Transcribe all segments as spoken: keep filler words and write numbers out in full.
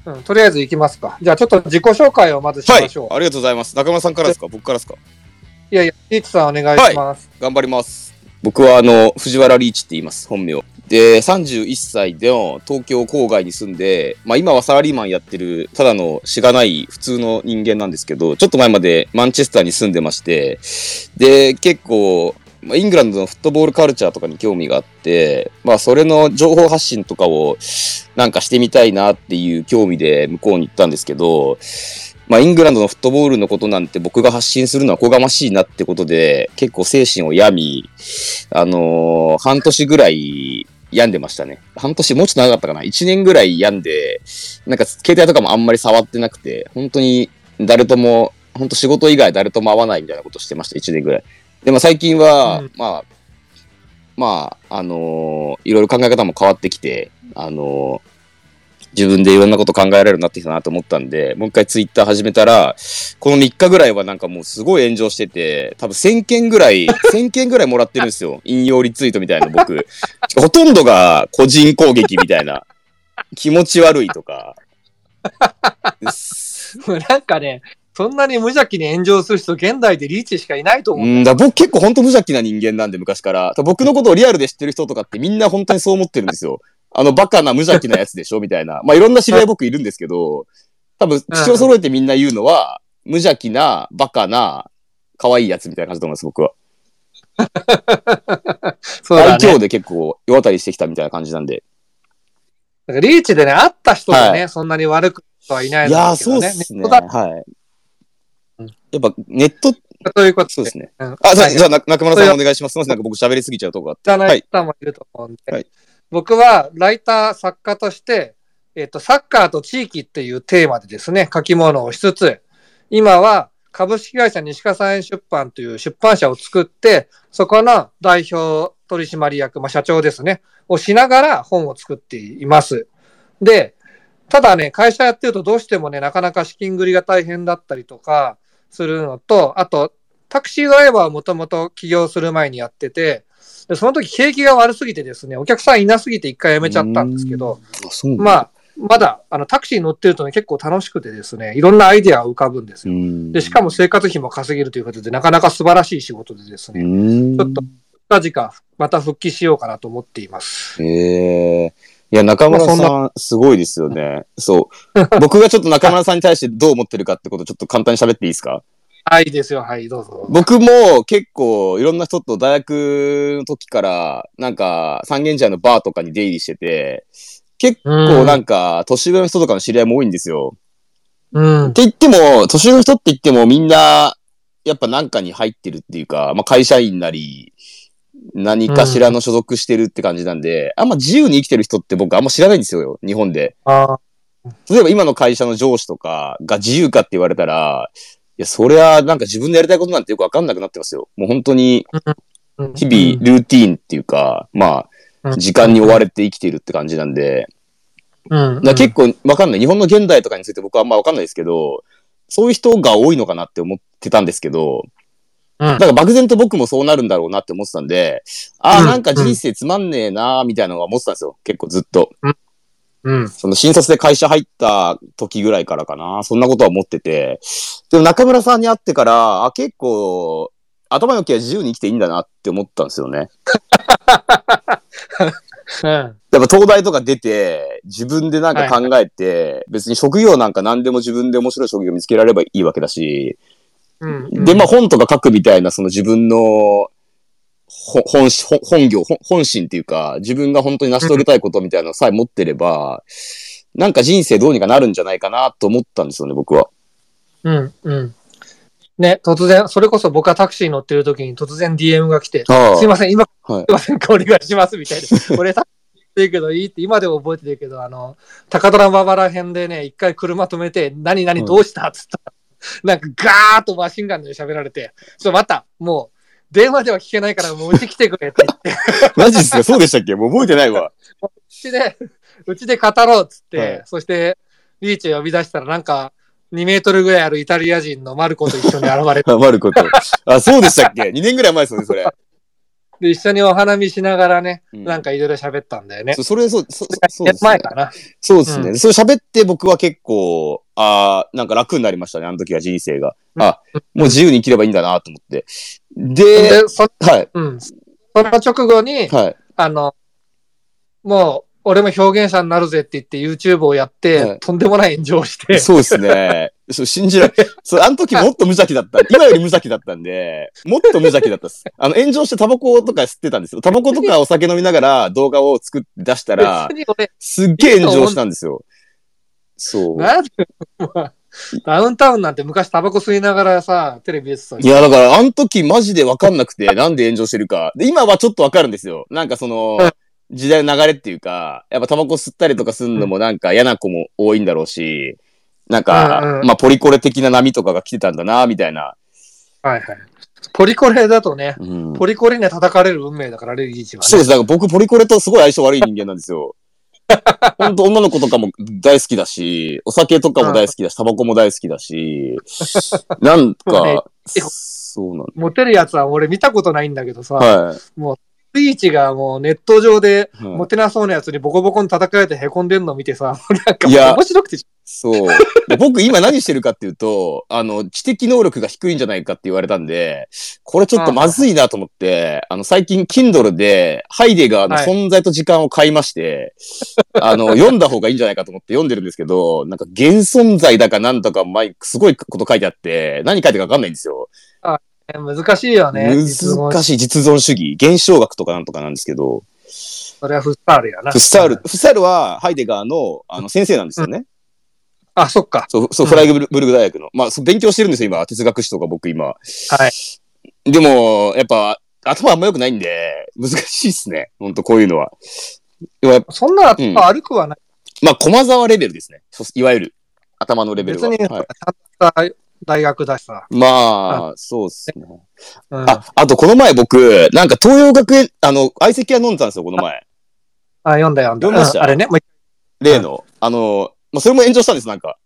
うん、とりあえず行きますか。じゃあちょっと自己紹介をまずしましょう。 はい、ありがとうございます。中村さんからですか、僕からですか？ いやいや、リーチさんお願いします。 はい、頑張ります。僕はあの藤原リーチって言います、本名で。さんじゅういっさいでの東京郊外に住んで、まあ、今はサラリーマンやってるただのしがない普通の人間なんですけど、ちょっと前までマンチェスターに住んでまして、で結構イングランドのフットボールカルチャーとかに興味があって、まあそれの情報発信とかをなんかしてみたいなっていう興味で向こうに行ったんですけど、まあイングランドのフットボールのことなんて僕が発信するのはこがましいなってことで、結構精神を病み、あのー、半年ぐらい病んでましたね。半年、もうちょっと長かったかな。いちねんぐらい病んで、なんか携帯とかもあんまり触ってなくて、本当に誰とも、本当仕事以外誰とも会わないみたいなことしてました、いちねんぐらい。でも最近は、うん、まあ、まあ、あのー、いろいろ考え方も変わってきて、あのー、自分でいろんなこと考えられるようになってきたなと思ったんで、もう一回ツイッター始めたら、このみっかぐらいはなんかもうすごい炎上してて、多分せんけんぐらい、せんけんぐらいもらってるんですよ。引用リツイートみたいな僕。ほとんどが個人攻撃みたいな。気持ち悪いとか。 なんかね、そんなに無邪気に炎上する人、現代でリーチしかいないと思うんだ。 うんだ、僕結構本当無邪気な人間なんで、昔から。僕のことをリアルで知ってる人とかってみんな本当にそう思ってるんですよ。あのバカな無邪気なやつでしょみたいな。まあいろんな知り合い僕いるんですけど、多分口を揃えてみんな言うのは、無邪気な、バカな、可愛いやつみたいな感じだと思います、僕は。そうだね。愛嬌で結構世渡りしてきたみたいな感じなんで。 だからリーチでね、会った人がね、はい、そんなに悪くはいないのだけどね。いや、 そうですね。はい。やっぱネット、 ということでそうですね。うん、あ、じゃあ、じゃあ中村さんお願いします。すみません、なんか僕喋りすぎちゃうとこがあって。 じゃない方もいると思うんで。はい、僕はライター、作家として、えっと、サッカーと地域っていうテーマでですね、書き物をしつつ、今は株式会社西笠園出版という出版社を作って、そこの代表取締役、まあ、社長ですね、をしながら本を作っています。で、ただね、会社やってるとどうしてもね、なかなか資金繰りが大変だったりとかするのと、あと、タクシードライバーはもともと起業する前にやってて、でその時景気が悪すぎてですね、お客さんいなすぎて一回辞めちゃったんですけど、まあ、まだあのタクシーに乗ってるとね、結構楽しくてですね、いろんなアイデアが浮かぶんですよ。で、しかも生活費も稼げるということで、なかなか素晴らしい仕事でですね、ちょっと近々また復帰しようかなと思っています。 へえ。いや、中村さん、すごいですよね。そう。僕がちょっと中村さんに対してどう思ってるかってことをちょっと簡単に喋っていいですか？ はい、いいですよ。はい、どうぞ。 僕も結構いろんな人と大学の時から、なんか三軒茶屋のバーとかに出入りしてて、結構なんか年上の人とかの知り合いも多いんですよ。うん。って言っても、年上の人って言ってもみんな、やっぱなんかに入ってるっていうか、まあ会社員なり、何かしらの所属してるって感じなんで、うん、あんま自由に生きてる人って僕あんま知らないんですよ、日本で。あ例えば今の会社の上司とかが自由かって言われたら、いや、それはなんか自分でやりたいことなんてよくわかんなくなってますよ。もう本当に、日々ルーティーンっていうか、まあ、時間に追われて生きているって感じなんで、うんうん、だ結構わかんない。日本の現代とかについて僕はあんまわかんないですけど、そういう人が多いのかなって思ってたんですけど、うん、だから漠然と僕もそうなるんだろうなって思ってたんで、ああ、なんか人生つまんねえなーみたいなのが思ってたんですよ。結構ずっと。うんうん、その新卒で会社入った時ぐらいからかな。そんなことは思ってて。でも中村さんに会ってから、あ、結構、頭の毛は自由に生きていいんだなって思ったんですよね。うん、やっぱ東大とか出て、自分でなんか考えて、はい、別に職業なんか何でも自分で面白い職業見つけられればいいわけだし、うんうん、で、まあ本とか書くみたいなその自分の本、本業、本心っていうか、自分が本当に成し遂げたいことみたいなのさえ持ってれば、うん、なんか人生どうにかなるんじゃないかなと思ったんですよね、僕は。 うん、うん。ね、突然、それこそ僕はタクシーに乗ってる時に突然 ディーエム が来て、すいません、今、はい、すいませんか、お願いします、みたいな。俺タクシーって言うけどいいって今でも覚えてるけど、あの、高虎馬場ら辺でね、一回車止めて、何々どうしたっつったら、うん、なんかガーッとマシンガンで喋られて、ちょ、また、もう、電話では聞けないからもううち来てくれって言って。 マジっすか？そうでしたっけ？もう覚えてないわ。 うちで、うちで語ろうっつって、はい、そして、リーチを呼び出したらなんか、にメートルぐらいあるイタリア人のマルコと一緒に現れて。 マルコと。あ、そうでしたっけ？ に 年ぐらい前ですよね、それ。 で、一緒にお花見しながらね、 うんなんかいろいろ喋ったんだよね。 そそれ、そう、そそうですね。 前かな。 そうですね。 うんそれ喋って僕は結構、ああ、なんか楽になりましたね、あの時は人生が。あ、もう自由に生きればいいんだなと思って。で、 で、そ、 はい。 うん。その直後に、 はい。 あの、もう、俺も表現者になるぜって言って YouTube をやって、 はいとんでもない炎上して。 そうですね。そう、信じられ、そう、あの時もっと無邪気だった。今より無邪気だったんで、もっと無邪気だったっす。あの、炎上してタバコとか吸ってたんですよ。タバコとかお酒飲みながら動画を作って出したら、 別に俺、 すっげえ炎上したんですよ。そう。 なんで、まあダウンタウンなんて昔タバコ吸いながらさ、テレビ出てたいや、だから、あの時マジでわかんなくて、なんで炎上してるか。で、今はちょっとわかるんですよ。なんかその、時代の流れっていうか、やっぱタバコ吸ったりとかすんのもなんか嫌な子も多いんだろうし、なんか、 うんうん、 まあ、ポリコレ的な波とかが来てたんだな、みたいな。 はいはい。ポリコレだとね、 うん、 ポリコレには叩かれる運命だから、レイジはね。 そうです。だから僕、ポリコレとすごい相性悪い人間なんですよ。本当女の子とかも大好きだし、お酒とかも大好きだし、タバコも大好きだし、なんか、そうなんだ。 モテるやつは俺見たことないんだけどさ、 はい、 もう、リーチがもうネット上でモテなそうなやつにボコボコに叩かれて凹んでんの見てさ、なんか面白くて。 そう。僕今何してるかっていうと、あの、知的能力が低いんじゃないかって言われたんで、これちょっとまずいなと思って、あの、最近 Kindle でハイデガーの存在と時間を買いまして、はい、あの、読んだ方がいいんじゃないかと思って読んでるんですけど、なんか現存在だかなんとか、すごいこと書いてあって、何書いてるかわかんないんですよ。 あ、難しいよね。 難しい実存主義。現象学とかなんとかなんですけど。 それはフスタールやな。 フスタール。フスタールはハイデガーのあの先生なんですよね。うんあ、そっか。 そう、そう、フライブルグ大学の。まあ、そう勉強してるんですよ、今。哲学史とか僕今。はい。でも、やっぱ、頭あんま良くないんで、難しいっすね。ほんと、こういうのは。 そんな頭悪くはない。 うん、まあ、駒沢レベルですね。いわゆる、頭のレベルは。 別に、 はい、 たった大学だしさ。 まあ、そうっすね。 うん、 あ、あと、この前僕、なんか東洋学園、あの、相席屋飲んでたんですよ、この前。 あ、読んだ読んだ。 読みました、 うん、あれね。もう例の、うん、あの、まあ、それも炎上したんです、なんか。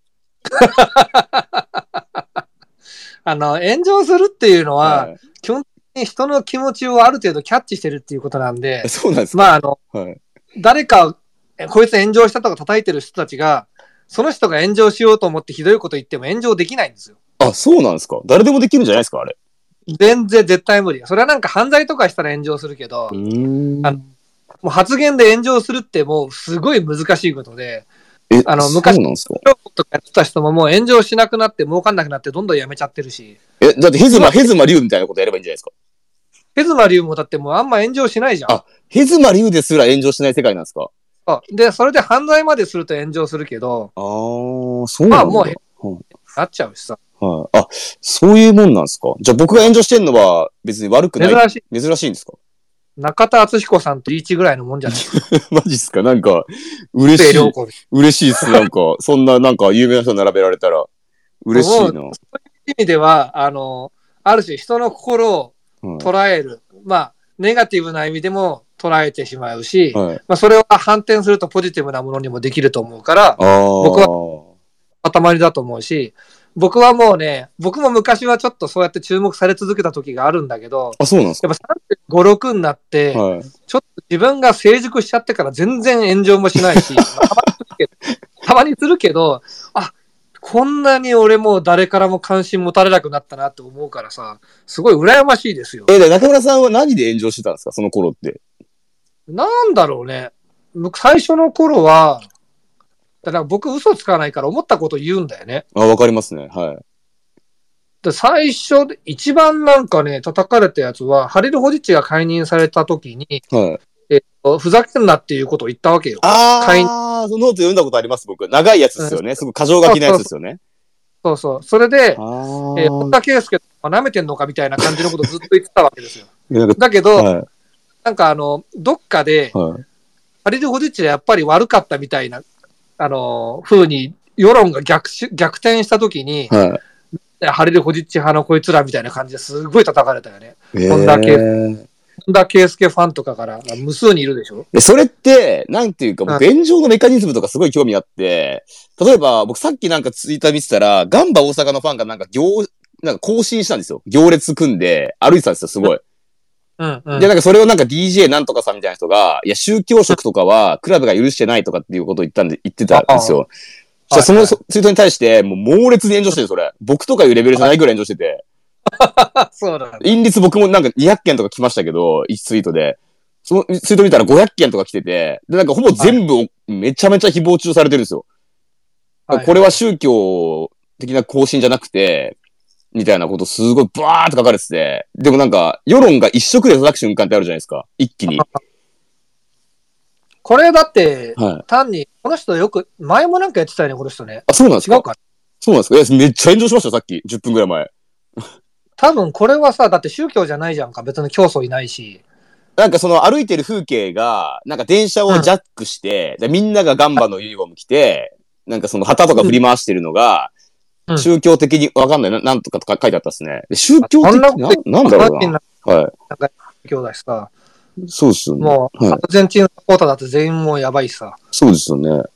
あの、炎上するっていうのは、はい、基本的に人の気持ちをある程度キャッチしてるっていうことなんで、 そうなんですか。 まあ、あの、 はい、 誰か、こいつ炎上したとか叩いてる人たちが、その人が炎上しようと思ってひどいこと言っても炎上できないんですよ。 あ、そうなんですか。誰でもできるんじゃないですか、あれ。 全然絶対無理。それはなんか犯罪とかしたら炎上するけど、 うーんあのもう発言で炎上するってもうすごい難しいことで、 え、 あの昔とかやってた人ももう炎上しなくなって儲かんなくなってどんどんやめちゃってるし。 え、だってヘズマ、ヘズマリュウみたいなことやればいいんじゃないですか。 ヘズマリュウもだってもうあんま炎上しないじゃん。 あ、ヘズマリュウですら炎上しない世界なんですか。 で、それで犯罪まですると炎上するけど、 あー、そうなんだ。 まあもう、なっちゃうしさ。 はい、あ、そういうもんなんですか。じゃあ僕が炎上してんのは別に悪くない。 珍しい。 珍しいんですか。 中田敦彦さんとリーチぐらいのもんじゃないマジっすか。なんか、嬉しい。嬉しいっす。なんか、そんななんか有名な人並べられたら、嬉しいな。そういう意味では、あの、ある種人の心を捉える。うん、まあ、ネガティブな意味でも捉えてしまうし、はい、まあ、それを反転するとポジティブなものにもできると思うから、僕は頭りだと思うし、僕はもうね、僕も昔はちょっとそうやって注目され続けた時があるんだけど、 あ、そうなんですか。 やっぱさんじゅうご、ろくになって、はい、ちょっと自分が成熟しちゃってから全然炎上もしないし、たまにするけど、あ、こんなに俺も誰からも関心持たれなくなったなって思うからさ、すごい羨ましいですよ。 え、で、中村さんは何で炎上してたんですか、その頃って。 なんだろうね。最初の頃は、だから僕嘘つかないから思ったこと言うんだよね。 あ、わかりますね。はい。 で最初で、一番なんかね、叩かれたやつは、ハリル・ホジッチが解任された時に、はい、えっと、ふざけんなっていうことを言ったわけよ。 ああ、そのノート読んだことあります、僕。長いやつですよね。うん、すごい過剰書きなやつですよね。 そうそう。それで、えー、本田圭佑と舐めてんのかみたいな感じのことをずっと言ってたわけですよ。だけど、はい、なんかあの、どっかで、はい、ハリル・ホジッチはやっぱり悪かったみたいな、あの、風に世論が 逆, 逆転したときに、はい、ハリル・ホジッチ派のこいつらみたいな感じですごい叩かれたよね。本田圭佑。本田圭佑ファンとかから無数にいるでしょ。 それって、なんていうか、僕、炎上のメカニズムとかすごい興味あって、例えば、僕さっきなんかツイッター見てたら、ガンバ大阪のファンがなんか行、なんか更新したんですよ。行列組んで歩いてたんですよ、すごい。 うんうん、 で、なんかそれをなんか ディージェー なんとかさんみたいな人が、いや、宗教色とかはクラブが許してないとかっていうことを言ったんで、言ってたんですよ。そしたらそのツイートに対して、もう猛烈に炎上してる、それ。僕とかいうレベルじゃないぐらい炎上してて。 そうだね。 陰律僕もなんかにひゃっけんとか来ましたけど、いちツイートで。そのツイート見たらごひゃっけんとか来てて、で、なんかほぼ全部めちゃめちゃ誹謗中されてるんですよ。はい、これは宗教的な更新じゃなくて、みたいなことすごいバーって書かれてて、でもなんか世論が一色で叩く瞬間ってあるじゃないですか。一気に。 これだって、はい、単に、この人よく、前もなんかやってたよね、この人ね。 あ、そうなんですか？ 違うか。 そうなんですか？いや、めっちゃ炎上しましたよ、さっき。じゅっぷんぐらい前。 多分これはさ、だって宗教じゃないじゃんか。別に教祖いないし。 なんかその歩いてる風景が、なんか電車をジャックして、うん、みんながガンバのユニフォーム着て、なんかその旗とか振り回してるのが、うん、宗教的にわかんないな、なんとかとか書いてあったっすね。宗教的な、な、なんだろうな。はい。なんか宗教だしさ。 そうですよね。 もう、はい、アルゼンチンサポーターだって全員もうやばいしさ。 そうですよね。はい。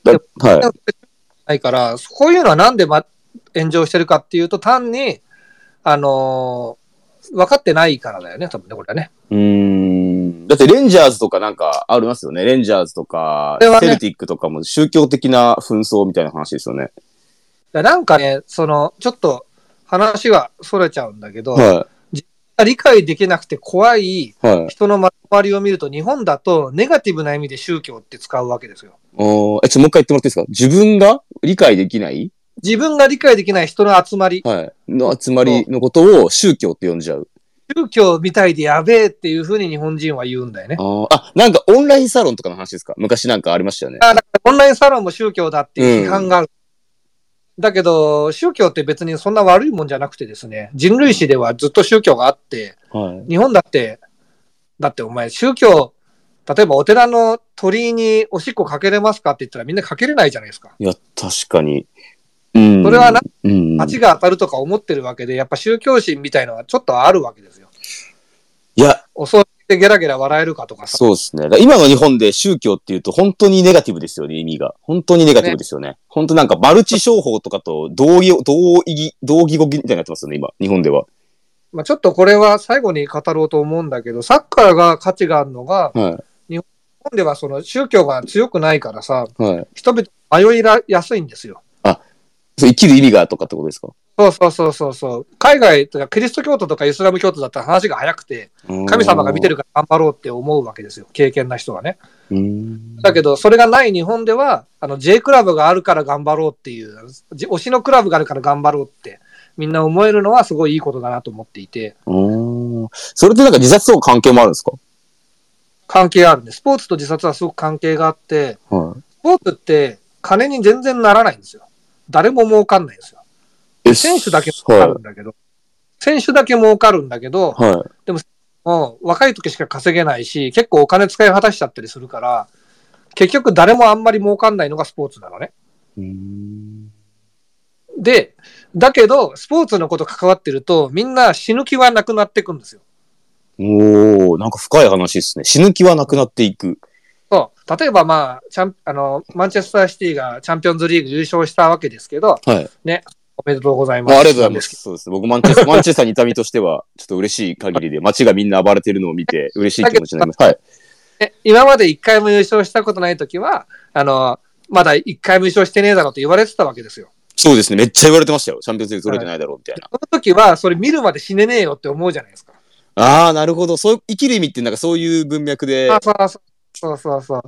ないから、こういうのはなんで、ま、炎上してるかっていうと、単に、あのー、分かってないからだよね、多分ね、これはね。 うーん。だってレンジャーズとかなんかありますよね。レンジャーズとか、ね、セルティックとかも宗教的な紛争みたいな話ですよね。 なんかね、その、ちょっと話はそれちゃうんだけど、 はい、 理解できなくて怖い人の周りを見ると、日本だとネガティブな意味で宗教って使うわけですよ。 おえ、ちょ、もう一回言ってもらっていいですか？自分が理解できない？ 自分が理解できない人の集まり。 はい。の集まりのことを宗教って呼んじゃう。 宗教みたいでやべえっていうふうに日本人は言うんだよね。 ああ、なんかオンラインサロンとかの話ですか？昔なんかありましたよね。 あ、だからオンラインサロンも宗教だっていう批判がある。うん、だけど、宗教って別にそんな悪いもんじゃなくてですね、人類史ではずっと宗教があって、はい、日本だって、だってお前宗教、例えばお寺の鳥居におしっこかけれますかって言ったらみんなかけれないじゃないですか。 いや、確かに。 うん、それはな、うん、罰が当たるとか思ってるわけで、やっぱ宗教心みたいのはちょっとあるわけですよ。 いや、 襲ってゲラゲラ笑えるかとかさ。 そうですね。今の日本で宗教っていうと本当にネガティブですよね、意味が。本当にネガティブですよね。ね、本当なんかマルチ商法とかと同義、同義、同義語みたいになってますよね、今、日本では。 まあちょっとこれは最後に語ろうと思うんだけど、サッカーが価値があるのが、はい、日本ではその宗教が強くないからさ、はい、人々迷いやすいんですよ。 あ、生きる意味がとかってことですか？ そうそうそうそうそう。海外とかキリスト教徒とかイスラム教徒だったら話が早くて、神様が見てるから頑張ろうって思うわけですよ。経験な人はね。だけど、それがない日本では、あの J クラブがあるから頑張ろうっていう、推しのクラブがあるから頑張ろうって、みんな思えるのはすごいいいことだなと思っていて。 それってなんか自殺と関係もあるんですか？ 関係あるね。スポーツと自殺はすごく関係があって、はい、スポーツって金に全然ならないんですよ。誰も儲かんないんですよ。選手だけ儲かるんだけど、はい、選手だけ儲かるんだけど、はい、でも、もう若い時しか稼げないし、結構お金使い果たしちゃったりするから、結局誰もあんまり儲かんないのがスポーツなのね。うーんで、だけど、スポーツのこと関わってると、みんな死ぬ気はなくなっていくんですよ。 おー、なんか深い話ですね。死ぬ気はなくなっていく。 そう。例えばまあ、チャンあの、マンチェスターシティがチャンピオンズリーグ優勝したわけですけど、はい。ね。おめでとうございます。 ありがとうございます。そうです。僕、マンチェスター、マンチェスターにいた身としては、ちょっと嬉しい限りで、街がみんな暴れてるのを見て、嬉しい気持ちになります。はい。 今まで一回も優勝したことないときは、あの、まだ一回も優勝してねえだろうって言われてたわけですよ。 そうですね。めっちゃ言われてましたよ。チャンピオンズリーグ取れてないだろうみたいな。 その時は、それ見るまで死ねねえよって思うじゃないですか。 ああ、なるほど。そう、生きる意味ってなんかそういう文脈で。 あそうそうそうそうそう。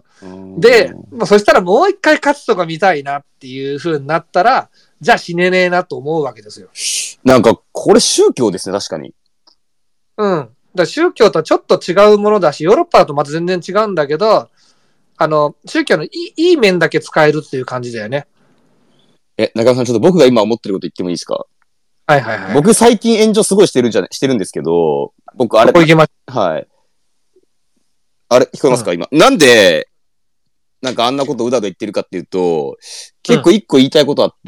で、もうそしたらもう一回勝つとか見たいなっていう風になったら、じゃあ死ねねえなと思うわけですよ。 なんか、これ宗教ですね、確かに。 うん。だから宗教とはちょっと違うものだし、ヨーロッパだとまた全然違うんだけど、あの、宗教のいい、いい面だけ使えるっていう感じだよね。 え、中山さん、ちょっと僕が今思ってること言ってもいいですか？ はいはいはい。 僕最近炎上すごいしてるんじゃない、してるんですけど、僕あれ、 ここ行きまはい。あれ、聞こえますか、うん、今。なんで、なんかあんなことうだうだ言ってるかっていうと、結構一個言いたいことあって、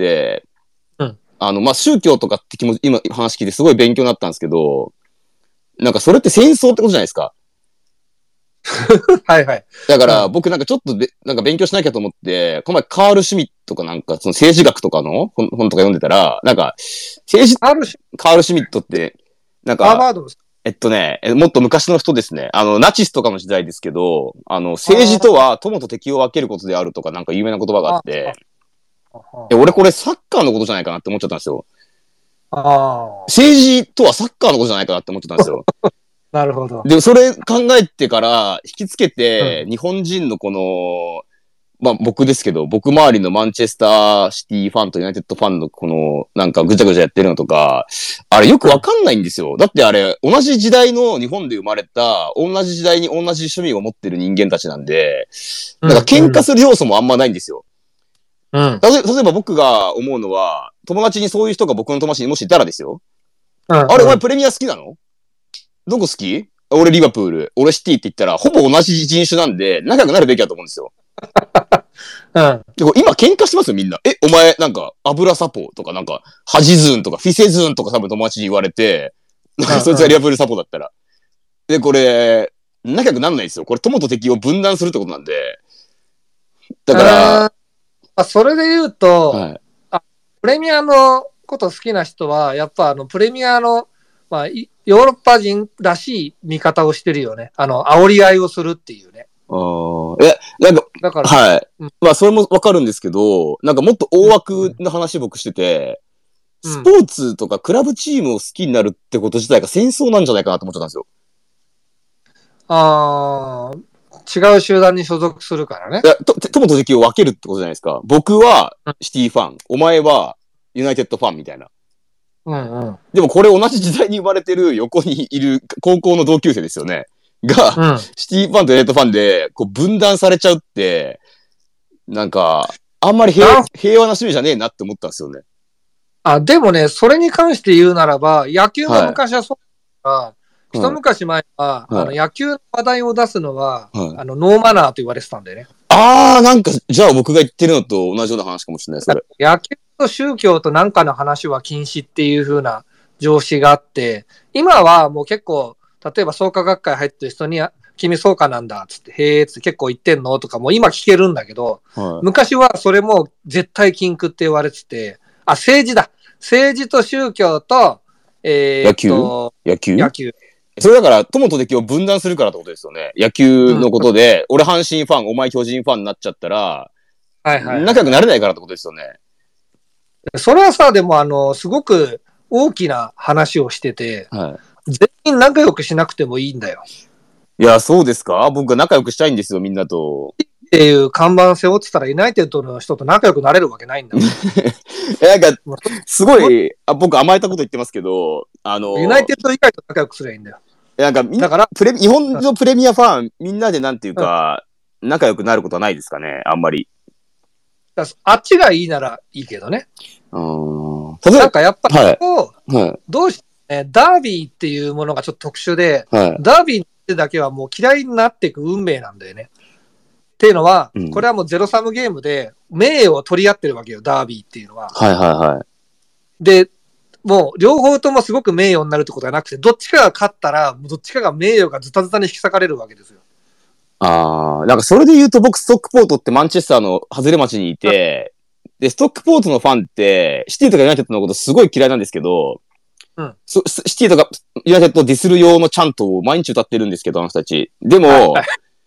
うん、あの、まあ、宗教とかって気持ち、今話聞いてすごい勉強になったんですけど、なんかそれって戦争ってことじゃないですか。 はいはい。 だから、僕なんかちょっとべなんか勉強しなきゃと思って、この前カール・シュミットかなんか、その政治学とかの本とか読んでたら、なんか、政治、カール・シュミットって、なんか、 ハーバードです。 えっとね、もっと昔の人ですね。あの、ナチスとかの時代ですけど、あの、政治とは友と敵を分けることであるとかなんか有名な言葉があって、え俺これサッカーのことじゃないかなって思っちゃったんですよ。 あ政治とはサッカーのことじゃないかなって思っちゃったんですよ。 なるほど。 で、それ考えてから引きつけて、うん、日本人のこの、まあ僕ですけど、僕周りのマンチェスターシティファンとユナイテッドファンのこの、なんかぐちゃぐちゃやってるのとか、あれよくわかんないんですよ。だってあれ、同じ時代の日本で生まれた、同じ時代に同じ趣味を持ってる人間たちなんで、なんか喧嘩する要素もあんまないんですよ。うん。例えば、例えば僕が思うのは、友達にそういう人が僕の友達にもしいたらですよ。うん、あれ、お前プレミア好きなの？どこ好き？俺リバプール、俺シティって言ったら、ほぼ同じ人種なんで、仲良くなるべきだと思うんですよ。うん。で今喧嘩してますよ、みんな。え、お前、なんか、油サポとか、なんか、ハジズーンとか、フィセズーンとか多分友達に言われて、なんかそいつがリバプールサポだったら。で、これ、仲良くなんないんですよ。これ友と敵を分断するってことなんで。だから、 あそれで言うと、はい、あ、プレミアのこと好きな人は、やっぱあの、プレミアの、まあ、ヨーロッパ人らしい見方をしてるよね。あの、煽り合いをするっていうね。 ああ、え、なんか、だから、はい。うん、まあ、それもわかるんですけど、なんかもっと大枠の話僕してて、うん、スポーツとかクラブチームを好きになるってこと自体が戦争なんじゃないかなと思っちゃったんですよ。 ああ、違う集団に所属するからね。 いや、と、友と敵を分けるってことじゃないですか。僕はシティファン、うん、お前はユナイテッドファンみたいな。 うんうん。 でもこれ同じ時代に生まれてる横にいる高校の同級生ですよね。が、うん、シティファンとユナイテッドファンでこう分断されちゃうって、なんか、あんまり 平, 平和な趣味じゃねえなって思ったんですよね。 あ、でもね、それに関して言うならば、野球も昔はそうだから、はい、一昔前は、はい、あの野球の話題を出すのは、はい、あのノーマナーと言われてたんだよね。 あー、なんか、じゃあ僕が言ってるのと同じような話かもしれない、それ。 野球と宗教となんかの話は禁止っていう風な常識があって、今はもう結構、例えば創価学会入ってる人に、君創価なんだっつって、へーって結構言ってんのとかも今聞けるんだけど、はい、昔はそれも絶対禁句って言われてて、あ、政治だ。政治と宗教と、えー、 野球野球野球。 それだから、友と敵を分断するからってことですよね。野球のことで、うん、俺阪神ファン、お前巨人ファンになっちゃったら、はいはいはい、仲良くなれないからってことですよね。 それはさ、でもあの、すごく大きな話をしてて、はい、全員仲良くしなくてもいいんだよ。 いや、そうですか？僕は仲良くしたいんですよ、みんなと。 っていう看板背負ってたら、ユナイテッドの人と仲良くなれるわけないんだもん。 なんか、すごい、あ、僕甘えたこと言ってますけど、あの、 ユナイテッド以外と仲良くすればいいんだよ。 なんか、みんな、だからプレ、日本のプレミアファン、みんなでなんていうか、うん、仲良くなることはないですかね、あんまり。 あっちがいいならいいけどね。 うん。 なんかやっぱり、はいはい、どうして、ね、ダービーっていうものがちょっと特殊で、はい、ダービーだけはもう嫌いになっていく運命なんだよね。っていうのは、うん、これはもうゼロサムゲームで、名誉を取り合ってるわけよ、ダービーっていうのは。 はいはいはい。 で、もう両方ともすごく名誉になるってことはなくて、どっちかが勝ったら、どっちかが名誉がズタズタに引き裂かれるわけですよ。 ああ、なんかそれで言うと僕、ストックポートってマンチェスターの外れ町にいて、で、ストックポートのファンって、シティとかユナイテッドのことすごい嫌いなんですけど、うん、シティとかユナイテッドをディスる用のチャントを毎日歌ってるんですけど、あの人たち。でも、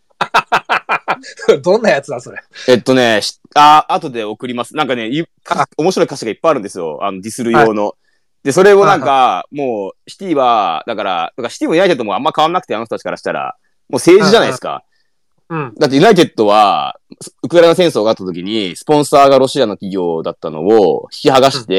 どんなやつだ、それ。 えっとね、あ、後で送ります。なんかね、面白い歌詞がいっぱいあるんですよ。あの、ディスる用の。はい、で、それをなんか、もう、シティは、だから、だからシティもユナイテッドもあんま変わんなくて、あの人たちからしたら、もう政治じゃないですか。うん。だってユナイテッドは、ウクライナ戦争があった時に、スポンサーがロシアの企業だったのを引き剥がして、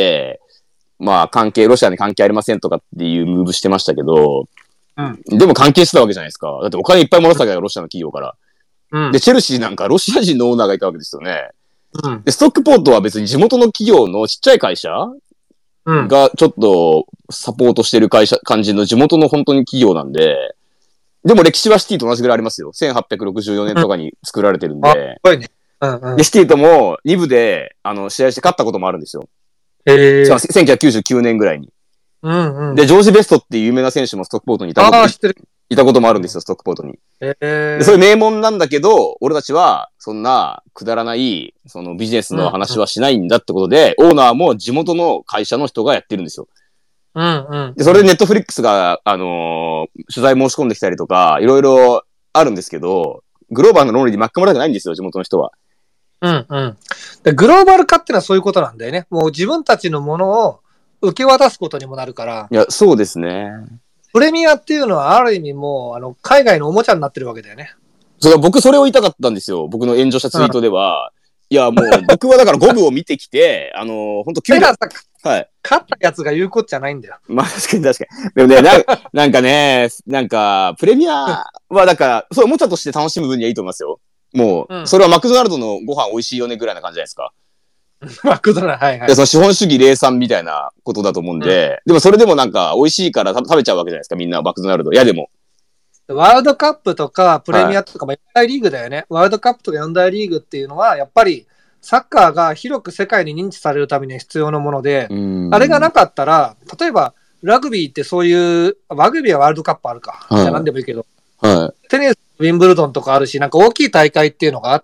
うん、まあ、関係、ロシアに関係ありませんとかっていうムーブしてましたけど、うん。でも関係してたわけじゃないですか。だってお金いっぱいもらってたわけど、ロシアの企業から。うん。で、チェルシーなんかロシア人のオーナーがいたわけですよね。うん。で、ストックポートは別に地元の企業のちっちゃい会社がちょっとサポートしてる会社、感じの地元の本当に企業なんで、でも歴史はシティと同じぐらいありますよ。せんはっぴゃくろくじゅうよねんとかに作られてるんで。うん、あ、すごいね。うんうん。で、シティともに部で、あの、試合して勝ったこともあるんですよ。へぇー。せんきゅうひゃくきゅうじゅうきゅうねんぐらいに。うんうん。で、ジョージ・ベストっていう有名な選手もストックポートにいたこと、あ、知ってる。いたこともあるんですよ、ストックポートに。へぇー。そういう名門なんだけど、俺たちは、そんな、くだらない、そのビジネスの話はしないんだってことで、うんうん、オーナーも地元の会社の人がやってるんですよ。 うんうん。 で、それでネットフリックスが、あのー、取材申し込んできたりとか、いろいろあるんですけど、グローバルの論理に巻き込まれたくないんですよ、地元の人は。 うんうん。でグローバル化ってのはそういうことなんだよね。もう自分たちのものを受け渡すことにもなるから。 いや、そうですね。 プレミアっていうのはある意味もう、あの、海外のおもちゃになってるわけだよね。 それは僕それを言いたかったんですよ。僕の炎上したツイートでは。いや、もう、僕はだからゴムを見てきて、あのー、ほんと給料、はい。 勝ったやつが言うことじゃないんだよ。 まあ確かに確かに。でもね、ななんかね、なんか、プレミアはだから、そうおもちゃとして楽しむ分にはいいと思いますよ。もう、うん、それはマクドナルドのご飯美味しいよねぐらいな感じじゃないですか。 マクドナルド、はいはい。 でその資本主義零散みたいなことだと思うんで、うん、でもそれでもなんか美味しいから食べちゃうわけじゃないですか、みんなマクドナルド。いやでも。 ワールドカップとかプレミアとか、はい、よん大リーグだよね。ワールドカップとかよん大リーグっていうのは、やっぱりサッカーが広く世界に認知されるために必要なもので、あれがなかったら、例えばラグビーってそういう、ラグビーはワールドカップあるか。はい、じゃあ何でもいいけど、はい、テニス、ウィンブルドンとかあるし、なんか大きい大会っていうのがあって、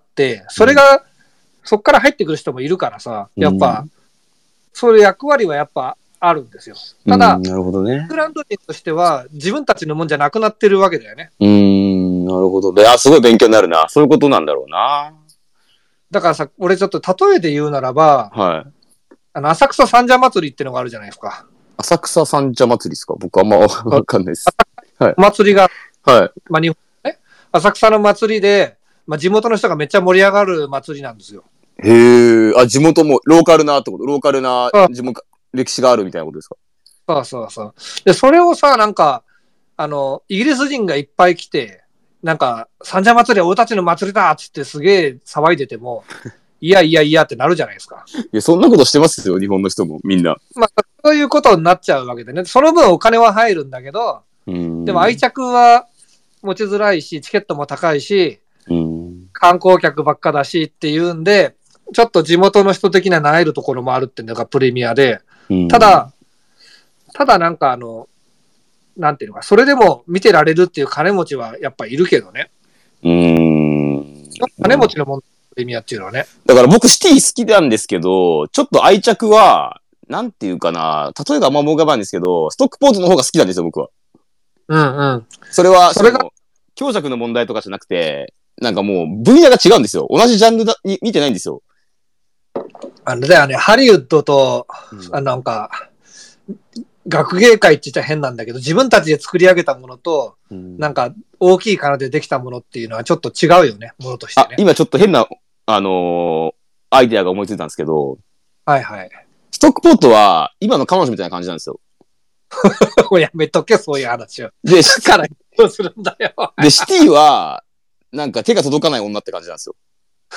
それが、うん、そっから入ってくる人もいるからさ、やっぱ、そういう役割はやっぱあるんですよ。ただ、 なるほどね。 イングランド人としては自分たちのもんじゃなくなってるわけだよね。 うーん、なるほど。で、あ、すごい勉強になるな。そういうことなんだろうな。 だからさ、俺ちょっと例えで言うならば、 はい。 あの、浅草三社祭りってのがあるじゃないですか。 浅草三社祭りですか？僕あんまわかんないです。 はい。祭りが、 はい。 まあ、日本ね、浅草の祭りで、まあ、地元の人がめっちゃ盛り上がる祭りなんですよ。 へえ、あ、地元も、ローカルなってこと？ローカルな地元、歴史があるみたいなことですか？ そうそうそう。で、それをさ、なんか、あの、イギリス人がいっぱい来て、なんか、三社祭りは俺たちの祭りだっつってすげえ騒いでても、いやいやいやってなるじゃないですか。 いや、そんなことしてますよ、日本の人も、みんな。 まあ、そういうことになっちゃうわけでね。その分お金は入るんだけど、でも愛着は持ちづらいし、チケットも高いし、観光客ばっかだしっていうんで、ちょっと地元の人的な萎えるところもあるっていうのがプレミアで、ただ、ただなんかあの、なんていうのか、それでも見てられるっていう金持ちはやっぱいるけどね。 うーん。 金持ちのもん、プレミアっていうのはね。 だから僕シティ好きなんですけど、ちょっと愛着は、なんていうかな、例えばあんま思い浮かばないんですけど、ストックポートの方が好きなんですよ、僕は。 うんうん。 それは、それが、強弱の問題とかじゃなくて、なんかもう分野が違うんですよ。同じジャンルだに見てないんですよ。 あれだよね、ハリウッドと、うん、あなんか、学芸会って言ったら変なんだけど、自分たちで作り上げたものと、うん、なんか大きい金でできたものっていうのはちょっと違うよね、ものとしてね。 あ、今ちょっと変な、あのー、アイデアが思いついたんですけど、 はいはい。 ストックポットは今の彼女みたいな感じなんですよ。 もうやめとけ、そういう話を。 で、 だからどうするんだよ。 で、シティは、なんか手が届かない女って感じなんですよ。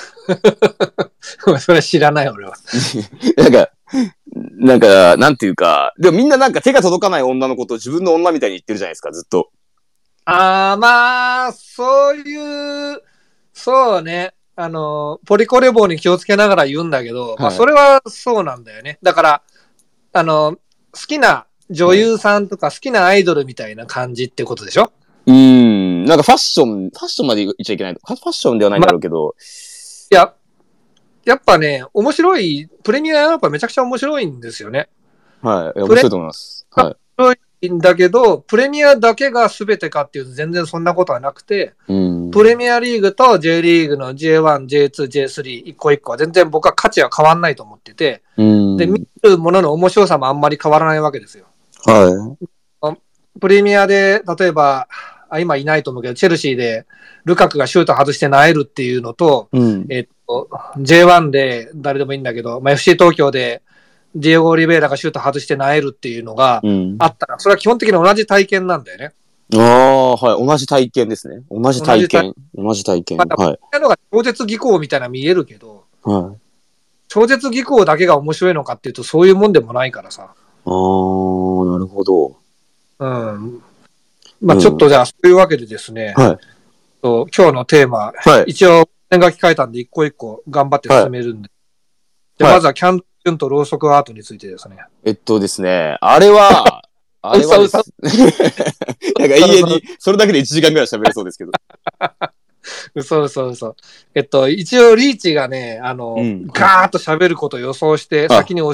それ知らない、俺は。 なんか、なんか、なんていうか、でもみんななんか手が届かない女のことを自分の女みたいに言ってるじゃないですか、ずっと。 あー、まあ、そういう、そうね。あの、ポリコレ棒に気をつけながら言うんだけど、はい、まあ、それはそうなんだよね。だから、あの、好きな女優さんとか好きなアイドルみたいな感じってことでしょ？ うーん、なんかファッション、ファッションまで言っちゃいけない。ファッションではないんだろうけど。 ま、いや、やっぱね、面白い、プレミアやっぱめちゃくちゃ面白いんですよね。 はい、面白いと思います。はい。面白いんだけど、プレミアだけが全てかっていうと全然そんなことはなくて、うんプレミアリーグと J リーグの ジェイワン、ジェイツー、ジェイスリー 一個一個は全然僕は価値は変わんないと思ってて、うんで、見るものの面白さもあんまり変わらないわけですよ。 はい。 プレミアで、例えば、あ今いないと思うけど、チェルシーでルカクがシュート外して萎えるっていうのと、うん、えっと、ジェイワン で誰でもいいんだけど、まあ、エフシー 東京でディエゴ・オリベイラがシュート外して萎えるっていうのがあったら、うん、それは基本的に同じ体験なんだよね。 ああ、はい。同じ体験ですね。同じ体験。同じ体験。 まあ、はい。のが超絶技巧みたいな見えるけど、 はい。 超絶技巧だけが面白いのかっていうと、そういうもんでもないからさ。ああ、 なるほど。 うん。まあちょっとじゃあ、そういうわけでですね、 はい。 と今日のテーマ、はい、一応、点書き換えたんで、一個一個頑張って進めるんで。はい、でまずはキャンドゥとろうそくアートについてですね。 えっとですね、あれは、あれはですなんか永遠に、それだけでいちじかんぐらい喋れそうですけど。 嘘嘘嘘。えっと、一応リーチがね、あの、うん、ガーッと喋ることを予想して、先にお品書き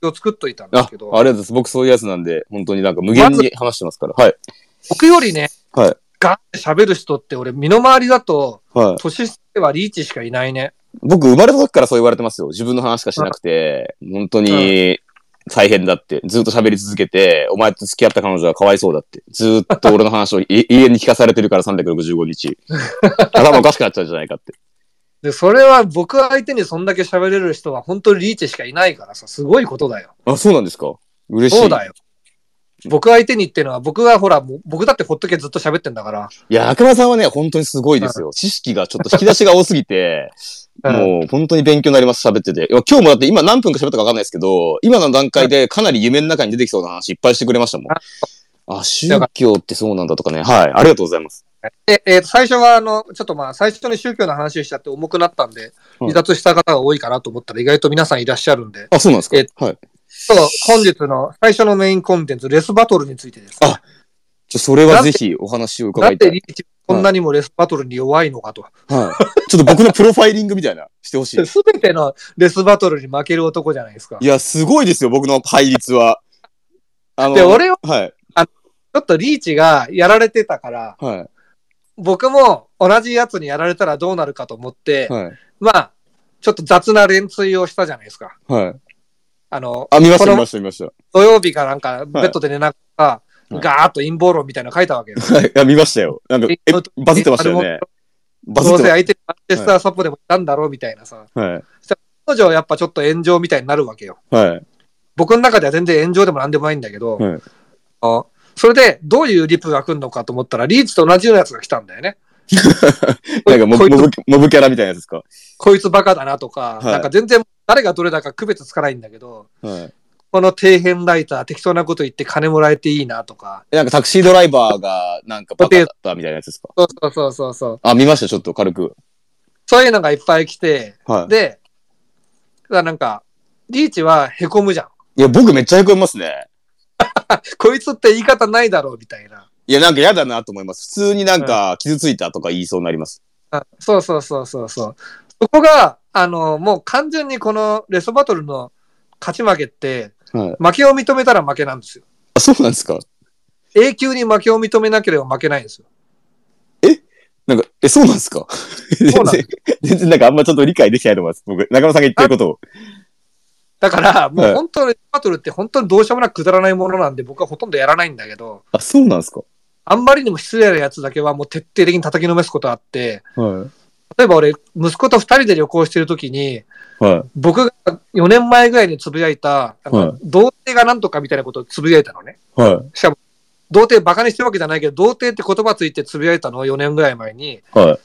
を作っといたんですけど。 あ、ありがとうございます。僕そういうやつなんで、本当になんか無限に話してますから。はい。 僕よりね、 はい。 ガーって喋る人って俺、身の回りだと、 はい。 年下ではリーチしかいないね。 僕、生まれた時からそう言われてますよ。自分の話しかしなくて、本当に大変だって。ずっと喋り続けて、お前と付き合った彼女はかわいそうだって。ずっと俺の話を永遠に聞かされてるからさんびゃくろくじゅうごにち。頭おかしくなっちゃうんじゃないかって。 で、それは僕相手にそんだけ喋れる人は本当にリーチしかいないからさ、すごいことだよ。 あ、そうなんですか。嬉しい。 そうだよ。僕相手にっていうのは、僕はほら、もう僕だってほっとけずっと喋ってんだから。 いや、中村さんはね、本当にすごいですよ。うん、知識がちょっと引き出しが多すぎて、うん、もう本当に勉強になります、喋ってて。今日もだって今何分か喋ったか分かんないですけど、今の段階でかなり夢の中に出てきそうな話いっぱいしてくれましたもん。あ、宗教ってそうなんだとかね。はい、ありがとうございます。 え、えー、最初はあの、ちょっとまあ、最初に宗教の話をしちゃって重くなったんで、離脱した方が多いかなと思ったら意外と皆さんいらっしゃるんで。 あ、そうなんですか。 えー、はい。そう、本日の最初のメインコンテンツ、レスバトルについてです、ね。 あ、ちょ、それはぜひお話を伺いたい。 だってリーチこんなにもレスバトルに弱いのかと。 はい。ちょっと僕のプロファイリングみたいな、してほしい。 すべてのレスバトルに負ける男じゃないですか。 いや、すごいですよ、僕の配率は。 あの、で、俺は、 はい。 あの、ちょっとリーチがやられてたから、 はい。 僕も同じやつにやられたらどうなるかと思って、はい、まあ、ちょっと雑な連追をしたじゃないですか。 はい。 あの、 あ、見ました、見ました、見ました。 土曜日かなんか、ベッドで寝ながら、はい、ガーッと陰謀論みたいなの書いたわけよ。 はい。いや、見ましたよ。なんか、え、バズってましたよね。 バズってどうせ相手にマンチェスターサポでもいたんだろうみたいなさ。はい。彼女はやっぱちょっと炎上みたいになるわけよ。はい。僕の中では全然炎上でもなんでもないんだけど、はい。あ、それで、どういうリプが来るのかと思ったら、リーチと同じようなやつが来たんだよね。 なんかモブ、モブキャラみたいなやつですか。 こいつバカだなとか、はい、なんか全然誰がどれだか区別つかないんだけど、はい、この底辺ライター適当なこと言って金もらえていいなとか。 なんかタクシードライバーがなんかバカだったみたいなやつですか。 そうそうそうそう。 あ、見ました、ちょっと軽く。 そういうのがいっぱい来て、はい、で、なんか、リーチは凹むじゃん。 いや、僕めっちゃ凹みますね。 こいつって言い方ないだろうみたいな。 いや、なんか嫌だなと思います。普通になんか傷ついたとか言いそうになります。 うん、そうそうそうそうそう。そこが、あの、もう完全にこのレスバトルの勝ち負けって、はい、負けを認めたら負けなんですよ。 あ、そうなんですか。 永久に負けを認めなければ負けないんですよ。 えなんか、え、そうなんですか。そうなんです。全然なんかあんまちょっと理解できないと思います。僕、中野さんが言ってることを。 だから、もう本当にレスバトルって本当にどうしようもなくくだらないものなんで、僕はほとんどやらないんだけど。 あ、そうなんですか。 あんまりにも失礼なやつだけはもう徹底的に叩きのめすことあって、はい、例えば俺、息子と二人で旅行してるときに、はい、僕がよねんまえぐらいにつぶやいた、なんか童貞がなんとかみたいなことをつぶやいたのね。はい、しかも、童貞バカにしてるわけじゃないけど、童貞って言葉ついてつぶやいたのをよねんぐらい前に、はい、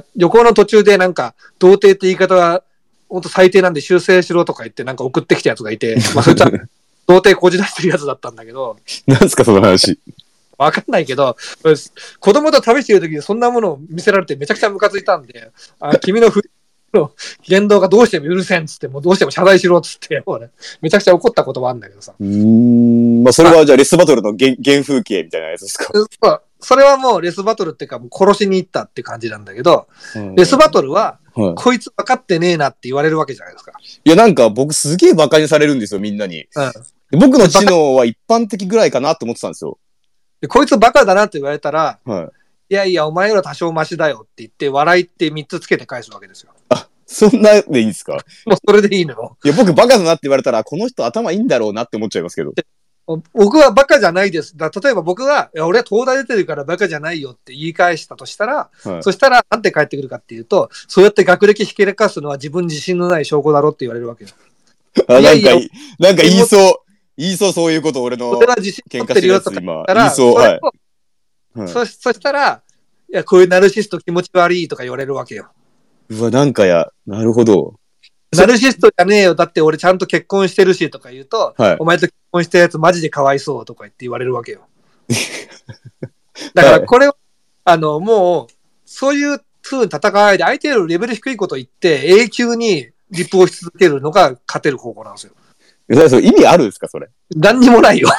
旅行の途中でなんか、童貞って言い方は本当最低なんで修正しろとか言ってなんか送ってきたやつがいて、まあそいつは童貞こじ出してるやつだったんだけど。 なんすかその話。 わかんないけど、子供と旅してる時にそんなものを見せられてめちゃくちゃムカついたんで、あ君のふの言動がどうしても許せんっつって、もうどうしても謝罪しろっつって、もうね、めちゃくちゃ怒ったことはあるんだけどさ。 うーん、まあそれはじゃあレスバトルの原原風景みたいなやつですか。 そう。それはもうレスバトルっていうかもう殺しに行ったって感じなんだけど、レスバトルは、はい、こいつ分かってねえなって言われるわけじゃないですか。 いやなんか僕すげえ馬鹿にされるんですよ、みんなに。うん、僕の知能は一般的ぐらいかなって思ってたんですよ。 でこいつバカだなって言われたら、はい、いやいや、お前ら多少マシだよって言って、笑いってみっつつけて返すわけですよ。 あ、そんなでいいんですか。 もうそれでいいのよ。 いや、僕バカだなって言われたら、この人頭いいんだろうなって思っちゃいますけど。 僕はバカじゃないです。だ例えば僕が、いや俺は東大出てるからバカじゃないよって言い返したとしたら、はい、そしたらなんて返ってくるかっていうと、そうやって学歴ひけらかすのは自分自信のない証拠だろって言われるわけよ。 あ、いやいや、なんか、なんか言いそう。言いそう、そういうこと、俺の俺は自信持ってるよとか今。言いそう。はい。 はい、そ, そしたら、いや、こういうナルシスト気持ち悪いとか言われるわけよ。 うわ、なんかや、なるほど。 ナルシストじゃねえよ。だって俺ちゃんと結婚してるしとか言うと、はい、お前と結婚したやつマジでかわいそうとか言って言われるわけよ。だからこれは、はい、あの、もう、そういう風に戦いで相手よりレベル低いこと言って永久にリプをし続けるのが勝てる方法なんですよ。 それ意味あるんですかそれ。 何にもないよ。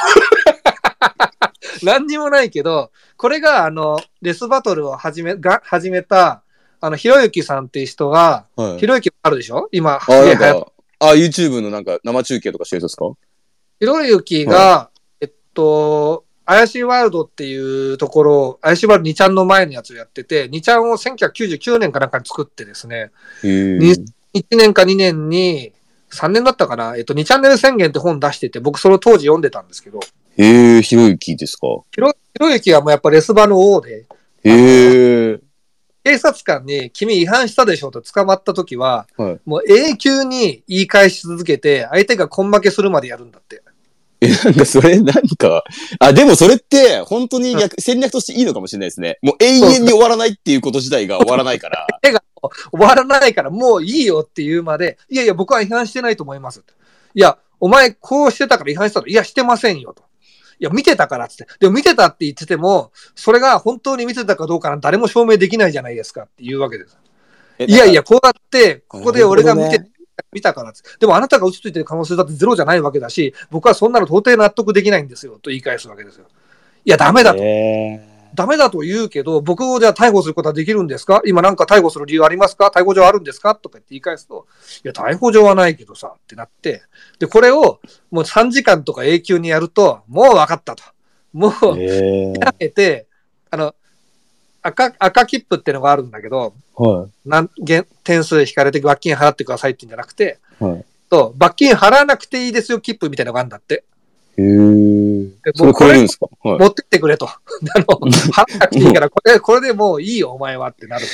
何にもないけど、これが、あの、レスバトルを始め、が、始めた、あの、ひろゆきさんっていう人が、はい、ひろゆきあるでしょ今、 あ、なんか、 あ、YouTube のなんか生中継とかしてる人ですか？ ひろゆきが、はい、えっと、怪しいワールドっていうところ、怪しいワールドにちゃんの前のやつをやってて、にちゃんをせんきゅうひゃくきゅうじゅうきゅうねんかなんかに作ってですね、いちねんかにねんに、さんねんだったかな、えっと、にチャンネル宣言って本出してて、僕それを当時読んでたんですけど。 へえ、ひろゆきですか？ ひろ、ひろゆきはもうやっぱレスバの王で、 へえ。 警察官に君違反したでしょと捕まった時は、 はい、 もう永久に言い返し続けて、相手が根負けするまでやるんだって。 え、なんかそれ、なんか、あ、でもそれって、本当に逆、うん、戦略としていいのかもしれないですね。もう永遠に終わらないっていうこと自体が終わらないから。 手が終わらないから、もういいよって言うまで、いやいや、僕は違反してないと思います。いや、お前こうしてたから違反したと。いや、してませんよと。いや、見てたからって。でも見てたって言ってても、それが本当に見てたかどうかなんて誰も証明できないじゃないですかっていうわけです。いやいや、こうやって、ここで俺が見て、ね、見たからって。でもあなたが嘘ついてる可能性だってゼロじゃないわけだし、僕はそんなの到底納得できないんですよと言い返すわけですよ。いや、ダメだと。ダメだと言うけど、僕をじゃあ逮捕することはできるんですか？今なんか逮捕する理由ありますか？逮捕状あるんですか？とか言って言い返すと、いや、逮捕状はないけどさ、ってなって、で、これをもうさんじかんとか永久にやると、もう分かったと。もう、やめて、あの、赤、赤切符っていうのがあるんだけど、はい、なん点数引かれて罰金払ってくださいって言うんじゃなくて、はい、と罰金払わなくていいですよ切符みたいなのがあるんだって。 へー。それくれるんですか？ はい、持ってってくれと。あの、払わなくていいから、これ、これでもういいよ、お前はってなるから。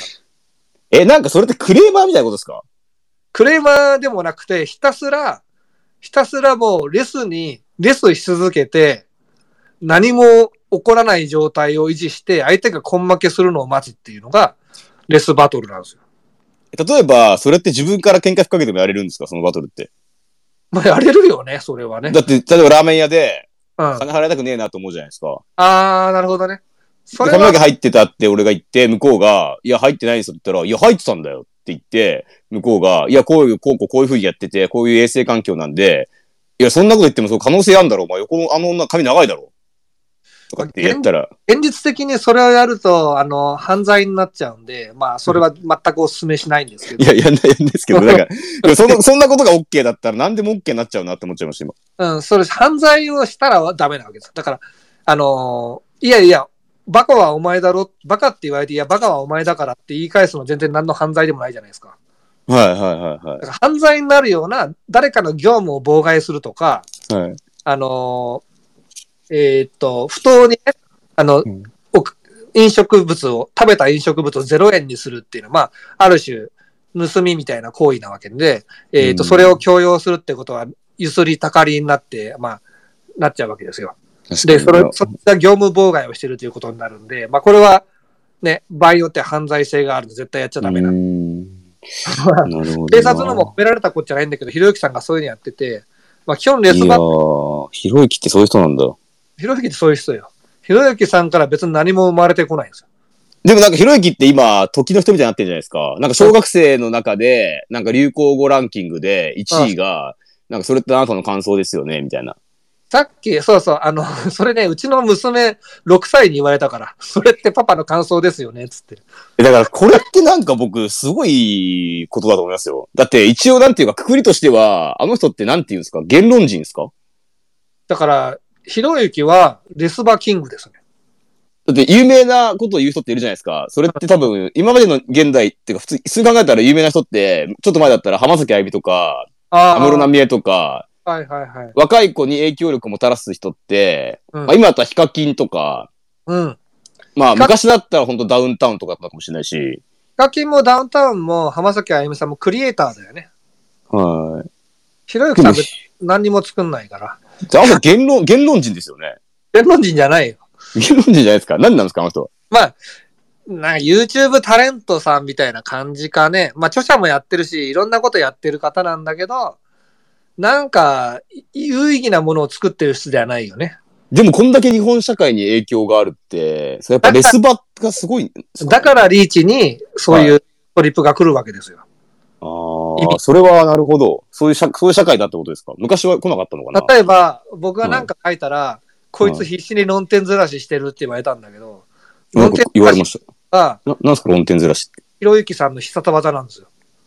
え、なんかそれってクレーマーみたいなことですか？ クレーマーでもなくて、ひたすら、ひたすらもうレスに、レスし続けて、何も起こらない状態を維持して、相手が根負けするのを待つっていうのが、レスバトルなんですよ。 例えば、それって自分から喧嘩ふっかけてもやれるんですか？そのバトルって。 まあ、やれるよね、それはね。 だって、例えばラーメン屋で、金払いたくねえなと思うじゃないですか。うん、 あー、なるほどね。 それは。髪の毛入ってたって俺が言って、向こうが、いや、入ってないんですよって言ったら、いや、入ってたんだよって言って、向こうが、いや、こういう、こうこうこういう風にやってて、こういう衛生環境なんで、いや、そんなこと言ってもそう可能性あるんだろ、お前、横のあの女髪長いだろ。とかってやったら。 現実的にそれをやると、あの、犯罪になっちゃうんで、まあ、それは全くお勧めしないんですけど。 いや、やんない、やんないですけど、なんか、その、そんなことが OK だったら何でも OK になっちゃうなって思っちゃいました、今。 うん、それ、犯罪をしたらダメなわけです。だから、あのー、いやいや、バカはお前だろ、バカって言われて、いや、バカはお前だからって言い返すの全然何の犯罪でもないじゃないですか。 はいはいはいはい。 だから犯罪になるような、誰かの業務を妨害するとか、 はい、 あのー、えー、っと、不当にね、あの、うん、飲食物を、食べた飲食物をゼロえんにするっていうのは、まあ、ある種、盗みみたいな行為なわけで、えっと、それを強要するってことは、ゆすりたかりになって、まあ、なっちゃうわけですよ。で、それ、それが業務妨害をしているということになるんで、まあ、これは、ね、場合によって犯罪性があるので、絶対やっちゃダメな。警察のも褒められたことじゃないんだけど、ひろゆきさんがそういうのやってて、まあ、基本レスバッひろゆきってそういう人なんだ。 ひろゆきってそういう人よ。ひろゆきさんから別に何も生まれてこないんですよ。 でもなんかひろゆきって今、時の人みたいになってるじゃないですか。なんか小学生の中で、なんか流行語ランキングでいちいが、なんかそれってあなたの感想ですよね、みたいな。 さっき、そうそう、あの、それね、うちの娘ろくさいに言われたから、それってパパの感想ですよね、つって。 だからこれってなんか僕、すごいことだと思いますよ。だって一応なんていうか、くくりとしては、あの人ってなんていうんですか、言論人ですか？ だから、ひろゆきはレスバキングですね。 だって有名なことを言う人っているじゃないですか。それって多分、今までの現代っていうか、普通、普通に考えたら有名な人って、ちょっと前だったら浜崎あゆみとか、安室奈美恵とか、 はいはいはい。 若い子に影響力をもたらす人って、うん、まあ、今だったらヒカキンとか、 うん。 まあ昔だったら本当ダウンタウンとかだったかもしれないし。ヒカキンもダウンタウンも浜崎あゆみさんもクリエイターだよね。 はい。 ひろゆきさん何にも作んないから。 じゃあ、言論、言論人ですよね。 言論人じゃないよ。 言論人じゃないですか。何なんですか、あの人は。 まあ、な YouTube タレントさんみたいな感じかね。まあ著者もやってるし、いろんなことやってる方なんだけど、なんか、有意義なものを作ってる人ではないよね。 でもこんだけ日本社会に影響があるって、それやっぱレスバがすごい、ね。 だからリーチにそういうトリップが来るわけですよ。 はい、ああ、それはなるほど。そういう社、そういう社会だってことですか？昔は来なかったのかな？ 例えば、僕がなんか書いたら、はい、こいつ必死に論点ずらししてるって言われたんだけど、 論点言われました。な、なんすか論点ずらしって。 ひろゆきさんの必殺技なんですよ。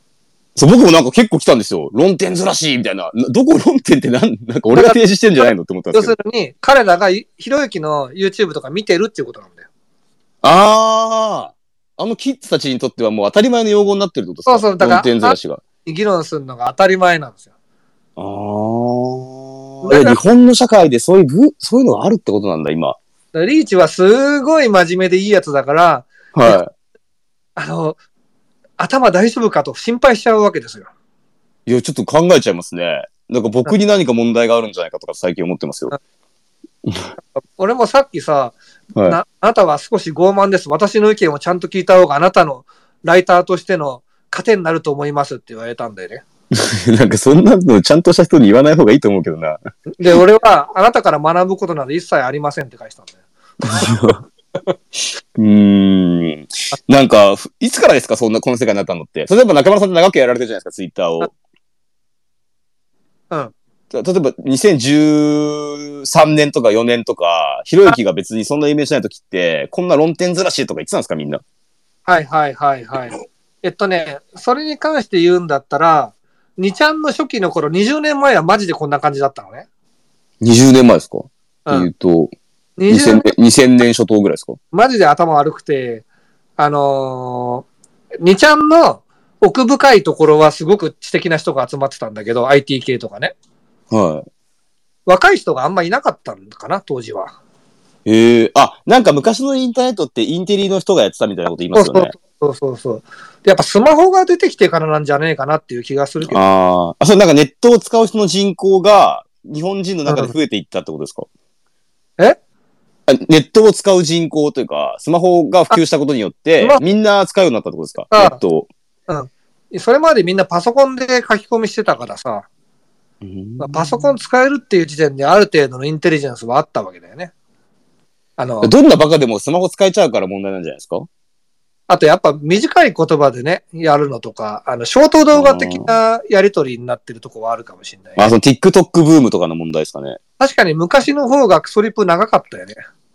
そう、僕もなんか結構来たんですよ。論点ずらしみたいな。どこ論点ってなん、なんか俺が提示してんじゃないのって思ったんですけど。 要するに、彼らがひろゆきの YouTube とか見てるっていうことなんだよ。 ああ、あのキッズたちにとってはもう当たり前の用語になってるってことですか？ そうそう、だから、 論点ずらしが。 議論するのが当たり前なんですよ。 ああ。日本の社会でそういうぶ、そういうのがあるってことなんだ、今。 リーチはすごい真面目でいいやつだから、 はい。 あの、頭大丈夫かと心配しちゃうわけですよ。 いや、ちょっと考えちゃいますね。なんか僕に何か問題があるんじゃないかとか最近思ってますよ。 俺もさっきさ、 はい、 なあなたは少し傲慢です。私の意見をちゃんと聞いた方があなたのライターとしての糧になると思いますって言われたんだよね。 なんかそんなのちゃんとした人に言わない方がいいと思うけどな。 で、俺はあなたから学ぶことなど一切ありませんって返したんだよ。 うーん。なんか、いつからですかそんな、この世界になったのって。例えば中村さんって長くやられてるじゃないですか、ツイッターを。 うん。 例えばにせんじゅうさんねんとかよねんとか、ひろゆきが別にそんなイメージない時って、こんな論点ずらしとか言ってたんですかみんな。 はいはいはいはい。えっとね、それに関して言うんだったら、にちゃんの初期の頃、にじゅうねんまえはマジでこんな感じだったのね。 にじゅうねんまえですか？ うん。 っていうと、 20 2000, 年にせんねん初頭ぐらいですか？ マジで頭悪くて、あのー、にちゃんの奥深いところはすごく知的な人が集まってたんだけど、アイティー 系とかね。 はい。 若い人があんまいなかったんかな、当時は。 ええー、あ、なんか昔のインターネットってインテリの人がやってたみたいなこと言いますよね。 そうそうそうそう。やっぱスマホが出てきてからなんじゃねえかなっていう気がするけど。 ああ、それなんかネットを使う人の人口が日本人の中で増えていったってことですか？ うん、えネットを使う人口というか、スマホが普及したことによって、みんな使うようになったってことですか？ネットを。 うん。それまでみんなパソコンで書き込みしてたからさ、パソコン使えるっていう時点である程度のインテリジェンスはあったわけだよね。 あの、どんなバカでもスマホ使えちゃうから問題なんじゃないですか？ あとやっぱ短い言葉でね、やるのとか、あの、ショート動画的なやりとりになってるとこはあるかもしれない、ね。 あ、その TikTok ブームとかの問題ですかね。 確かに昔の方がクソリプ長かったよね。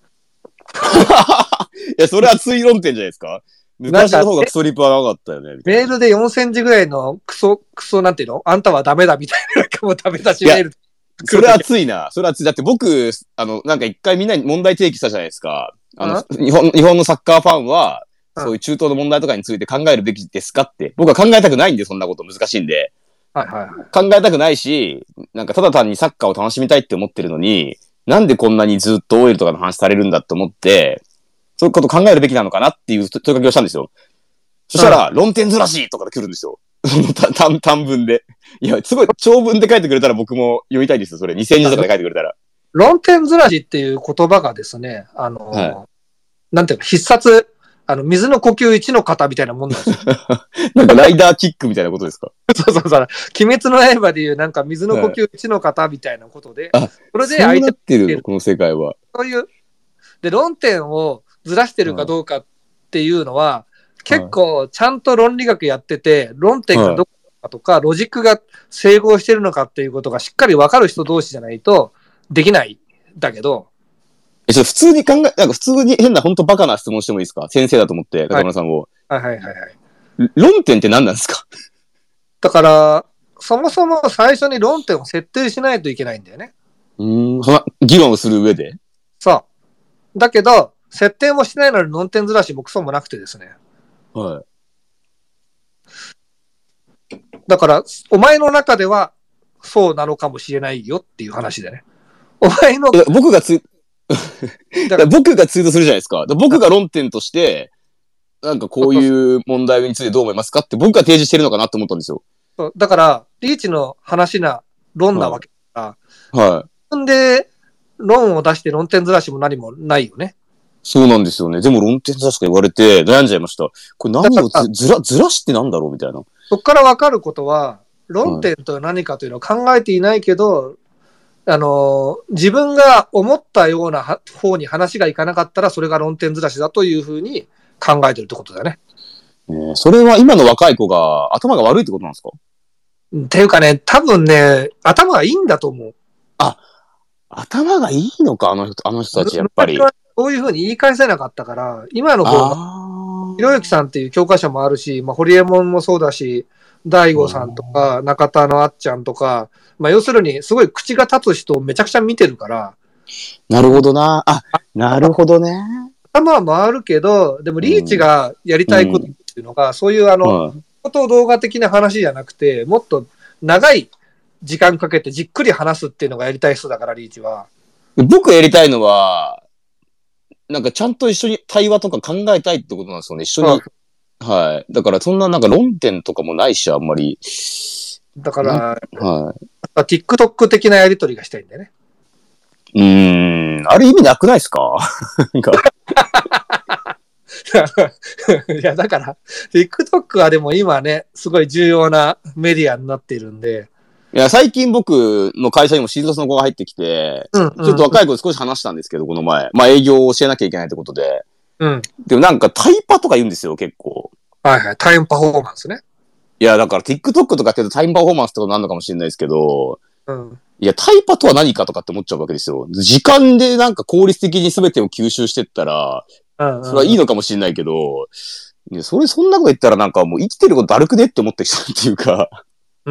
いや、それは推論点じゃないですか。昔の方がクソリプは長かったよね。 メールでよんセンチぐらいのクソ、クソなんていうのあんたはダメだみたいな、なんかもうダメ出しメール。 それは熱いな。それは熱い。だって僕、あの、なんか一回みんなに問題提起したじゃないですか。あの、日本、日本のサッカーファンは、そういう中東の問題とかについて考えるべきですかって。僕は考えたくないんで、そんなこと難しいんで。 はいはいはい。 考えたくないし、なんかただ単にサッカーを楽しみたいって思ってるのに、なんでこんなにずっとオイルとかの話されるんだって思って、そういうこと考えるべきなのかなっていう問いかけをしたんですよ。そしたら、論点ずらしとかで来るんですよ。短短文で。いや、すごい長文で書いてくれたら僕も読みたいですよ、それ。にせんじとかで書いてくれたら。 論点ずらしっていう言葉がですね、あの、はい、なんていうか、必殺、あの、水の呼吸一の型みたいなもんなんですよ。 なんかライダーキックみたいなことですか？ そうそうそう。鬼滅の刃でいうなんか水の呼吸一の型みたいなことで、 はい、それで相手そうなってるの、この世界は。 そういう、で、論点をずらしてるかどうかっていうのは、はい、結構ちゃんと論理学やってて、論点がどこかとか、はい、ロジックが整合してるのかっていうことがしっかり分かる人同士じゃないとできないんだけど、 え、ちょっと普通に考え、なんか普通に変な本当バカな質問してもいいですか？先生だと思って、中村さんを。 はい、はい、はいはいはい。 論点って何なんですか？ だから、そもそも最初に論点を設定しないといけないんだよね。 うん、議論をする上で。 そう。だけど、設定もしないのに論点ずらしもクソもなくてですね。 はい。 だから、お前の中ではそうなのかもしれないよっていう話でね。お前の。 僕がつ、だから僕がツイートするじゃないですか。僕が論点として、なんかこういう問題についてどう思いますかって僕が提示してるのかなって思ったんですよ。 そうだから、リーチの話な論なわけだから、 はい。 自分で論を出して論点ずらしも何もないよね。 そうなんですよね。でも論点ずらしか言われて悩んじゃいました。これ何をずら、ずらしってなんだろうみたいな。 そこから分かることは、論点とは何かというのを考えていないけど、はい、あの、自分が思ったような方に話がいかなかったら、それが論点ずらしだというふうに考えてるってことだね。 ね、それは今の若い子が頭が悪いってことなんですか？ っていうかね、多分ね、頭がいいんだと思う。 あ、頭がいいのか、あの人、あの人たち、やっぱり。 そういうふうに言い返せなかったから、今の方が、ひろゆきさんっていう教科書もあるし、まあ、ホリエモンもそうだし、 大悟さんとか、中田のあっちゃんとか、まあ要するにすごい口が立つ人をめちゃくちゃ見てるから。 なるほどな。あ、なるほどね。 頭は回るけど、でもリーチがやりたいことっていうのが、うん、そういうあの、うん、こと動画的な話じゃなくて、もっと長い時間かけてじっくり話すっていうのがやりたい人だから、リーチは。 僕やりたいのは、なんかちゃんと一緒に対話とか考えたいってことなんですよね。一緒に。はい。だからそんななんか論点とかもないし、あんまり。 だから、 はい。 TikTok 的なやりとりがしたいんだよね。 うーん。あれ意味なくないですかなんか。 いや、だから、TikTok はでも今ね、すごい重要なメディアになっているんで。 いや、最近僕の会社にも新卒の子が入ってきて、うんうんうん、ちょっと若い子と少し話したんですけど、この前。まあ営業を教えなきゃいけないってことで。 うん。 でもなんかタイパとか言うんですよ、結構。 はいはい。タイムパフォーマンスね。 いや、だから TikTok とかって言うとタイムパフォーマンスってことなのかもしれないですけど、 うん。 いや、タイパとは何かとかって思っちゃうわけですよ。時間でなんか効率的に全てを吸収してったら、うんうん、それはいいのかもしれないけど、いや、それ、そんなこと言ったらなんかもう生きてることだるくねって思ってきたっていうか。 うん。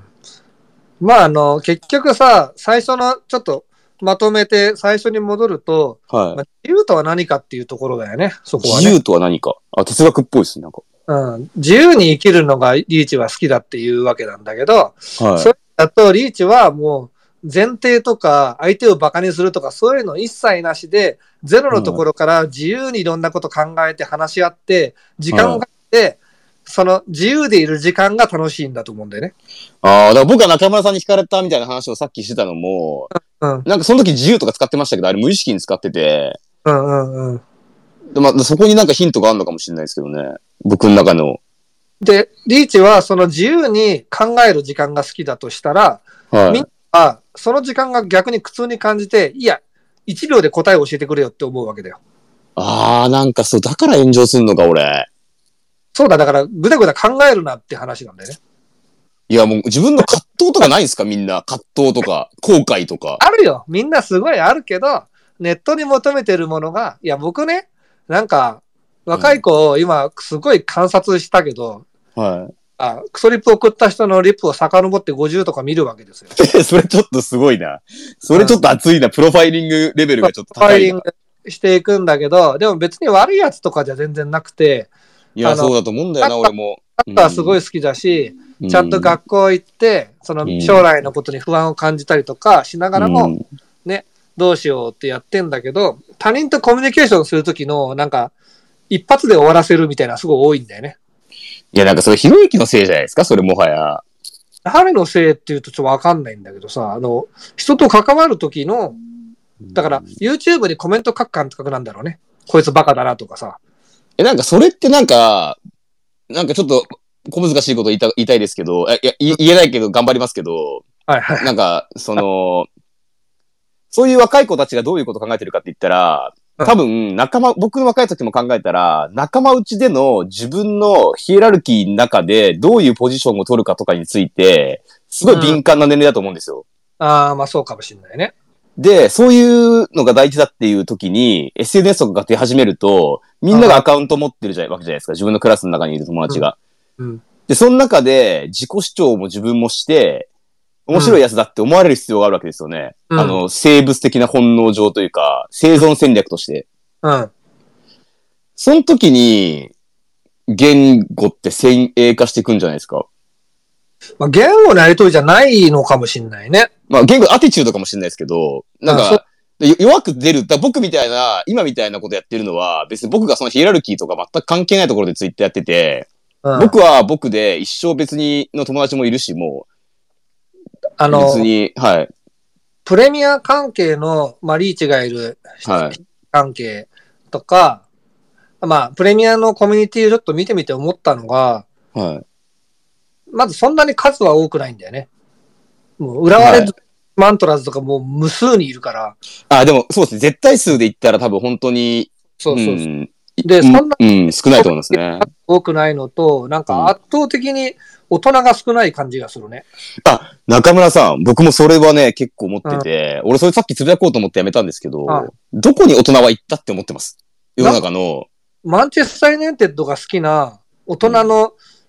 まあ、あの、結局さ、最初のちょっとまとめて最初に戻ると、 はい。 まあ、自由とは何かっていうところだよね、そこはね。 自由とは何か。あ、哲学っぽいですね、なんか。 うん。自由に生きるのがリーチは好きだっていうわけなんだけど、はい。それだとリーチはもう前提とか相手をバカにするとかそういうの一切なしで、ゼロのところから自由にいろんなこと考えて話し合って、時間をかけて、はい、その自由でいる時間が楽しいんだと思うんだよね。 ああ、だから僕は中村さんに惹かれたみたいな話をさっきしてたのも、うん、なんかその時自由とか使ってましたけど、あれ無意識に使ってて、 うんうんうん。 でまあ、そこになんかヒントがあるのかもしれないですけどね。僕の中の。 で、リーチはその自由に考える時間が好きだとしたら、はい、みんなはその時間が逆に苦痛に感じて、いや、いちびょうで答えを教えてくれよって思うわけだよ。 ああ、なんかそう、だから炎上すんのか、俺。 そうだ、だからぐだぐだ考えるなって話なんだよね。 いや、もう自分の葛藤とかないんですかみんな。葛藤とか、後悔とか。 あるよ。みんなすごいあるけど、ネットに求めてるものが、いや、僕ね、なんか、若い子を今、すごい観察したけど、 はい。 あ、クソリップ送った人のリップを遡ってごじゅうとか見るわけですよ。 え、それちょっとすごいな。それちょっと熱いな。プロファイリングレベルがちょっと高いな。 プロファイリングしていくんだけど、でも別に悪いやつとかじゃ全然なくて。 いや、そうだと思うんだよな、俺も。 サッカーすごい好きだし、うん、ちゃんと学校行って、その将来のことに不安を感じたりとかしながらも、うん、ね、どうしようってやってんだけど、他人とコミュニケーションするときの、なんか、一発で終わらせるみたいなすごい多いんだよね。 いや、なんかそれ、ひろゆきのせいじゃないですか、それもはや。 誰のせいっていうとちょっとわかんないんだけどさ、あの、人と関わるときの、だから、YouTube にコメント書く感覚なんだろうね。こいつバカだなとかさ。 え、なんかそれってなんか、なんかちょっと小難しいこと言いた言いたいですけど、いや、言えないけど頑張りますけど、 はいはい。 なんか、その、そういう若い子たちがどういうことを考えてるかって言ったら、多分、仲間、僕の若い時も考えたら、仲間内での自分のヒエラルキーの中でどういうポジションを取るかとかについて、すごい敏感な年齢だと思うんですよ。 うん、ああ、まあそうかもしれないね。 で、そういうのが大事だっていう時に、エスエヌエス とかが出始めると、みんながアカウント持ってるじゃわけじゃないですか。自分のクラスの中にいる友達が。うんうん、で、その中で自己主張も自分もして、面白いやつだって思われる必要があるわけですよね。うん、あの、生物的な本能上というか、生存戦略として。 うん。 その時に、言語って先鋭化していくんじゃないですか。 まあ、言語のやりとりじゃないのかもしれないね。 まあ、言語、アティチュードかもしれないですけど、なんか、弱く出る。だ僕みたいな、今みたいなことやってるのは、別に僕がそのヒエラルキーとか全く関係ないところでツイッターやってて、うん、僕は僕で一生別にの友達もいるし、もう、 あの、 別に、はい。 プレミア関係の、まあ、リーチがいる、 はい。 関係とか、まあ、プレミアのコミュニティをちょっと見てみて思ったのが、 はい。 まずそんなに数は多くないんだよね。もう、浦和レッズ、はい、マントラーズとかもう無数にいるから。 あ、でもそうですね。絶対数で言ったら多分本当に、 そうそうそう。うん、 で、そんな、うん、少ないと思いますね。 多くないのと、なんか圧倒的に大人が少ない感じがするね。 うん、あ、中村さん、僕もそれはね、結構思ってて、うん、俺それさっきつぶやこうと思ってやめたんですけど、はい、どこに大人は行ったって思ってます。世の中の。 マンチェスターユナイテッドが好きな大人の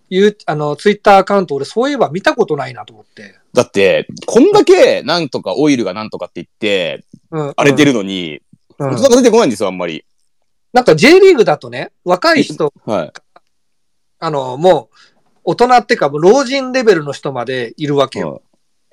いう、あの、ツイッターアカウント、俺そういえば見たことないなと思って。 だって、こんだけ、なんとかオイルがなんとかって言って、うん、荒れてるのに、うん、大人が出てこないんですよ、あんまり。 なんか J リーグだとね、若い人、はい、あの、もう、大人ってか、老人レベルの人までいるわけよ。はい、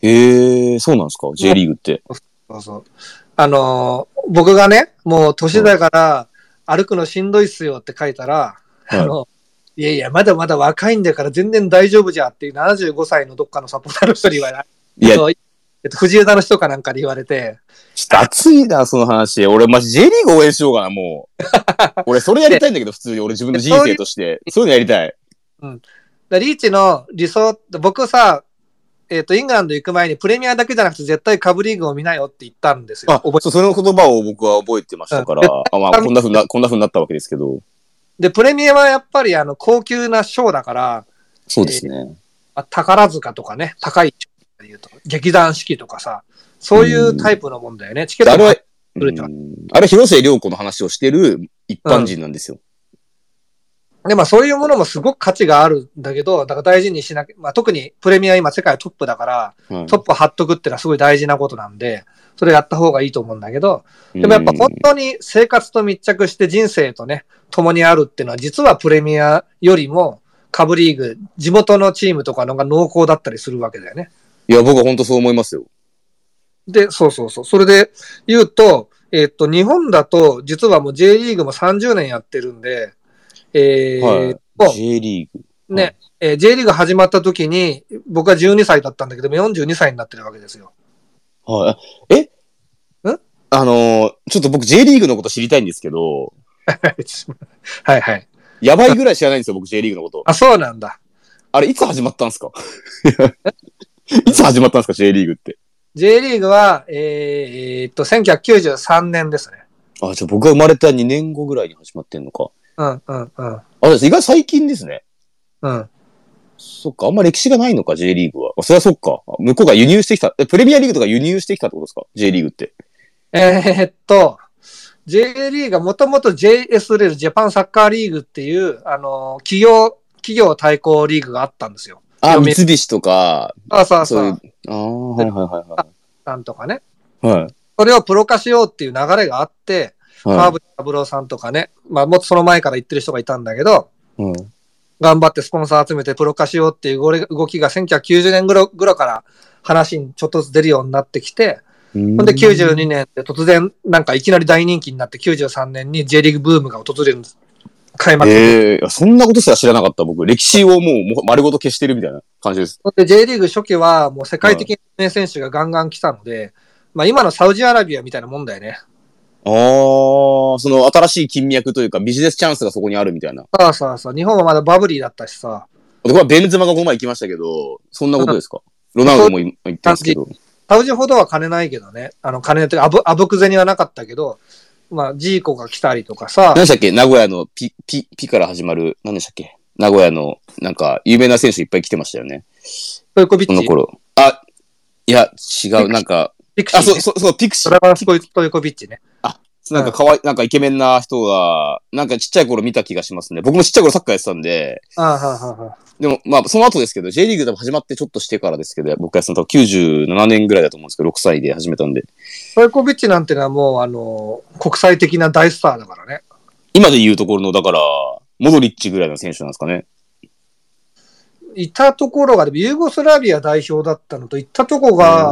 へえ、そうなんですか ?J リーグって。 そうそう。あのー、僕がね、もう年だから歩くのしんどいっすよって書いたら、はい、あの、いやいや、まだまだ若いんだから全然大丈夫じゃっていうななじゅうごさいのどっかのサポーターの人に言われ、いや、えっと、藤枝の人かなんかに言われて。 ちょっと熱いな、その話。俺、マジ J リーグ応援しようかな、もう。俺、それやりたいんだけど、普通に俺自分の人生として。そういうのやりたい。 うん。だリーチの理想、僕さ、えっ、ー、と、イングランド行く前にプレミアだけじゃなくて絶対カブリーグを見なよって言ったんですよ。 あ、そう、その言葉を僕は覚えてましたから、うん、あまあ、こんな風な、こんな風になったわけですけど。 で、プレミアはやっぱりあの、高級なショーだから、 そうですね。 えー、宝塚とかね、高いショーで言うと、劇団四季とかさ、そういうタイプのもんだよね。チケットあれは、あれ、広末涼子の話をしてる一般人なんですよ。 うん、で、まあそういうものもすごく価値があるんだけど、だから大事にしなきゃ、まあ特にプレミア今世界トップだから、うん、トップ張っとくってのはすごい大事なことなんで、それやった方がいいと思うんだけど、でもやっぱ本当に生活と密着して人生とね、共にあるっていうのは実はプレミアよりもカブリーグ、地元のチームとかのが濃厚だったりするわけだよね。 いや、僕は本当そう思いますよ。 で、そうそうそう。それで言うと、えっと、日本だと実はもう J リーグもさんじゅうねんやってるんで、えーはい、J リーグ。ね、はい、えー、J リーグ始まった時に僕はじゅうにさいだったんだけどもよんじゅうにさいになってるわけですよ。 はい、えんあのー、ちょっと僕 J リーグのこと知りたいんですけど、 はいはい。 やばいぐらい知らないんですよ、僕 J リーグのこと。 あ、そうなんだ。 あれ、いつ始まったんですかいつ始まったんですか、J リーグって。 J リーグは、えー、っと、せんきゅうひゃくきゅうじゅうさんねんですね。 あ、じゃあ僕が生まれたにねんごぐらいに始まってんのか。 うんうんうん。あ、 意外と最近ですね。 うん。 そっか、あんま歴史がないのか、J リーグは。それはそっか。向こうが輸入してきた。プレミアリーグとか輸入してきたってことですか ?J リーグって。 えー、っと、J リーグがもともと ジェイエスエル、ジャパンサッカーリーグっていう、あの、企業、企業対抗リーグがあったんですよ。 あ、三菱とか。 あ、そうそう。そういうああ、はいはいはいはい。 なんとかね。 はい。 それをプロ化しようっていう流れがあって、はい、川淵三郎さんとかね、まあもっとその前から言ってる人がいたんだけど、うん、頑張ってスポンサー集めてプロ化しようっていう動きがせんきゅうひゃくきゅうじゅうねんぐらいから話にちょっとずつ出るようになってきて、ほんできゅうじゅうにねんで突然なんかいきなり大人気になってきゅうじゅうさんねんに J リーグブームが訪れるんです。開幕。 ええー、そんなことすら知らなかった。僕、歴史をもう丸ごと消してるみたいな感じです。 で J リーグ初期はもう世界的な名選手がガンガン来たので、はい、まあ今のサウジアラビアみたいなもんだよね。 ああ、その新しい金脈というかビジネスチャンスがそこにあるみたいな。 そうそうそう。日本はまだバブリーだったしさ。 僕はベンゼマがこの前行きましたけど、そんなことですか、うん、ロナウドも言ってますけど。 サウジほどは金ないけどね。あの、金って、あぶ、あぶく銭はなかったけど、まあ、ジーコが来たりとかさ。 何でしたっけ名古屋のピ、ピ、ピから始まる、何でしたっけ名古屋の、なんか、有名な選手いっぱい来てましたよね。 トイコビッチ。 その頃。あ、いや、違う、なんか、 ピクシー、ね。 あ、そう、そう、そう、ピクシー。 ドラゴンストイコビッチね。 あ、なんかかわい、なんかイケメンな人が、なんかちっちゃい頃見た気がしますね。僕もちっちゃい頃サッカーやってたんで。 ああ、はあ、はあ。 でも、まあ、その後ですけど、J リーグでも始まってちょっとしてからですけど、僕はそのきゅうじゅうななねんぐらいだと思うんですけど、ろくさいで始めたんで。 トイコビッチなんてのはもう、あの、国際的な大スターだからね。 今で言うところの、だから、モドリッチぐらいの選手なんですかね。 いたところが、ユーゴスラビア代表だったのと、行ったとこが、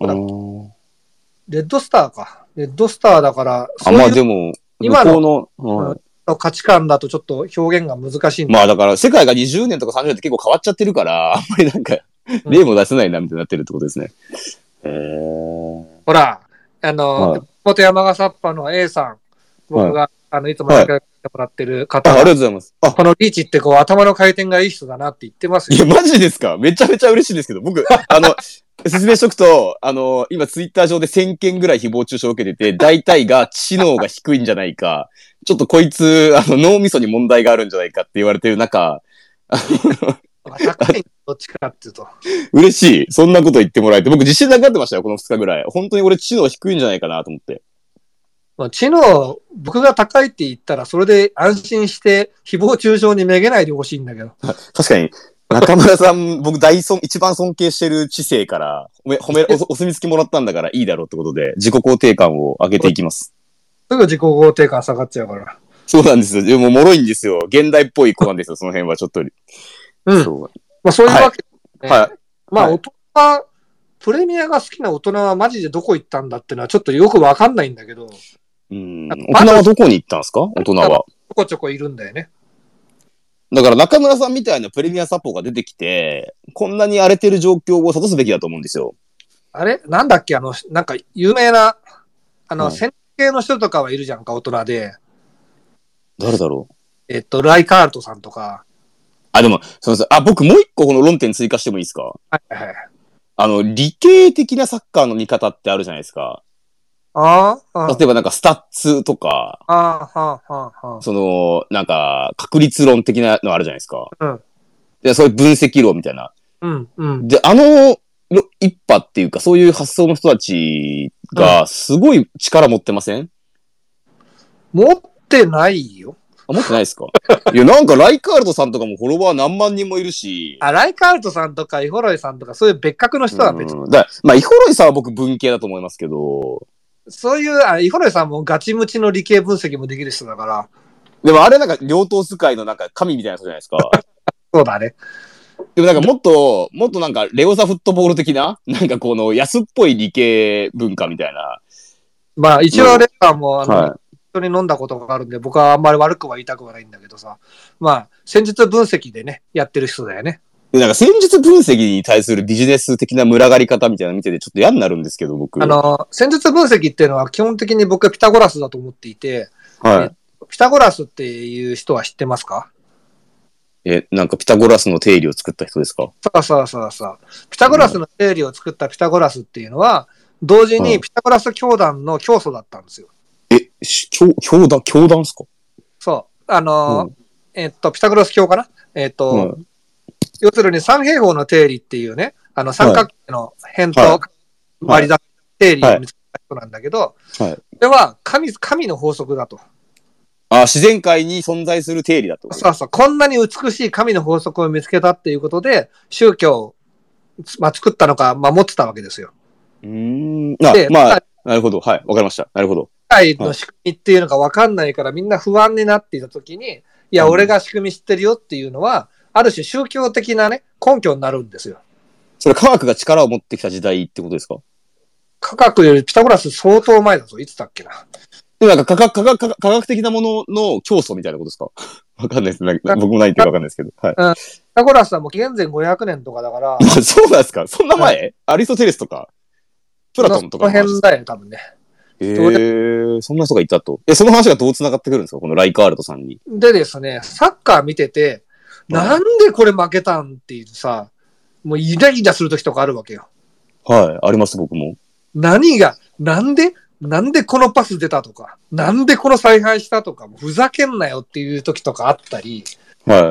レッドスターか。レッドスターだから、 あ、まあでも、 今の、うんの価値観だとちょっと表現が難しいんだ。 まあだから世界がにじゅうねんとかさんじゅうねんって結構変わっちゃってるから、あんまりなんか例も出せないなみたいになってるってことですね。 うん、へーほら、あの、はい、元山賀サッパの A さん、僕が、はい、あのいつも仲良くしてもらってる方が、 はい、あ、ありがとうございます。 あこのリーチってこう頭の回転がいい人だなって言ってますよ。いや、マジですかめちゃめちゃ嬉しいですけど、僕、あの、説明しとくと、あの、今ツイッター上でせんけんぐらい誹謗中傷を受けてて、大体が知能が低いんじゃないか、ちょっとこいつ、あの、脳みそに問題があるんじゃないかって言われてる中、 高いどっちかっていうと。 嬉しい。そんなこと言ってもらえて、僕自信なくなってましたよ、このふつかぐらい。本当に俺知能低いんじゃないかなと思って。 まあ、知能、僕が高いって言ったら、それで安心して、誹謗中傷にめげないでほしいんだけど。 確かに、中村さん、僕大尊、一番尊敬してる知性から、褒め、褒めお、お墨付きもらったんだからいいだろうってことで、自己肯定感を上げていきます。 すぐ自己肯定感下がっちゃうから。 そうなんですよ。でも、脆いんですよ。現代っぽい子なんですよ、その辺はちょっと。 うん。そうまあ、そういうわけで、ね。はい。はい、まあ、大人は、プレミアが好きな大人はマジでどこ行ったんだってのはちょっとよくわかんないんだけど。 うん。大人はどこに行ったんですか？大人は。ちょこちょこいるんだよね。 だから中村さんみたいなプレミアサポが出てきて、こんなに荒れてる状況を諭すべきだと思うんですよ。 あれなんだっけあの、なんか有名な、あの、戦系の人とかはいるじゃんか、大人で。 誰だろうえっと、ライカールトさんとか。 あ、でも、すみません。あ、僕もう一個この論点追加してもいいですか？ はいはい。 あの、理系的なサッカーの見方ってあるじゃないですか。 ああ。 例えばなんかスタッツとか。 ああ、はあ、はあ、はあ。 その、なんか、確率論的なのあるじゃないですか。 うん。 で、そういう分析論みたいな。 うん、うん。 で、あの、一派っていうか、そういう発想の人たちが、すごい力持ってません？うん、 持ってないよ。 あ、持ってないですか？いや、なんか、ライカールトさんとかもフォロワー何万人もいるし。 あ、ライカールトさんとか、イホロイさんとか、そういう別格の人は別に。だまあ、イホロイさんは僕文系だと思いますけど。 そういう、あ、イホロイさんもガチムチの理系分析もできる人だから。 でもあれなんか、両党使いのなんか神みたいな人じゃないですか。 そうだね。 でもなんかもっと、もっとなんか、レオザフットボール的ななんかこの安っぽい理系文化みたいな。 まあ、一応レオさんも、あの、はい人に飲んだことがあるんで、僕はあんまり悪くは言いたくはないんだけどさ。まあ、戦術分析でね、やってる人だよね。 で、なんか戦術分析に対するビジネス的な群がり方みたいなの見ててちょっと嫌になるんですけど、僕。 あの、戦術分析っていうのは基本的に僕はピタゴラスだと思っていて、 はい。 ピタゴラスっていう人は知ってますか？ え、なんかピタゴラスの定理を作った人ですか？ そうそうそうそう。ピタゴラスの定理を作ったピタゴラスっていうのは、同時にピタゴラス教団の教祖だったんですよ。 え、教、教団、教団ですか？ そう。あのーうん、えっと、ピタゴラス教かなえっと、うん、要するに三平方の定理っていうね、あの三角形の辺と割り出す定理を見つけた人なんだけど、はいはい、これは神、神の法則だと。 あ、自然界に存在する定理だと。 そうそう。こんなに美しい神の法則を見つけたっていうことで、宗教を、まあ、作ったのか、守ってたわけですよ。 うーん。あ、でまあ、なるほど。はい。わかりました。なるほど。 世界の仕組みっていうのが分かんないから、みんな不安になっていたときに、いや、俺が仕組み知ってるよっていうのは、ある種宗教的なね、根拠になるんですよ。 それ科学が力を持ってきた時代ってことですか？ 科学よりピタゴラス相当前だぞ。いつだっけな。 でもなんか科学、科学、科学的なものの教祖みたいなことですか？わかんないです。僕も何言ってるかわかんないですけど。はい。 うん、ピタゴラスはもう紀元前ごひゃくねんとかだから。 そうなんですか？そんな前、はい、アリストテレスとかプラトンとかの辺だよ、多分ね。 へえー、そんな人がいたと。え、その話がどう繋がってくるんですか？このライカールトさんに。 でですね、サッカー見てて、なんでこれ負けたんっていうさ、もうイライラする時とかあるわけよ。 はい、あります、僕も。何が、なんでなんでこのパス出たとか、なんでこの采配したとか、もうふざけんなよっていう時とかあったり、 はい。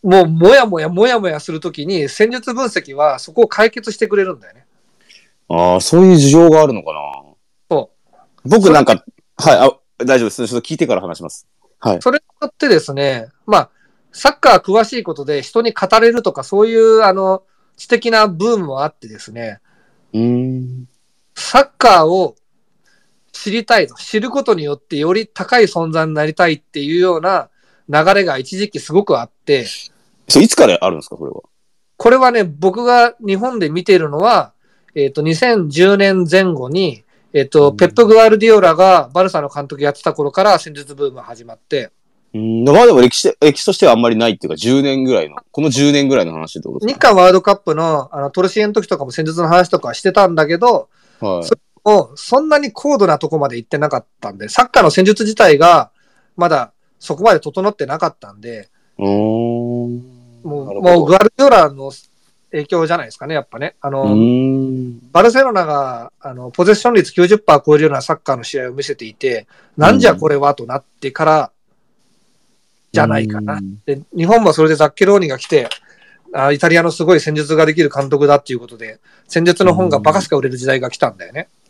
もうもやもやもやもやするときに戦術分析はそこを解決してくれるんだよね。 ああ、そういう事情があるのかな。 そう。 僕なんか、はい、あ、大丈夫です。ちょっと聞いてから話します。はい。 それによってですね、まあ、サッカー詳しいことで人に語れるとか、そういう、あの、知的なブームもあってですね、 うーん。 サッカーを知りたいと、知ることによってより高い存在になりたいっていうような流れが一時期すごくあって、 それいつからあるんですか、これは。 これはね、僕が日本で見ているのは、えっと、にせんじゅうねんぜん後に、えっと、ペップ・グアルディオラがバルサの監督やってた頃から戦術ブームが始まって、 うん、まあでも歴史、歴史としてはあんまりないっていうか、じゅうねんぐらいの、このじゅうねんぐらいの話ってことですか？ 日韓ワールドカップの、あの、トルシエの時とかも戦術の話とかしてたんだけど、はい、それもそんなに高度なとこまで行ってなかったんで、サッカーの戦術自体がまだそこまで整ってなかったんで、 うーんもう、もうグアルディオラの影響じゃないですかね、やっぱね。あの、バルセロナが、あの、ポゼッション率 きゅうじゅっパーセント 超えるようなサッカーの試合を見せていて、なんじゃこれはとなってから、じゃないかな。で、日本もそれでザッケローニが来て、あ、イタリアのすごい戦術ができる監督だっていうことで、戦術の本がバカすか売れる時代が来たんだよね。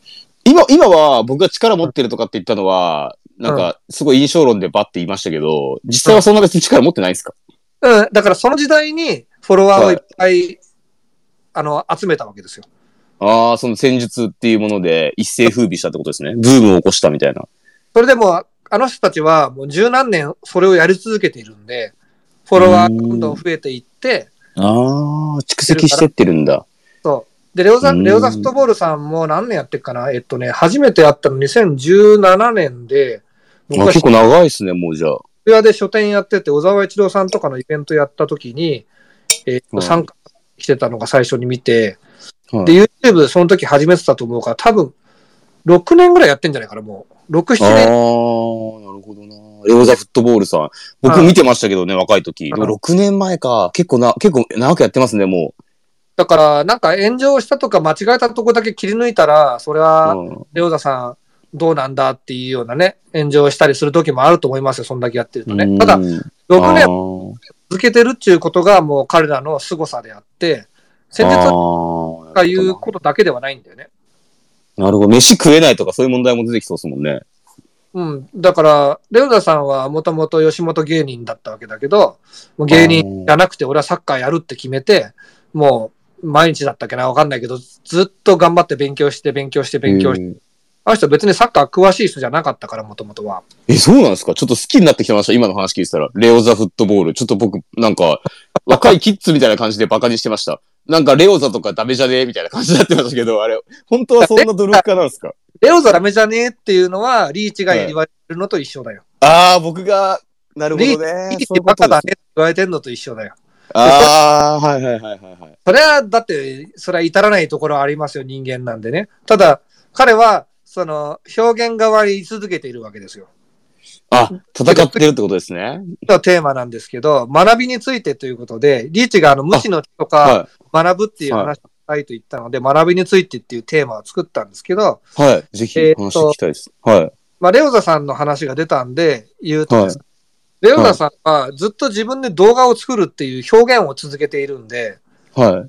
今、今は僕が力持ってるとかって言ったのは、なんか、すごい印象論でバッて言いましたけど、実際はそんな別に力持ってないんですか？ うん、だからその時代にフォロワーをいっぱい、はい、あの、集めたわけですよ。 ああ、その戦術っていうもので一世風靡したってことですね。ブームを起こしたみたいな。 それでも、あの人たちはもう十何年それをやり続けているんで、フォロワーがどんどん増えていって、 ああ、蓄積してってるんだ。 そう。で、レオザ、レオザフットボールさんも何年やってっかな？えっとね、初めてやったのにせんじゅうななねんで、 僕は結構長いですね、もうじゃあ。 渋谷で書店やってて、小沢一郎さんとかのイベントやった時に、えー、っと、参加してたのが最初に見て、はい、で、YouTube その時始めてたと思うから、多分、ろくねんぐらいやってんじゃないかな、もう。ろく、ななねん。 ああ、なるほどな。レオザフットボールさん。僕見てましたけどね、若い時。でもろくねんまえか。結構な、結構長くやってますね、もう。 だから、なんか炎上したとか間違えたとこだけ切り抜いたら、それは、レオザさん、どうなんだっていうようなね、炎上したりする時もあると思いますよ、そんだけやってるとね。ただ、ろくねん続けてるっていうことがもう彼らの凄さであって、戦術がいうことだけではないんだよね。 なるほど。飯食えないとかそういう問題も出てきそうですもんね。 うん。だから、レオザさんはもともと吉本芸人だったわけだけど、もう芸人じゃなくて俺はサッカーやるって決めて、もう毎日だったっけなわかんないけど、ずっと頑張って勉強して勉強して勉強して。あの人別にサッカー詳しい人じゃなかったから、もともとは。 え、そうなんですか？ちょっと好きになってきてました。今の話聞いてたら。レオザフットボール。ちょっと僕、なんか、若いキッズみたいな感じでバカにしてました。なんかレオザとかダメじゃねえみたいな感じになってましたけど、あれ、本当はそんな努力家なんですか？ レオザダメじゃねえっていうのは、リーチが言われるのと一緒だよ。 はい、ああ、僕が、なるほどね。 リーチバカだねって言われてるのと一緒だよ。 ああ、はいはいはいはい。 それは、だって、それは至らないところはありますよ、人間なんでね。ただ、彼は、その、表現側に居続けているわけですよ。 あ、戦ってるってことですね。 のテーマなんですけど、学びについてということで、リーチがあの、無知の知とか、学ぶっていう話をしたいと言ったので、はい、学びについてっていうテーマを作ったんですけど、 はい。ぜひ話聞きたいです。えー、はい。 まあ、レオザさんの話が出たんで、言うとですね、はい、レオザさんはずっと自分で動画を作るっていう表現を続けているんで、 はい。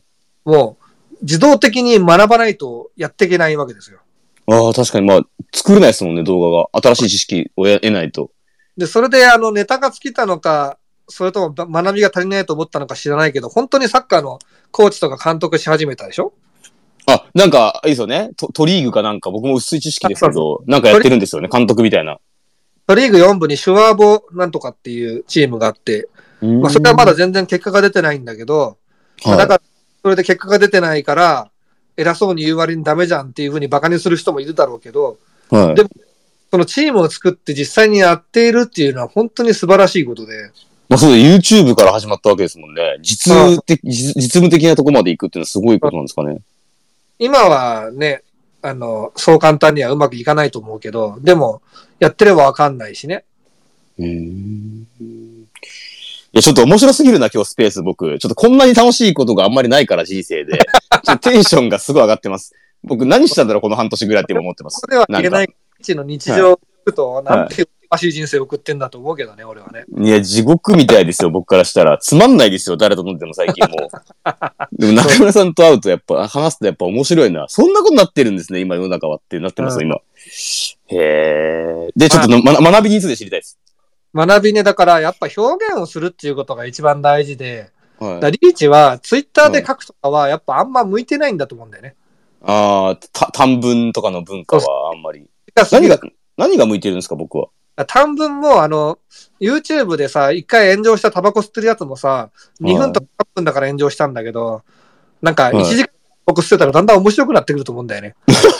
もう、自動的に学ばないとやっていけないわけですよ。 ああ、確かに、まあ、作れないですもんね、動画が。新しい知識を得ないと。 で、それで、あの、ネタが尽きたのか、それとも学びが足りないと思ったのか知らないけど、本当にサッカーのコーチとか監督し始めたでしょ？ あ、なんか、いいですよね。ト, トリーグかなんか、僕も薄い知識ですけど、なんかやってるんですよね、監督みたいな。 トリーグよん部にシュワーボなんとかっていうチームがあって、まあ、それはまだ全然結果が出てないんだけど、はい、だから、それで結果が出てないから、偉そうに言う割にダメじゃんっていうふうにバカにする人もいるだろうけど、はい、でも、そのチームを作って実際にやっているっていうのは本当に素晴らしいことで。 まあそうだ、YouTube から始まったわけですもんね。実務的、実務的なところまで行くっていうのはすごいことなんですかね。 今はね、あの、そう簡単にはうまくいかないと思うけど、でも、やってればわかんないしね。 うーん。いや、ちょっと面白すぎるな、今日スペース僕。ちょっとこんなに楽しいことがあんまりないから人生で。ちょっとテンションがすごい上がってます。僕何したんだろう、この半年ぐらいって思ってます。 ここでは言えない地の日常を聞くと、はい、なんておかしい人生を送ってんだと思うけどね、俺はね。 いや、地獄みたいですよ、僕からしたら。つまんないですよ、誰と飲んでも最近もう。でも中村さんと会うとやっぱ、話すとやっぱ面白いな。そんなことになってるんですね、今世の中はってなってますよ、今。へー。で、ちょっとの、ま、学びについて知りたいです。 学びね、だからやっぱ表現をするっていうことが一番大事で、はい、だリーチはツイッターで書くとかはやっぱあんま向いてないんだと思うんだよね。 ああ、短文とかの文化はあんまり。何が、何が向いてるんですか、僕は。 短文もあの、YouTube でさ、一回炎上したタバコ吸ってるやつもさ、にふんとかはっぷんだから炎上したんだけど、なんかいちじかんタバコ吸ってたらだんだん面白くなってくると思うんだよね。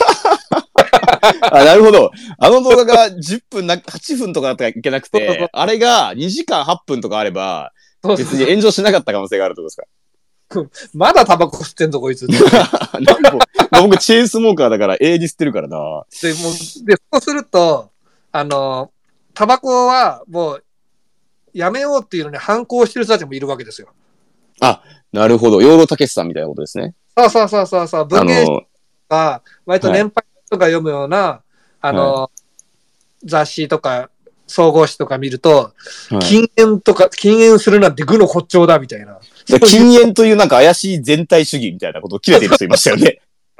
あ、なるほど。あの動画がじゅっぷんな、はっぷんとかだったらいけなくて、そうそうそう、あれがにじかんはっぷんとかあれば、別に炎上しなかった可能性があるってことですか？ まだタバコ吸ってんぞ、こいつ。 僕、チェーンスモーカーだから永遠に吸ってるからな。 で、もう、で、そうすると、あの、タバコはもう、やめようっていうのに反抗してる人たちもいるわけですよ。 あ、なるほど。養老孟司さんみたいなことですね。 そうそうそうそうそう。文芸誌とか、割と年配とか読むような、はい、あの、はい、雑誌とか、総合誌とか見ると、はい、禁煙とか、禁煙するなんて愚の骨頂だみたいな。 禁煙というなんか怪しい全体主義みたいなことを切れてる人いましたよね。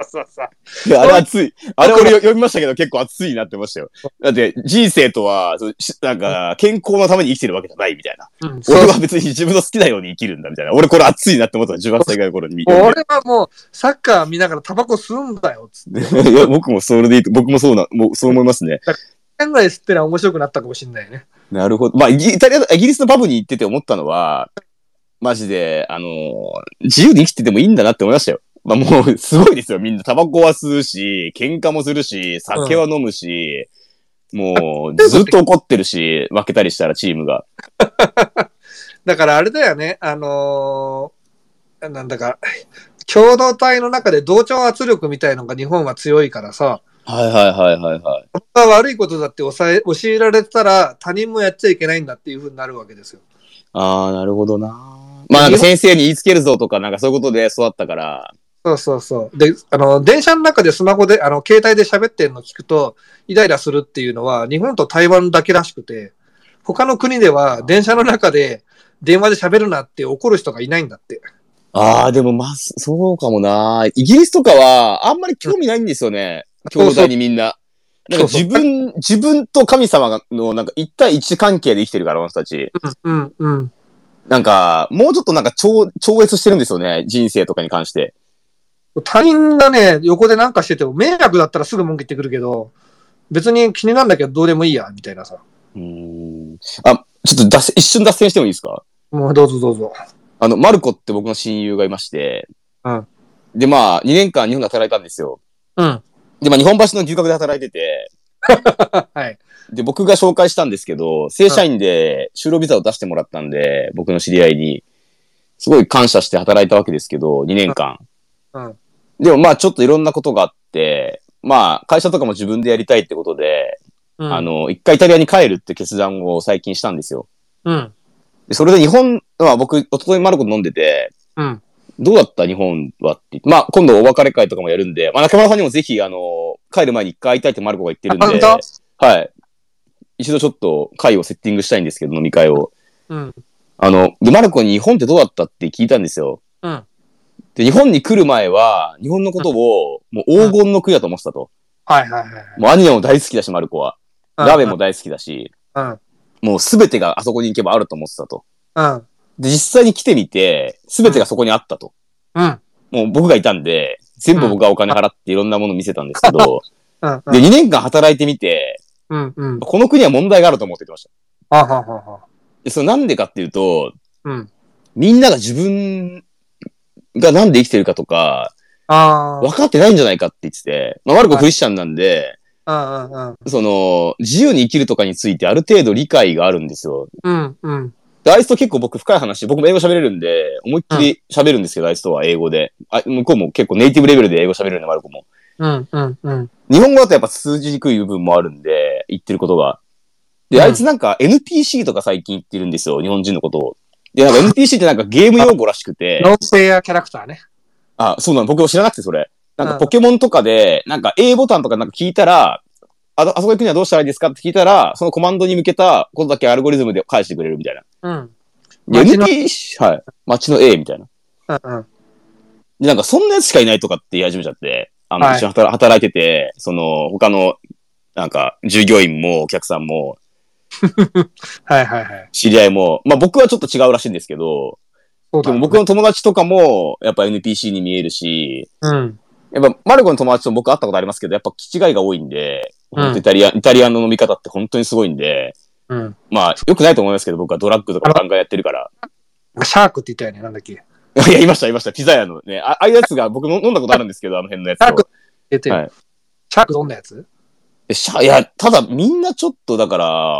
そうそう。 いやあれ熱い。あれ俺読みましたけど結構熱いなって思いましたよ。いやあれ熱い。あれ俺読みましたけど結構熱いなって思いましたよ。だって人生とは、なんか健康のために生きてるわけじゃないみたいな。うん、俺は別に自分の好きなように生きるんだみたいな。俺これ熱いなって思ったのじゅうはっさいぐらいの頃に。 俺はもうサッカー見ながらタバコ吸うんだよつって。 いや僕もそれでいいと、僕もそうな、もうそう思いますね。いっかいぐらい吸ってのは面白くなったかもしれないね。 なるほど。まあイタリア、イギリスのパブに行ってて思ったのは、マジで、あのー、自由に生きててもいいんだなって思いましたよ。まあもう、すごいですよ。みんなタバコは吸うし、喧嘩もするし、酒は飲むし、うん、もう、ずっと怒ってるし、負けたりしたらチームが。 だからあれだよね、あのー、なんだか、共同体の中で同調圧力みたいのが日本は強いからさ。 はいはいはいはいはい。 本当は悪いことだって教え、教えられたら他人もやっちゃいけないんだっていう風になるわけですよ。 ああ、なるほどな。まあなんか先生に言いつけるぞとかなんかそういうことで育ったから。 そうそうそう。で、あの、電車の中でスマホで、あの、携帯で喋ってるの聞くと、イライラするっていうのは、日本と台湾だけらしくて、他の国では電車の中で電話で喋るなって怒る人がいないんだって。 ああ、でもまあ、そうかもな。イギリスとかは、あんまり興味ないんですよね。共同体にみんな。なんか自分、そうそう自分と神様のなんか一対一関係で生きてるから、あの人たち。 うん、うん、うん。 なんか、もうちょっとなんか超、超越してるんですよね。人生とかに関して。 他人がね、横でなんかしてても、迷惑だったらすぐ文句言ってくるけど、別に気になるんだけどどうでもいいや、みたいなさ。 うーん。あ、ちょっと脱一瞬脱線してもいいですか？ もうどうぞどうぞ。 あの、マルコって僕の親友がいまして、 うん。 で、まあ、にねんかん日本で働いたんですよ。 うん。 で、まあ、日本橋の牛角で働いてて、 はい。 で、僕が紹介したんですけど、正社員で就労ビザを出してもらったんで、僕の知り合いに、すごい感謝して働いたわけですけど、にねんかん。うん。でもまあちょっといろんなことがあって、まあ会社とかも自分でやりたいってことで、うん、あの、一回イタリアに帰るって決断を最近したんですよ。うん。でそれで日本、まあ僕、一昨日マルコと飲んでて、うん。どうだった日本はって言って、まあ今度お別れ会とかもやるんで、まあ中村さんにもぜひあの、帰る前に一回会いたいってマルコが言ってるんで、はい。一度ちょっと会をセッティングしたいんですけど、飲み会を。うん。あの、で、マルコに日本ってどうだったって聞いたんですよ。うん。で、日本に来る前は、日本のことを、もう黄金の国だと思ってたと。 うん、はいはいはい。 もうアニメも大好きだし、マルコは。うん、ラーメンも大好きだし。うん。もうすべてがあそこに行けばあると思ってたと。うん。で、実際に来てみて、すべてがそこにあったと。うん。もう僕がいたんで、全部僕がお金払っていろんなもの見せたんですけど、うん、で、にねんかん働いてみて、うんうん、この国は問題があると思って言ってました。はははは。で、それなんでかっていうと、うん、みんなが自分がなんで生きてるかとか、あ分かってないんじゃないかって言ってて、まあ、マルコクリスチャンなんで、はい、その、自由に生きるとかについてある程度理解があるんですよ。うんうん、であいつと結構僕深い話、僕も英語喋れるんで、思いっきり喋るんですけど、うん、あいつとは英語で。あ向こうも結構ネイティブレベルで英語喋れるんで、マルコも。うんうんうん、日本語だとやっぱ通じにくい部分もあるんで、言ってることが。で、うん、あいつなんか エヌピーシー とか最近言ってるんですよ、日本人のことを。で、なんか エヌピーシー ってなんかゲーム用語らしくて。 ノンプレイヤーキャラクターね。 あ、そうなの、僕も知らなくてそれ。なんかポケモンとかで、なんか A ボタンとかなんか聞いたら、あ、あそこ行くにはどうしたらいいですかって聞いたら、そのコマンドに向けたことだけアルゴリズムで返してくれるみたいな。うん。エヌピーシー、はい。街の A みたいな。うんうん。で、なんかそんなやつしかいないとかって言い始めちゃって、あの、はい、一緒に働いてて、その、他の、なんか、従業員もお客さんも、 はいはいはい。 知り合いも、まあ僕はちょっと違うらしいんですけど、ね、でも僕の友達とかも、やっぱ エヌピーシー に見えるし、うん。やっぱマルコの友達と僕会ったことありますけど、やっぱ気違いが多いんで、うん、イタリア、イタリアンの飲み方って本当にすごいんで、うん。まあ、よくないと思いますけど、僕はドラッグとかガンガンやってるから。 シャークって言ったよね、なんだっけ。 いや、いました、いました。ピザ屋のね。ああいうやつが僕飲んだことあるんですけど、あの辺のやつを。 シャーク言ってる。はい。シャークどんなやつ？ シャいや、ただみんなちょっとだから、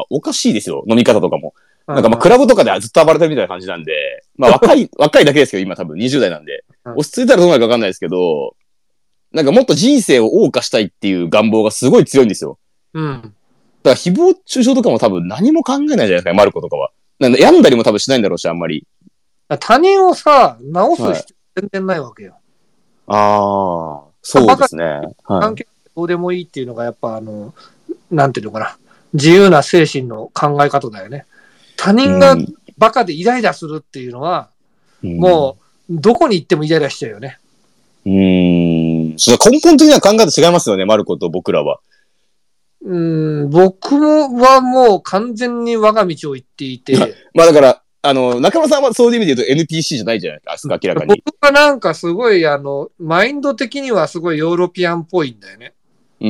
おかしいですよ。飲み方とかも。なんかまあ、クラブとかでずっと暴れてるみたいな感じなんで、まあ若い、若いだけですけど、今多分にじゅう代なんで。落ち着いたらどうなるかわかんないですけど、なんかもっと人生を謳歌したいっていう願望がすごい強いんですよ。うん。だから誹謗中傷とかも多分何も考えないじゃないですか、マルコとかは。なんで病んだりも多分しないんだろうし、あんまり。 他人をさ、治す必要全然ないわけよ。 はい、ああ、そうですね。はい、 関係どうでもいいっていうのがやっぱあの、なんていうのかな。自由な精神の考え方だよね。他人がバカでイライラするっていうのは、うん、もうどこに行ってもイライラしちゃうよね。 うーん、 ちょっと根本的な考え方違いますよね、マルコと僕らは。 うん、僕はもう完全に我が道を行っていて。 まあだから、あの、中村さんはそういう意味で言うと エヌピーシー じゃないじゃないですか、明らかに。 僕はなんかすごい、あの、マインド的にはすごいヨーロピアンっぽいんだよね。 うん。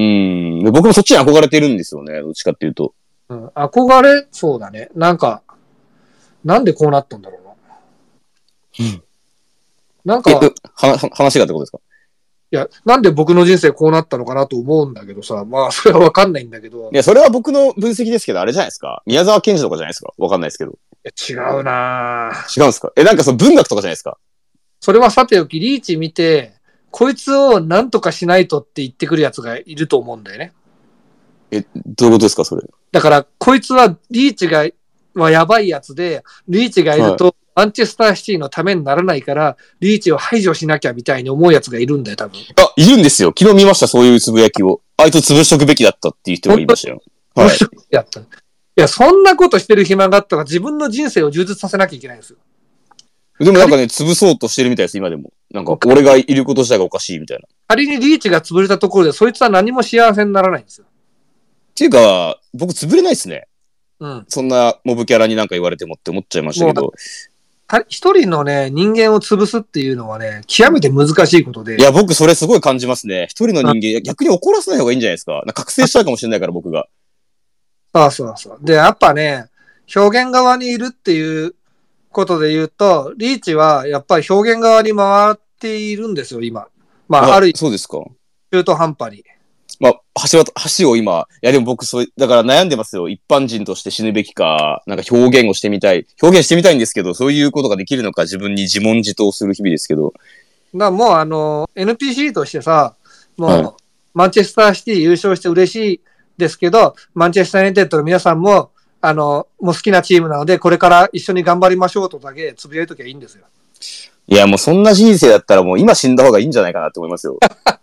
僕もそっちに憧れてるんですよね、どっちかっていうと。 うん、憧れ、そうだね。なんか、なんでこうなったんだろうな。うん。なんか、 は、話がってことですか？ いや、なんで僕の人生こうなったのかなと思うんだけどさ、まあ、それはわかんないんだけど。 いや、それは僕の分析ですけど、あれじゃないですか。宮沢賢治とかじゃないですか。わかんないですけど。 違うなぁ。 違うんですか？え、なんかその文学とかじゃないですか。 それはさておき、リーチ見て、こいつを何とかしないとって言ってくるやつがいると思うんだよね。 え、どういうことですか、それ。 だから、こいつは、リーチが、はやばいやつで、リーチがいると、はい、マンチェスターシティのためにならないから、リーチを排除しなきゃみたいに思うやつがいるんだよ、多分。 あ、いるんですよ。昨日見ました、そういうつぶやきを。あいつ潰しとくべきだったっていう人がいましたよ。 はい。潰しとくべきだった。いや、そんなことしてる暇があったら自分の人生を充実させなきゃいけないんですよ。 でもなんかね、潰そうとしてるみたいです、今でも。なんか、俺がいること自体がおかしいみたいな。 仮にリーチが潰れたところで、そいつは何も幸せにならないんですよ。 っていうか、僕潰れないっすね。 うん。 そんなモブキャラになんか言われてもって思っちゃいましたけど。 一人のね、人間を潰すっていうのはね、極めて難しいことで。 いや、僕それすごい感じますね。一人の人間、逆に怒らせない方がいいんじゃないですか。なんか覚醒しちゃうかもしれないから、僕が。 そうそうそう。で、やっぱね、表現側にいるっていうことで言うと、リーチはやっぱり表現側に回っているんですよ、今。まあ、あ, ある意味。 そうですか。 中途半端に。 まあ、橋は、橋を今、いやでも僕そう、だから悩んでますよ。一般人として死ぬべきか、なんか表現をしてみたい。表現してみたいんですけど、そういうことができるのか自分に自問自答する日々ですけど。 だからもうあの、エヌピーシー としてさ、もう、はい、マンチェスターシティ優勝して嬉しいですけど、マンチェスターユナイテッドの皆さんも、あの、もう好きなチームなので、これから一緒に頑張りましょうとだけつぶやいときゃいいんですよ。 いや、もうそんな人生だったらもう今死んだ方がいいんじゃないかなって思いますよ。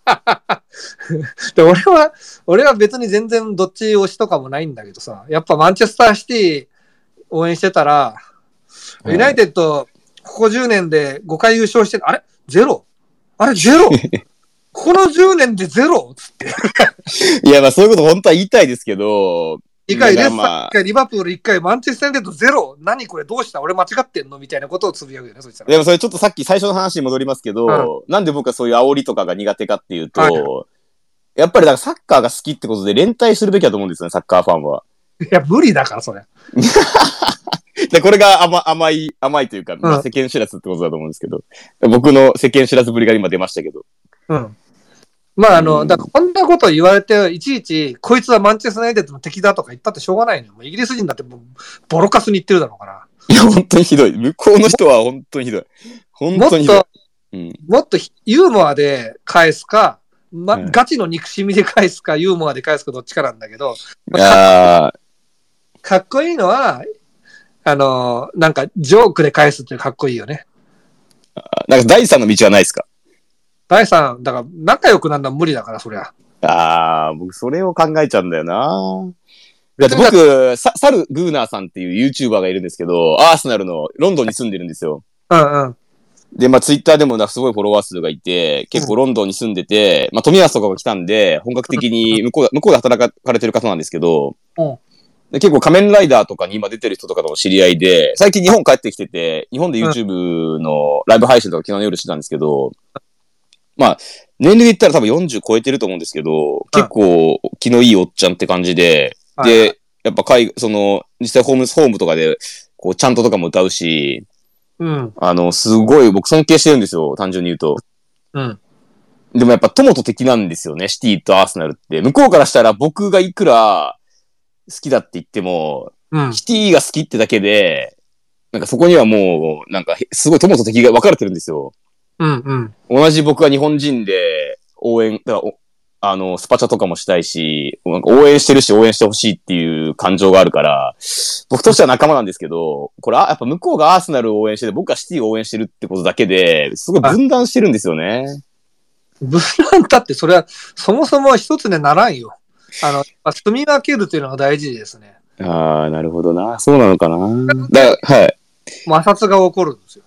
で俺は、俺は別に全然どっち推しとかもないんだけどさ、やっぱマンチェスターシティ応援してたら、ユナイテッドここじゅうねんでごかい優勝して、あれゼロあれゼロこのじゅうねんでゼロつって。 いや、まあそういうこと本当は言いたいですけど、 いっかいレッサーいっかいリバプールいっかいマンチェスターユナイテッドゼロ何これどうした俺間違ってんのみたいなことをつぶやくよね、そしたら。 でもそれちょっとさっき最初の話に戻りますけど、うん、なんで僕はそういう煽りとかが苦手かっていうと、はい、やっぱりだからサッカーが好きってことで連帯するべきだと思うんですよね、サッカーファンは。 いや、無理だから、それ。 でこれが甘甘い、甘いというか、まあ、世間知らずってことだと思うんですけど、うん、僕の世間知らずぶりが今出ましたけど。 うん。まあ、あの、だからこんなこと言われて、いちいち、こいつはマンチェスターユナイテッドの敵だとか言ったってしょうがないのよ。イギリス人だってもうボロカスに言ってるだろうから。 いや、本当にひどい。向こうの人は本当にひどい。本当にひどい。もっと、うん、 もっとユーモアで返すか、ま、うん、ガチの憎しみで返すか、ユーモアで返すかどっちかなんだけど、まあ、か, かっこいいのは、あの、なんかジョークで返すってかっこいいよね。 なんか第三の道はないですか？ 第三、だから仲良くなるのは無理だから、そりゃ。 ああ、僕それを考えちゃうんだよな。だって僕、サル・グーナーさんっていう YouTuber がいるんですけど、アーセナルのロンドンに住んでるんですよ。 うんうん。 で、まあツイッターでもなすごいフォロワー数がいて、結構ロンドンに住んでて、うん、まあ富安とかが来たんで、本格的に向こう、向こうで働かれてる方なんですけど、うん、で結構仮面ライダーとかに今出てる人とかとの知り合いで、最近日本帰ってきてて、日本で YouTube のライブ配信とか昨日の夜してたんですけど、まあ、年齢で言ったら多分よんじゅう超えてると思うんですけど、結構気のいいおっちゃんって感じで、うん、で、やっぱ海、その、実際ホーム、ホームとかで、こう、ちゃんととかも歌うし、 うん。 あの、すごい僕尊敬してるんですよ、単純に言うと。 うん。 でもやっぱ友と敵なんですよね、シティとアーセナルって。向こうからしたら僕がいくら好きだって言っても、うん、シティが好きってだけで、なんかそこにはもう、なんか、すごい友と敵が分かれてるんですよ。 うんうん。 同じ僕は日本人で応援、だからあの、スパチャとかもしたいし、なんか応援してるし応援してほしいっていう感情があるから、僕としては仲間なんですけど、これ、やっぱ向こうがアーセナルを応援してて、僕はシティを応援してるってことだけで、すごい分断してるんですよね。 分断だってそれは、そもそも一つにならんよ。あの、住み分けるっていうのが大事ですね。 ああ、なるほどな。そうなのかな。だはい。 摩擦が起こるんですよ。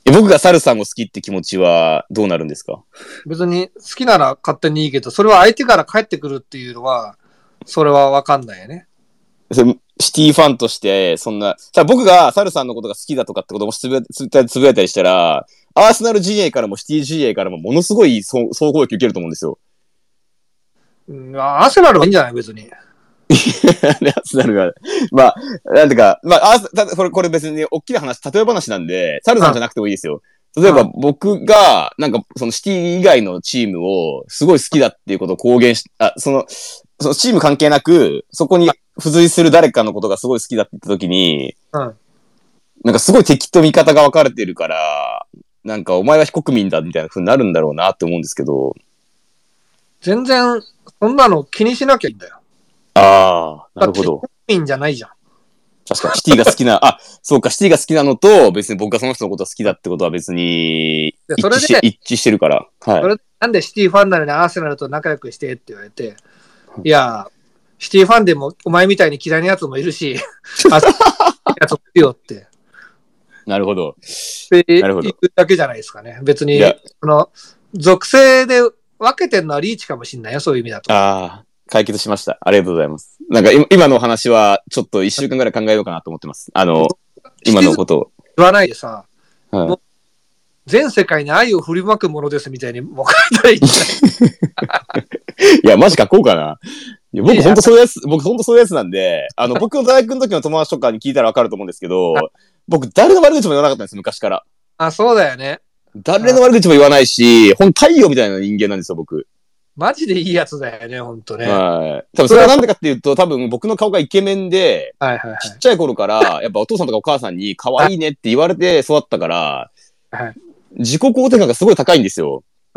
え、僕がサルさんを好きって気持ちはどうなるんですか？ 別に好きなら勝手にいいけど、それは相手から返ってくるっていうのは、それはわかんないよね。 それシティファンとして、そんな、ただ僕がサルさんのことが好きだとかってこともつぶやつつぶやいたりしたら、アーセナル ジーエー からもシティ ジーエー からもものすごい総総攻撃受けると思うんですよ。 うん、アーセナルはいいんじゃない別に。 アーセナルが、まあ、なんていうか、まあ、あたこれ、これ別に大きな話、例え話なんで、サルさんじゃなくてもいいですよ。例えば僕が、なんか、そのシティ以外のチームをすごい好きだっていうことを公言し、あ、その、そのチーム関係なく、そこに付随する誰かのことがすごい好きだって言った時に、 うん。なんかすごい敵と味方が分かれてるから、なんかお前は非国民だみたいな風になるんだろうなって思うんですけど。 全然、そんなの気にしなきゃいいんだよ。 ああ、なるほど。 国民じゃないじゃん。 確かに、シティが好きな、あ、そうか、シティが好きなのと、別に僕がその人のことが好きだってことは別に一致して、一致してるから。はい。それなんでシティファンなのにアーセナルと仲良くしてって言われて、いや、シティファンでもお前みたいに嫌いなやつもいるし、あ、やつもいるよって。 なるほど。 なるほど。言うだけじゃないですかね。別に、その、属性で分けてるのはリーチかもしれないよ、そういう意味だと。 ああ。解決しました。ありがとうございます。なんか今のお話はちょっと一週間ぐらい考えようかなと思ってます。あの、今のことを。 言わないでさ、はい、もう全世界に愛を振りまくものですみたいにもう書いたらいいんじゃないいや、マジ書こうかな。いや僕ほんとそういうやつ、僕ほんとそういうやつなんで、あの、僕の大学の時の友達とかに聞いたらわかると思うんですけど、僕誰の悪口も言わなかったんです、昔から。 あ、そうだよね。 誰の悪口も言わないし、ほんと太陽みたいな人間なんですよ、僕。 マジでいいやつだよね、ほんとね。 はい。多分それはなんでかっていうと、多分僕の顔がイケメンで、はいはいはい、ちっちゃい頃から、やっぱお父さんとかお母さんに可愛いねって言われて育ったから、はい、自己肯定感がすごい高いんですよ。うん。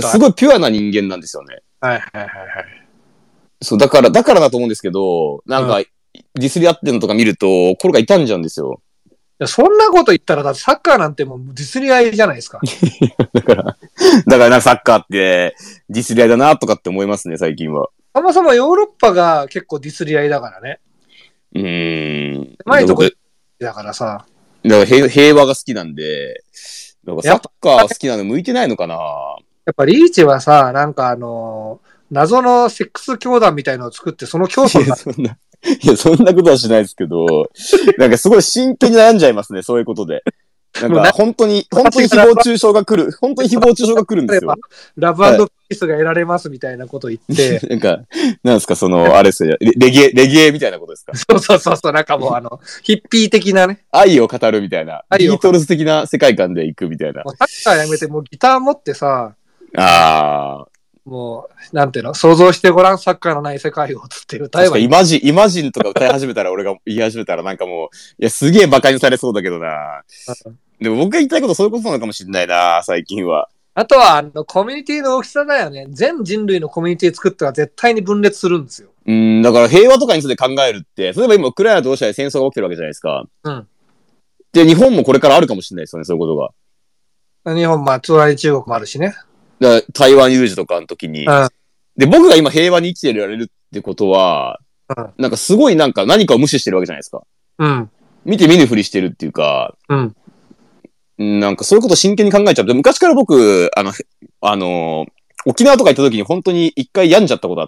すごいピュアな人間なんですよね。はいはいはいはい。そう、だから、だからだと思うんですけど、なんか、うん、ディスり合ってるのとか見ると、心が痛んじゃうんですよ。 そんなこと言ったら、だってサッカーなんてもうディスり合いじゃないですか。 だから、だからなんかサッカーってディスり合いだなとかって思いますね、最近は。 そもそもヨーロッパが結構ディスり合いだからね。 うーん。 狭いとこだからさ。 だから平平和が好きなんで、なんかサッカー好きなの向いてないのかな。 やっぱリーチはさ、なんかあのー、謎のセックス教団みたいのを作って、その教祖が。 いや、そんなことはしないですけど、なんかすごい真剣に悩んじゃいますね、そういうことで。なんか本当に、本当に誹謗中傷が来る、本当に誹謗中傷が来るんですよ。 ラブピースが得られますみたいなこと言って。 なんか、なんですか、その、あれですよ、レゲエ、レゲエみたいなことですか。 そうそうそうそう、なんかもうあの、ヒッピー的なね。 愛を語るみたいな。ビートルズ的な世界観で行くみたいな。 もうサッカーやめて、もうギター持ってさ、 ああ。 もう、なんていうの、想像してごらん、サッカーのない世界をつって歌えばいい。 イマジン、イマジンとか歌い始めたら、俺が言い始めたら、なんかもう、いや、すげえ馬鹿にされそうだけどな。でも僕が言いたいことそういうことなのかもしれないな、最近は。 あとは、あの、コミュニティの大きさだよね。全人類のコミュニティ作ったら絶対に分裂するんですよ。 うん、だから平和とかについて考えるって、例えば今、ウクライナとロシアで戦争が起きてるわけじゃないですか。うん。で、日本もこれからあるかもしれないですよね、そういうことが。日本、まあ、隣中国もあるしね。 だ台湾有事とかの時に。うん。で、僕が今平和に生きてられるってことは、うん、なんかすごいなんか何かを無視してるわけじゃないですか。うん。見て見ぬふりしてるっていうか、うん。なんかそういうことを真剣に考えちゃう。昔から僕、あの、あの、沖縄とか行った時に本当に一回病んじゃったことあって、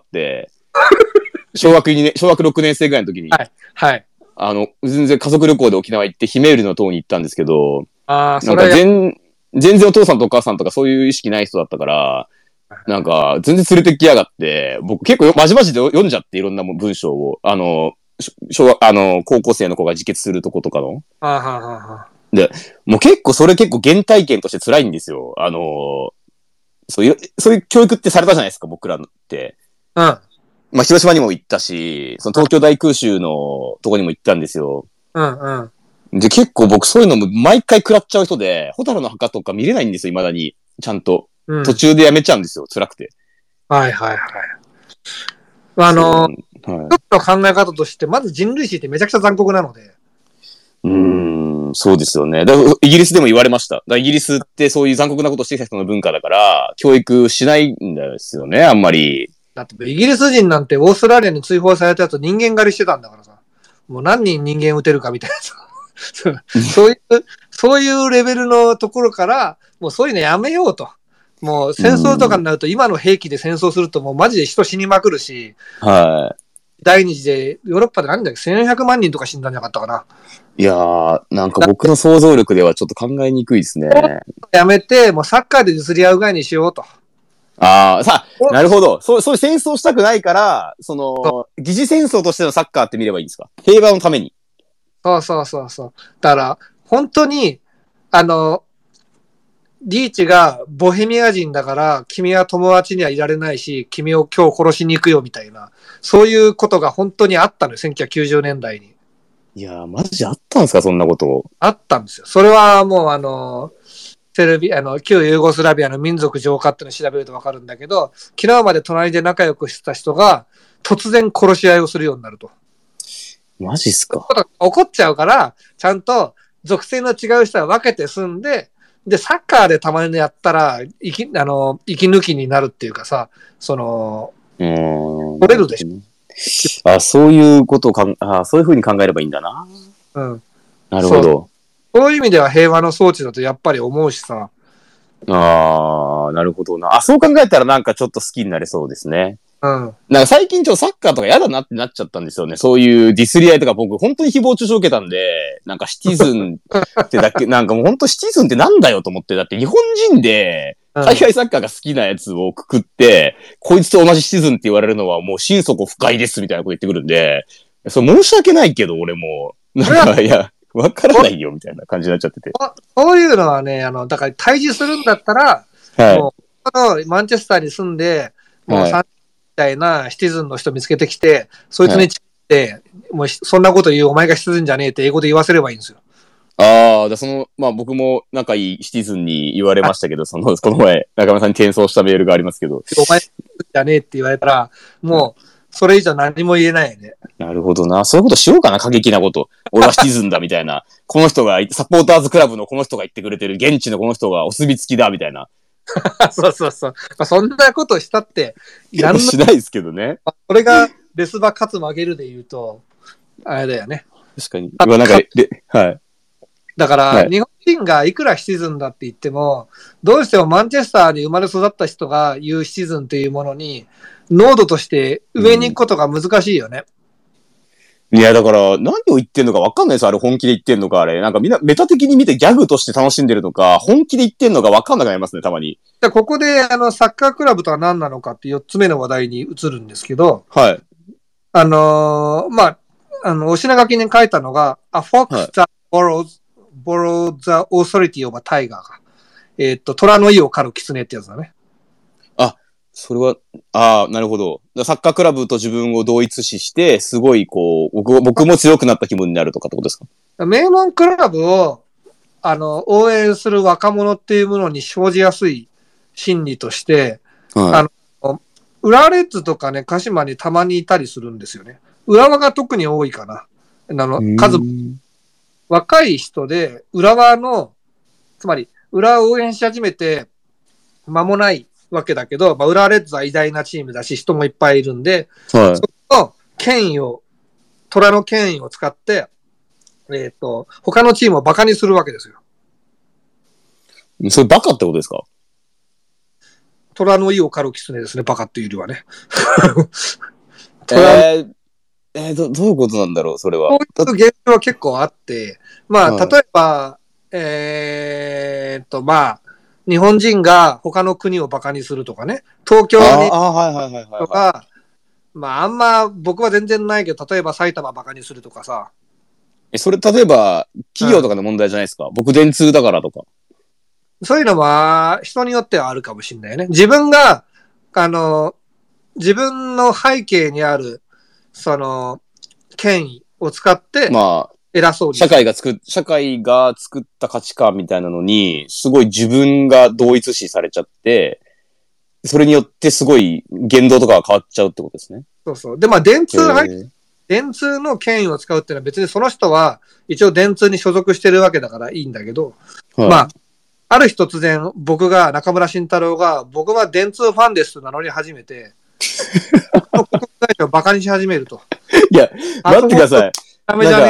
小学にねん、小学ろくねん生ぐらいの時に。はい。はい。あの、全然家族旅行で沖縄行って、ひめゆりの塔に行ったんですけど、ああ、それなんか全、全然お父さんとお母さんとかそういう意識ない人だったから、なんか、全然連れてきやがって、僕結構まじまじで読んじゃって、いろんな文章を。あの、小学、あの、高校生の子が自決するとことかの。はあはあはあ、で、もう結構それ結構原体験として辛いんですよ。あの、そういう、そういう教育ってされたじゃないですか、僕らって。うん。まあ、広島にも行ったし、その東京大空襲のとこにも行ったんですよ。うんうん。で、結構僕そういうのも毎回食らっちゃう人で、ホタルの墓とか見れないんですよ、未だに。ちゃんと。うん、途中でやめちゃうんですよ、辛くて。はいはいはい。あの、はい、一つの考え方として、まず人類史ってめちゃくちゃ残酷なので。うーん、そうですよね。だからイギリスでも言われました。だからイギリスってそういう残酷なことをしてきた人の文化だから、教育しないんですよね、あんまり。だってイギリス人なんてオーストラリアに追放されたやつ人間狩りしてたんだからさ。もう何人人間撃てるかみたいなさ。 そういう、そういうレベルのところから、もうそういうのやめようと。もう戦争とかになると、今の兵器で戦争すると、もうマジで人死にまくるし、 はい。 第二次でヨーロッパで何だっけ、せんよんひゃくまん人とか死んだんじゃなかったかな。 いやー、なんか僕の想像力ではちょっと考えにくいですね。 やめて、もうサッカーで実り合うぐらいにしようと。 ああ、さあ、なるほど。そう、そういう戦争したくないから、その、疑似戦争としてのサッカーって見ればいいんですか？平和のために。 そうそうそうそう。だから、本当に、あの、リーチがボヘミア人だから、君は友達にはいられないし、君を今日殺しに行くよみたいな、そういうことが本当にあったのよ、せんきゅうひゃくきゅうじゅうねんだいに。 いやー、マジあったんですか、そんなこと。 あったんですよ。それはもう、あの、セルビあの旧ユーゴスラビアの民族浄化っていうのを調べると分かるんだけど、昨日まで隣で仲良くしてた人が突然殺し合いをするようになると。 マジっすか。 怒っちゃうから、ちゃんと属性の違う人は分けて住んで、で、サッカーでたまにやったら、生き、あの、息抜きになるっていうかさ、その、 うーん。 取れるでしょ。あ、そういうことをかん、あ、そういうふうに考えればいいんだな。 うん。 なるほど。 そういう意味では平和の装置だとやっぱり思うしさ。 ああ、なるほどな。あ、そう考えたらなんかちょっと好きになれそうですね。 うん。 なんか最近ちょっとサッカーとか嫌だなってなっちゃったんですよね。そういうディスり合いとか僕本当に誹謗中傷受けたんで、なんかシティズンってだけ、なんかもう本当シティズンってなんだよと思って、だって日本人で海外サッカーが好きなやつをくくって、うん、こいつと同じシティズンって言われるのはもう心底不快ですみたいなこと言ってくるんで、それ申し訳ないけど俺も、なんかいや、わからないよみたいな感じになっちゃってて。 そういうのはね、あの、だから対峙するんだったら、はい、もう、マンチェスターに住んで、もうさんみたいなシティズンの人見つけてきて、そいつにちって、はい、もうそんなこと言うお前がシティズンじゃねえって英語で言わせればいいんですよ。 ああ、その、まあ僕も仲いいシティズンに言われましたけど、その、この前、中村さんに転送したメールがありますけど。 お前じゃねえって言われたら、もう、それ以上何も言えないよね。 なるほどな。そういうことしようかな、過激なこと。俺はシティズンだ、みたいな。この人が、サポーターズクラブのこの人が言ってくれてる、現地のこの人がお墨付きだ、みたいな。 そうそうそう。まあ、そんなことしたって、 いらんしないですけどね。 まあ、これが、レスバ勝つ曲げるで言うと、あれだよね。 確かに。今なんか、はい。 だから、はい、日本人がいくらシティズンだって言っても、どうしてもマンチェスターに生まれ育った人が言うシティズンというものに、濃度として上に行くことが難しいよね。 うん、いや、だから、何を言ってんのか分かんないですよ。あれ本気で言ってんのか、あれ。なんかみんなメタ的に見てギャグとして楽しんでるのか、本気で言ってんのか分かんなくなりますね、たまに。 でここで、あの、サッカークラブとは何なのかってよっつめの話題に移るんですけど、 はい。 あのー、まあ、あの、お品書きに書いたのが、A fox that borrows borrow the authority of a tiger が。えー、っと、虎の意を狩る狐ってやつだね。 あ、それは、ああ、なるほど。サッカークラブと自分を同一視して、すごい、こう、僕、僕も強くなった気分になるとかってことですか？ 名門クラブを、あの、応援する若者っていうものに生じやすい心理として、はい、あの、浦和レッズとかね、鹿島にたまにいたりするんですよね。浦和が特に多いかな。あの、数も。若い人で、浦和の、つまり、浦和を応援し始めて間もないわけだけど、まあ、浦和レッズは偉大なチームだし、人もいっぱいいるんで、はい、その権威を、虎の権威を使って、えっと、他のチームをバカにするわけですよ。 それバカってことですか？ 虎の意を狩る狐ですね、バカっていうよりはね。 えーえー、ど、どういうことなんだろう、それは。 そういう現象は結構あって、まあ、はい、例えば、えー、っと、まあ、日本人が他の国をバカにするとかね、東京にとか、まあ、あんま僕は全然ないけど、例えば埼玉バカにするとかさ。 え、それ例えば、企業とかの問題じゃないですか、うん、僕電通だからとか。 そういうのは、人によってはあるかもしれないね。自分が、あの、自分の背景にある、その、権威を使って、 まあ、 偉そうに。 社会が作っ、社会が作った価値観みたいなのに、すごい自分が同一視されちゃって、それによってすごい言動とかが変わっちゃうってことですね。 そうそう。で、まあ、電通、電通の権威を使うっていうのは別にその人は一応電通に所属してるわけだからいいんだけど、はい、まあ、ある日突然僕が、中村慎太郎が、僕は電通ファンですと名乗り始めて、国会をバカにし始めると。 いや、待ってください。 ダメじゃね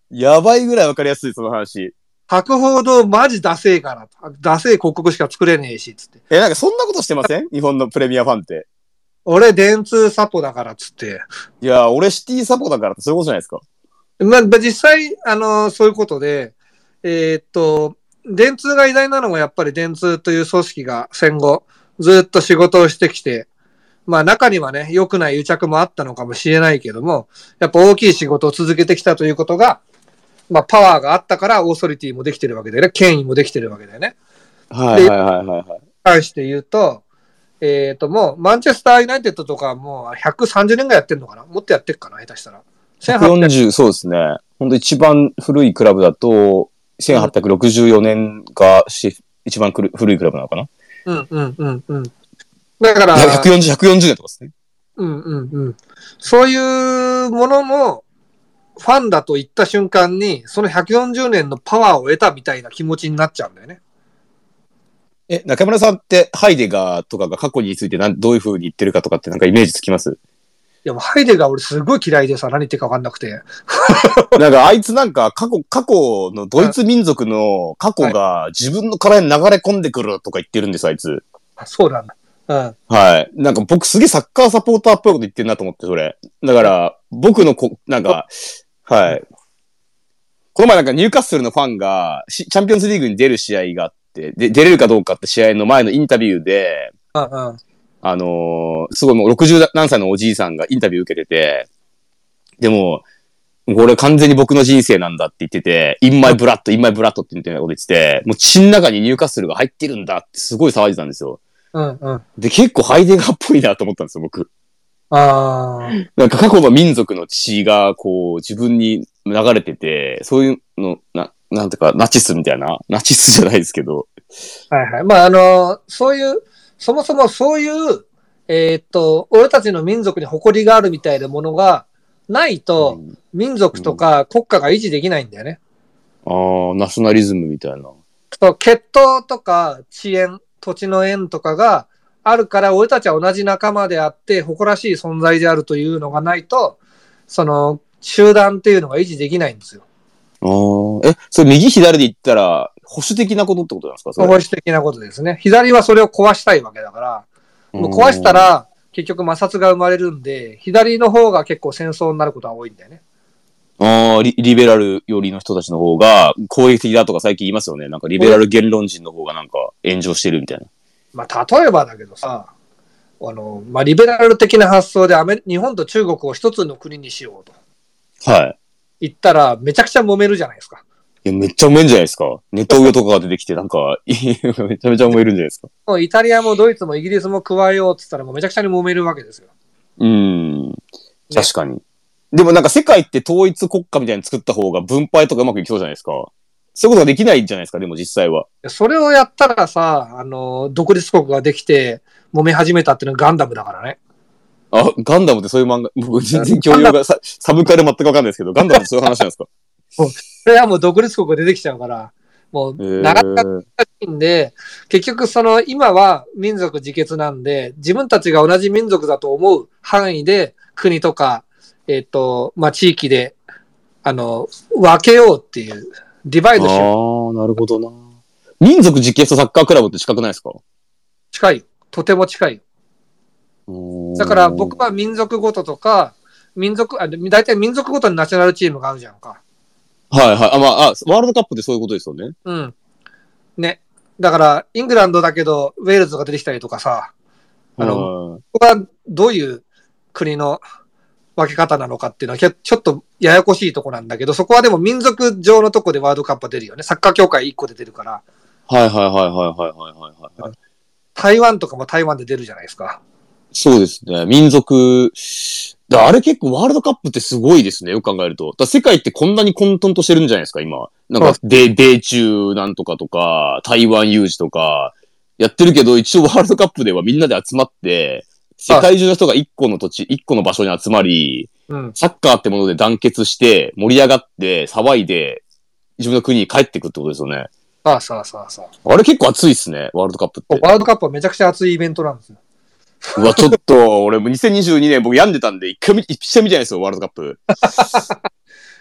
やばいぐらいわかりやすい、その話。 博報堂マジダセえから。ダセえ広告しか作れねえし、つって。 え、なんかそんなことしてません日本のプレミアファンって。 俺、電通サポだから、つって。 いや、俺シティサポだからってそういうことじゃないですか。 まあ、実際、あの、そういうことで、えー、っと、電通が偉大なのもやっぱり電通という組織が戦後、ずっと仕事をしてきて、まあ中にはね、良くない癒着もあったのかもしれないけども、やっぱ大きい仕事を続けてきたということが、まあパワーがあったからオーソリティもできてるわけだよね。権威もできてるわけだよね。 はいはいはいはい、はい。 関して言うと、えっ、ー、ともうマンチェスターユナイテッドとかもうひゃくさんじゅうねんぐらいやってるのかな、もっとやってるかな、下手したら。 ひゃくよんじゅう、そうですね。本当一番古いクラブだと、せんはっぴゃくろくじゅうよねんがし、うん、一番古いクラブなのかな。 うんうんうんうん。だから。 ひゃくよんじゅう、ひゃくよんじゅうねんとかですね。 うんうんうん。そういうもののファンだと言った瞬間に、そのひゃくよんじゅうねんのパワーを得たみたいな気持ちになっちゃうんだよね。 え、中村さんってハイデガーとかが過去についてなんどういう風に言ってるかとかってなんかイメージつきます？ いやもうハイデガー俺すごい嫌いでさ、何言ってるか分かんなくて。 なんかあいつなんか過去、過去のドイツ民族の過去が自分の体に流れ込んでくるとか言ってるんです、あいつ。 あ、そうなんだ。うん。 はい。なんか僕すげえサッカーサポーターっぽいこと言ってるなと思って、それ。だから、僕のこ、なんか、はい。この前なんかニューカッスルのファンが、チャンピオンズリーグに出る試合があって、で、出れるかどうかって試合の前のインタビューで、 うんうん。 あのー、すごいもうろくじゅう何歳のおじいさんがインタビュー受けてて、でも、これ完全に僕の人生なんだって言ってて、インマイブラッド、インマイブラッドって言ってこと言ってて、もう血の中にニューカッスルが入ってるんだってすごい騒いでたんですよ。 うんうん。 で、結構ハイデガーっぽいなと思ったんですよ、僕。 ああ。 なんか過去の民族の血がこう自分に流れてて、そういうの、な、なんていうか、ナチスみたいな、ナチスじゃないですけど。 はいはい。まああの、そういう、そもそもそういう、えー、っと、俺たちの民族に誇りがあるみたいなものがないと、うん、民族とか国家が維持できないんだよね。 うん、ああ、ナショナリズムみたいな。 そう、血統とか地縁、土地の縁とかがあるから、俺たちは同じ仲間であって、誇らしい存在であるというのがないと、その、集団っていうのが維持できないんですよ。 ああ、え、それ右左で言ったら、保守的なことってことなんですか？それ保守的なことですね。左はそれを壊したいわけだから、もう壊したら結局摩擦が生まれるんで、左の方が結構戦争になることが多いんだよね。 ああ、リ, リベラル寄りの人たちの方が攻撃的だとか最近言いますよね。なんかリベラル言論人の方がなんか炎上してるみたいな。 まあ例えばだけどさ、あの、まあリベラル的な発想でアメリ日本と中国を一つの国にしようと。 はい。 言ったらめちゃくちゃ揉めるじゃないですか。 いや、めっちゃ揉めるんじゃないですか。ネトウヨとかが出てきて、なんか、めちゃめちゃ揉めるんじゃないですか。 もうイタリアもドイツもイギリスも加えようって言ったらもうめちゃくちゃに揉めるわけですよ。 うーん。確かに。ね、でもなんか世界って統一国家みたいに作った方が分配とかうまくいきそうじゃないですか。そういうことができないんじゃないですか、でも実際は。 それをやったらさ、あの、独立国ができて揉め始めたっていうのはガンダムだからね。 あ、ガンダムってそういう漫画、僕全然教養がサ、サブカル全くわかんないですけど、ガンダムってそういう話なんですか？ それはもう独立国が出てきちゃうから、もう、なかなか難しいんで、結局その、今は民族自決なんで、自分たちが同じ民族だと思う範囲で、国とか、えっと、まあ、地域で、あの、分けようっていう、ディバイドしよう。ああ、なるほどな。民族自決とサッカークラブって近くないですか？ 近い。とても近い。だから僕は民族ごととか、民族、あ、大体民族ごとにナショナルチームがあるじゃんか。 はいはい。あ、まあ、あ、ワールドカップってそういうことですよね。 うん。ね。だから、イングランドだけど、ウェールズが出てきたりとかさ、あの、ここはどういう国の分け方なのかっていうのは、ちょっとややこしいとこなんだけど、そこはでも民族上のとこでワールドカップは出るよね。サッカー協会いっこで出るから。 はいはいはいはいはいはいはい。 台湾とかも台湾で出るじゃないですか。 そうですね。民族、だあれ結構ワールドカップってすごいですね。よく考えると。だ世界ってこんなに混沌としてるんじゃないですか、今。なんか、で、米中なんとかとか、台湾有事とか、やってるけど、一応ワールドカップではみんなで集まって、世界中の人が一個の土地、一個の場所に集まり、うん、サッカーってもので団結して、盛り上がって、騒いで、自分の国に帰ってくってことですよね。 ああ、さあさあさあ。あれ結構熱いっすね、ワールドカップって。 ワールドカップはめちゃくちゃ熱いイベントなんですよ。 うわ、ちょっと、俺もにせんにじゅうにねん僕病んでたんで、一回見、一回見てないですよ、ワールドカップ。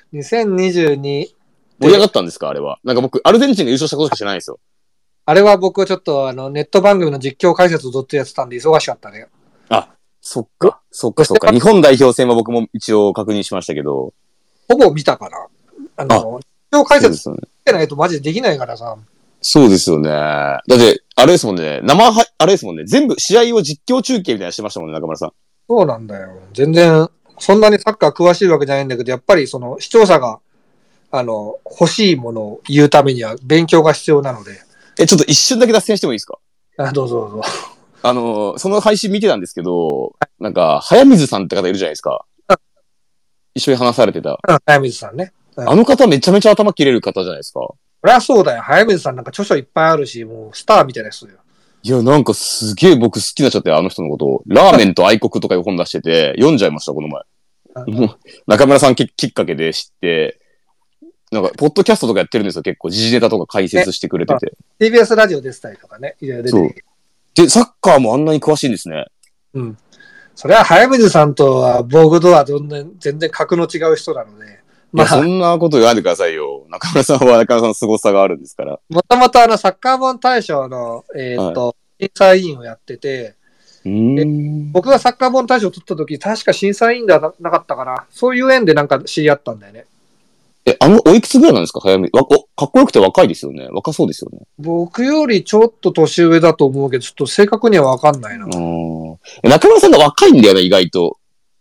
にせんにじゅうに。 盛り上がったんですかあれは。なんか僕、アルゼンチンが優勝したことしか知らないですよ。 あれは僕はちょっとあのネット番組の実況解説をずっとやってたんで忙しかったね。 あ、そっか。そっかそっか。日本代表戦は僕も一応確認しましたけど。 ほぼ見たかな。あの、実況解説してないとマジでできないからさ。 そうですよね。だって、あれですもんね。生は、あれですもんね。全部試合を実況中継みたいなのしてましたもんね、中村さん。 そうなんだよ。全然、そんなにサッカー詳しいわけじゃないんだけど、やっぱりその視聴者が、あの、欲しいものを言うためには勉強が必要なので。 え、ちょっと一瞬だけ脱線してもいいですか？ あ、どうぞどうぞ。 あの、その配信見てたんですけど、なんか、早水さんって方いるじゃないですか。 うん、 一緒に話されてた。 うん、早水さんね。 うん、あの方めちゃめちゃ頭切れる方じゃないですか。 そりゃそうだよ。早水さんなんか著書いっぱいあるし、もうスターみたいな人よ。 いや、なんかすげえ僕好きになっちゃって、あの人のことを。ラーメンと愛国とかいう本出してて、読んじゃいました、この前。もう、中村さんき, きっかけで知って、なんか、ポッドキャストとかやってるんですよ、結構。時事ネタとか解説してくれてて。 ティービーエス ラジオ出てたりとかね。いろいろ出てる。 で、サッカーもあんなに詳しいんですね。 うん。それは早水さんとは、僕とは全然、全然格の違う人なので。 まあ、そんなこと言わないでくださいよ。中村さんは中村さんの凄さがあるんですから。 もともとあの、サッカー本大賞の、えー、っと、はい、審査委員をやってて、 うん僕がサッカー本大賞を取った時、確か審査委員ではなかったかな。そういう縁でなんか知り合ったんだよね。 え、あの、おいくつぐらいなんですか？早め。わ、お、かっこよくて若いですよね。若そうですよね。 僕よりちょっと年上だと思うけど、ちょっと正確にはわかんないな。 中村さんが若いんだよね、意外と。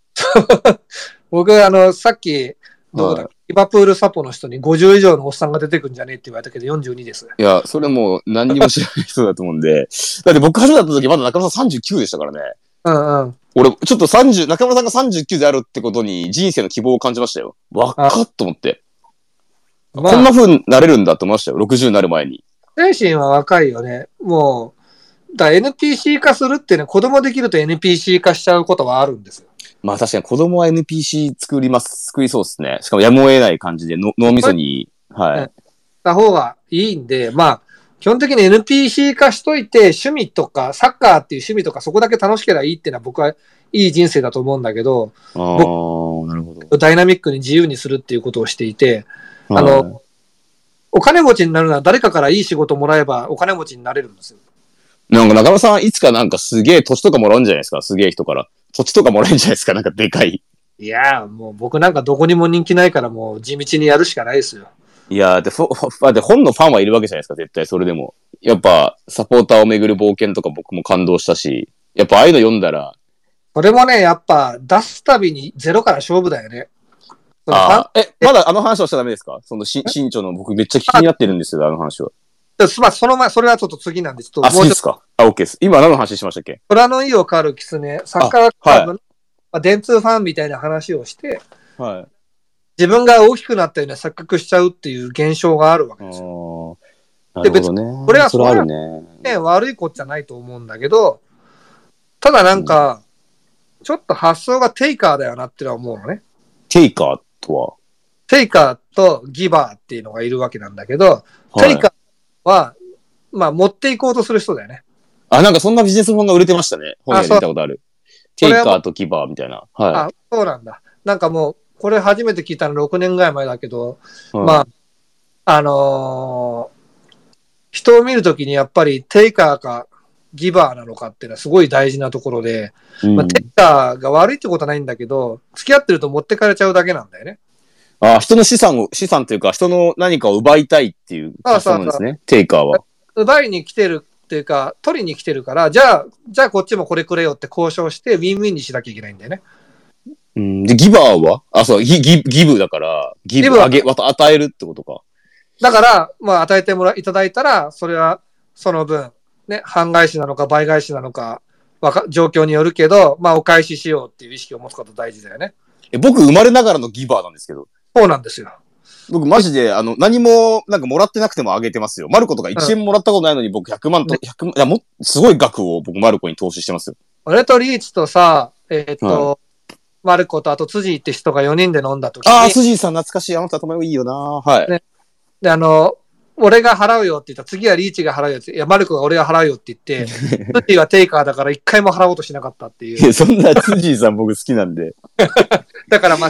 僕、あの、さっき、どうだ、はい、リバプールサポの人にごじゅう以上のおっさんが出てくんじゃねえって言われたけど、よんじゅうにです。 いや、それもう何にも知らない人だと思うんで。だって僕初めて会った時、まだ中村さんさんじゅうきゅうでしたからね。 うんうん。 俺、ちょっとさんじゅう、中村さんがさんじゅうきゅうであるってことに人生の希望を感じましたよ。若っと思って。まあ、こんな風になれるんだと思いましたよ。ろくじゅうになる前に。 精神は若いよね。もう、だ エヌピーシー 化するってね、子供できると エヌピーシー 化しちゃうことはあるんですよ。 まあ確かに子供は エヌピーシー 作ります、作りそうですね。しかもやむを得ない感じでの脳みそに、はい。 た方がいいんで、まあ、基本的に エヌピーシー 化しといて、趣味とか、サッカーっていう趣味とか、そこだけ楽しければいいっていうのは僕はいい人生だと思うんだけど、 ああ、なるほど。 ダイナミックに自由にするっていうことをしていて、あの、はい、お金持ちになるのは誰かからいい仕事もらえばお金持ちになれるんですよ。 なんか中野さんいつかなんかすげえ土地とかもらうんじゃないですか、すげえ人から。土地とかもらえるんじゃないですか、なんかでかい。 いやー、もう僕なんかどこにも人気ないからもう地道にやるしかないですよ。 いやー、で、フォ、で本のファンはいるわけじゃないですか、絶対それでも。やっぱ、サポーターをめぐる冒険とか僕も感動したし、やっぱああいうの読んだら。 それもね、やっぱ出すたびにゼロから勝負だよね。 あえ、まだあの話をしちゃダメですか？そのし、新潮の僕めっちゃ気になってるんですよ、あの話は。 まあ、その前、それはちょっと次なんで、ちょっともうちょっと。あ、そうですか。あ、OK です。今何の話しましたっけ？ 虎の意を狩る狐、サッカークラブの、はい、電通ファンみたいな話をして、 はい、 自分が大きくなったような錯覚しちゃうっていう現象があるわけですよ。 なるほどね。 これはそれは、 それあるね、 ね、悪いことじゃないと思うんだけど、ただなんか、うん、ちょっと発想がテイカーだよなってのは思うのね。 テイカーとは？ テイカーとギバーっていうのがいるわけなんだけど、はい、テイカーは、まあ、持っていこうとする人だよね。 あ、なんかそんなビジネス本が売れてましたね。本で見たことある。テイカーとギバーみたいな。はい。 あ、そうなんだ。なんかもう、これ初めて聞いたのろくねんぐらい前だけど、はい、まあ、あのー、人を見るときにやっぱりテイカーかギバーなのかっていうのはすごい大事なところで、うん、まあ、テイカーが悪いってことはないんだけど、付き合ってると持ってかれちゃうだけなんだよね。 あ、人の資産を、資産というか、人の何かを奪いたいっていう発想なんですね。そうそうそう、テイカーは。 奪いに来てるっていうか、取りに来てるから、じゃあ、じゃあこっちもこれくれよって交渉して、ウィンウィンにしなきゃいけないんだよね。 うん、で、ギバーはあ、そう、ギ、ギ、ギブだから、ギブ、あげ、わた、与えるってことか。 だから、まあ、与えてもら、いただいたら、それは、その分、ね、半返しなのか倍返しなのか、わか、状況によるけど、まあ、お返ししようっていう意識を持つこと大事だよね。 え、僕、生まれながらのギバーなんですけど。 そうなんですよ。 僕マジで、あの、何も、なんかもらってなくてもあげてますよ。マルコとかいちえんもらったことないのに、僕ひゃくまんと、ひゃくまん、いや、も、すごい額を僕マルコに投資してますよ。 俺とリーチとさ、えー、っと、はい、マルコとあと辻って人がよにんで飲んだ時に。 ああ、辻さん懐かしい。あの人頭いいよな。はい、 ね。で、あの、俺が払うよって言ったら、次はリーチが払うよって、いや、マルコが俺が払うよって言って、辻はテイカーだから一回も払おうとしなかったっていう。 いや、そんな辻さん僕好きなんで。 だからまあ、誠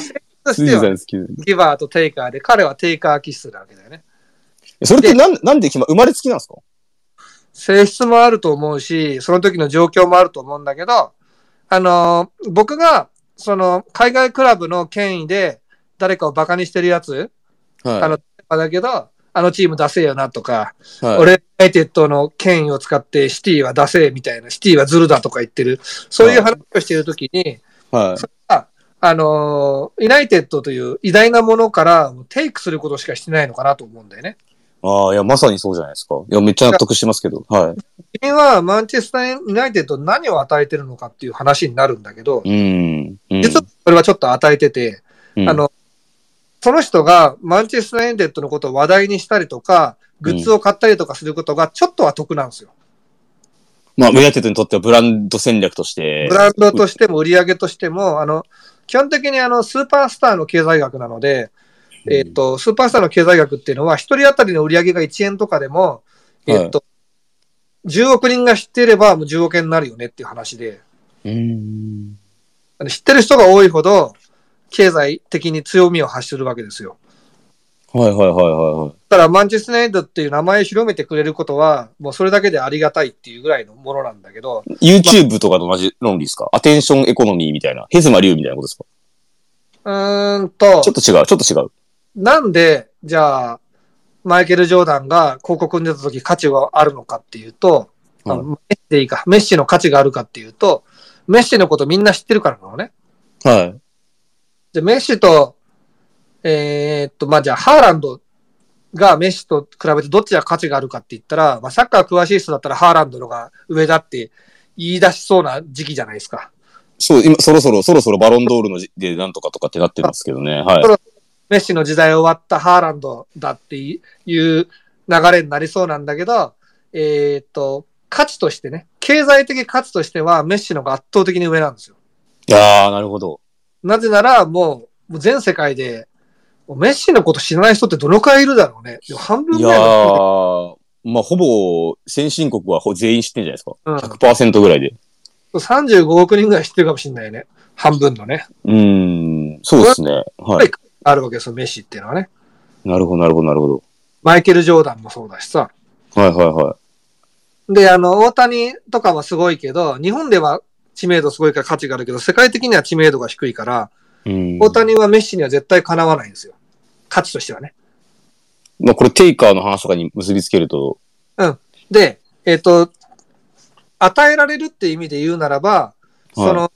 としては、ギバーとテイカーで、彼はテイカー気質なわけだよね。 それってなん、なんで決ま、生まれつきなんですか？ 性質もあると思うし、その時の状況もあると思うんだけど、あのー、僕が、その、海外クラブの権威で誰かをバカにしてるやつ、はい、あの、だけど、あのチーム出せよなとか、はい、俺、ユナイテッドの権威を使ってシティは出せみたいな、シティはズルだとか言ってる、そういう話をしているときに、はい、それは、あのー、ユナイテッドという偉大なものからテイクすることしかしてないのかなと思うんだよね。 ああ、いや、まさにそうじゃないですか。いや、めっちゃ納得してますけど。はい。 君はマンチェスターユナイテッド何を与えてるのかっていう話になるんだけど、 うん。うん、 実はそれはちょっと与えてて、うん、あの、その人がマンチェスターユナイテッドのことを話題にしたりとか、グッズを買ったりとかすることがちょっとは得なんですよ。 うん、まあ、ユナイテッドにとってはブランド戦略として。 ブランドとしても売り上げとしても、あの、基本的にあの、スーパースターの経済学なので、えっと、スーパースターの経済学っていうのは、一人当たりの売り上げがいちえんとかでも、えっと、はい、じゅうおくにんが知っていればもうじゅうおくえんになるよねっていう話で、 うーん、 知ってる人が多いほど、経済的に強みを発するわけですよ。 はいはいはいはい。 だからマンチェスターユナイテッドっていう名前を広めてくれることは、もうそれだけでありがたいっていうぐらいのものなんだけど。 YouTube とかと同じ論理ですか？アテンションエコノミーみたいな。ヘズマリュウみたいなことですか？ うーんと。 ちょっと違う、ちょっと違う。 なんで、じゃあ、マイケル・ジョーダンが広告に出たとき価値があるのかっていうと、はい、メッシでいいか、メッシの価値があるかっていうと、メッシのことみんな知ってるからなのね。 はい。 で、メッシと、えー、っと、まあ、じゃあ、ハーランドがメッシと比べてどっちが価値があるかって言ったら、まあ、サッカー詳しい人だったらハーランドのが上だって言い出しそうな時期じゃないですか。 そう、今、そろそろ、そろそろバロンドールのでなんとかとかってなってるんですけどね。はい。 メッシの時代終わったハーランドだっていう流れになりそうなんだけど、えー、っと、価値としてね、経済的価値としてはメッシのが圧倒的に上なんですよ。 いやー、なるほど。 なぜならもう、もう全世界で、メッシのこと知らない人ってどのくらいいるだろうね。半分ぐらい。いやー、まあ、ほぼ先進国は全員知ってるんじゃないですか。うん、ひゃくパーセント ぐらいで。 さんじゅうごおくにんぐらい知ってるかもしれないね。半分のね。 うーん、そうですね。はい。 あるわけですよ、メッシっていうのはね。 なるほど、なるほど、なるほど。 マイケル・ジョーダンもそうだしさ。 はいはいはい。 で、あの、大谷とかはすごいけど、日本では知名度すごいから価値があるけど、世界的には知名度が低いから、大谷はメッシには絶対かなわないんですよ。価値としてはね。 まあこれテイカーの話とかに結びつけると。 うん。で、えっと、与えられるって意味で言うならば、その、はい、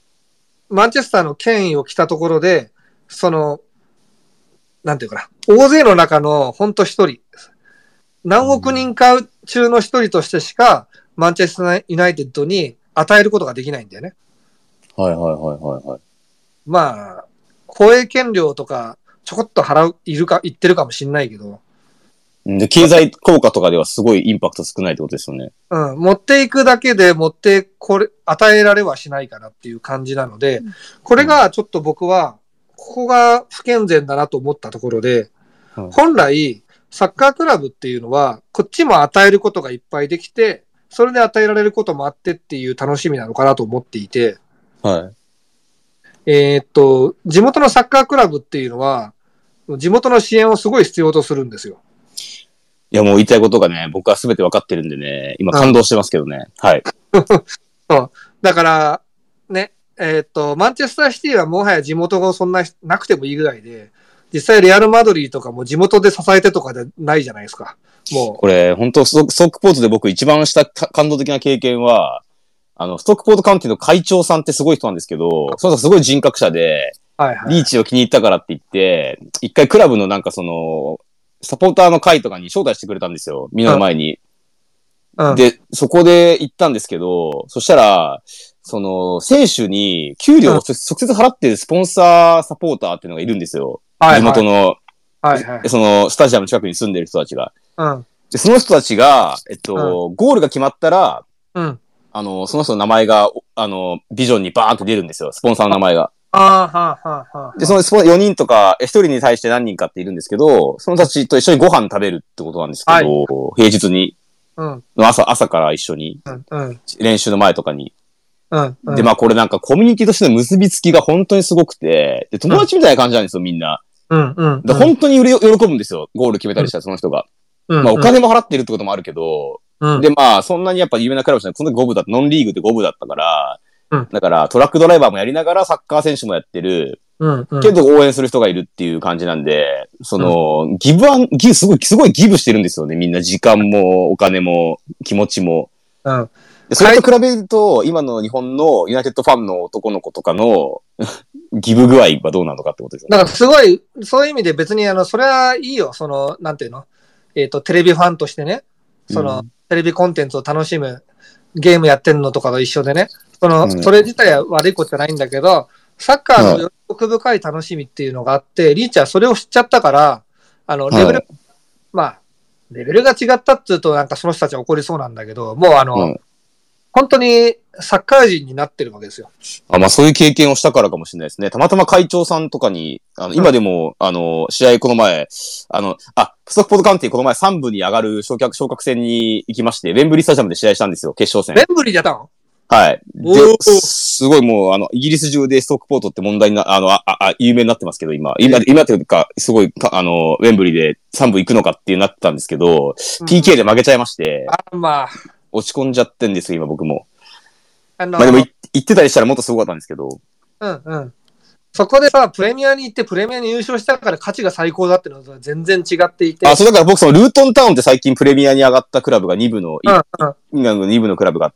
マンチェスターの権威を着たところで、その、なんていうかな、大勢の中のほんと一人、何億人か中の一人としてしか、マンチェスターユナイテッドに与えることができないんだよね。 はいはいはいはいはい。 まあ、放映権料とか、ちょこっと払う、いるか、言ってるかもしんないけど。 で、経済効果とかではすごいインパクト少ないってことですよね。 うん。持っていくだけで持って、これ、与えられはしないかなっていう感じなので、これがちょっと僕は、ここが不健全だなと思ったところで、うん、本来、サッカークラブっていうのは、こっちも与えることがいっぱいできて、それで与えられることもあってっていう楽しみなのかなと思っていて、 はい。 えー、っと、地元のサッカークラブっていうのは、地元の支援をすごい必要とするんですよ。 いや、もう言いたいことがね、僕は全て分かってるんでね、今感動してますけどね。うん、はい。 そう。だから、ね、えー、っと、マンチェスターシティはもはや地元がそんななくてもいいぐらいで、実際レアル・マドリーとかも地元で支えてとかじゃないじゃないですか。もう。 これ、本当ストックポートで僕一番した感動的な経験は、あの、ストックポートカウンティの会長さんってすごい人なんですけど、その人すごい人格者で、はいはい、リーチを気に入ったからって言って、一回クラブのなんかその、サポーターの会とかに招待してくれたんですよ。みんなの前に。うんうん、で、そこで行ったんですけど、そしたら、その、選手に給料を直接払ってるスポンサーサポーターっていうのがいるんですよ。はいはい、地元の、はいはい、その、スタジアム近くに住んでる人たちが。うん、でその人たちが、えっと、うん、ゴールが決まったら、うん、あの、その人の名前が、あの、ビジョンにバーンと出るんですよ。スポンサーの名前が。 ああ、はあ、はあ、はあ。 で、そのスポよにんとか、ひとりに対して何人かっているんですけど、その人たちと一緒にご飯食べるってことなんですけど、はい、平日に。うん。朝、朝から一緒に。うん。うん、練習の前とかに。 うんうん、 で、まあこれなんかコミュニティとしての結びつきが本当にすごくて、で、友達みたいな感じなんですよ、みんな。 うんうんうん、 で本当に喜ぶんですよ、ゴール決めたりしたら、その人が。うん、まあお金も払ってるってこともあるけど、うん、で、まあそんなにやっぱ有名なクラブじゃない、その時ご部だった、ノンリーグでご部だったから、うん、だからトラックドライバーもやりながらサッカー選手もやってる、うんうん、けど応援する人がいるっていう感じなんで、その、うん、ギブアン、ギブ、すごい、すごいギブしてるんですよね、みんな。時間も、お金も、気持ちも。うん。それと比べると、今の日本のユナイテッドファンの男の子とかのギブ具合はどうなのかってことですよね。 だからすごい、そういう意味で別に、あの、それはいいよ。その、なんていうのえっ、ー、と、テレビファンとしてね、その、うん、テレビコンテンツを楽しむゲームやってるのとかと一緒でね、その、うん、それ自体は悪いことじゃないんだけど、サッカーの奥深い楽しみっていうのがあって、はい、リーチはそれを知っちゃったから、あの、レベル、はい、まあ、レベルが違ったっていうと、なんかその人たちは怒りそうなんだけど、もうあの、はい、本当にサッカー人になってるわけですよ。 あ、まあそういう経験をしたからかもしれないですね。たまたま会長さんとかに、あの、今でも、うん、あの、試合この前、あの、あ、ストックポートカウンティこの前さん部に上がる昇格、昇格戦に行きまして、ウェンブリースタジアムで試合したんですよ、決勝戦。 ウェンブリーでやったの？ はい。で、すごいもう、あの、イギリス中でストックポートって問題にな、あの、あ、あ、有名になってますけど、今。今、今というか、すごい、あの、ウェンブリーでさん部行くのかっていうなってたんですけど、うん、ピーケー で負けちゃいまして、 あ、まあ。 落ち込んじゃってんですよ、今僕も。あのー、まあでも、行ってたりしたらもっとすごかったんですけど。 うんうん。そこでさ、プレミアに行ってプレミアに優勝したから価値が最高だっていうのは全然違っていて。 あ、そうだから僕そのルートンタウンって最近プレミアに上がったクラブがに部の、うんうん、イングランドのに部のクラブがあって、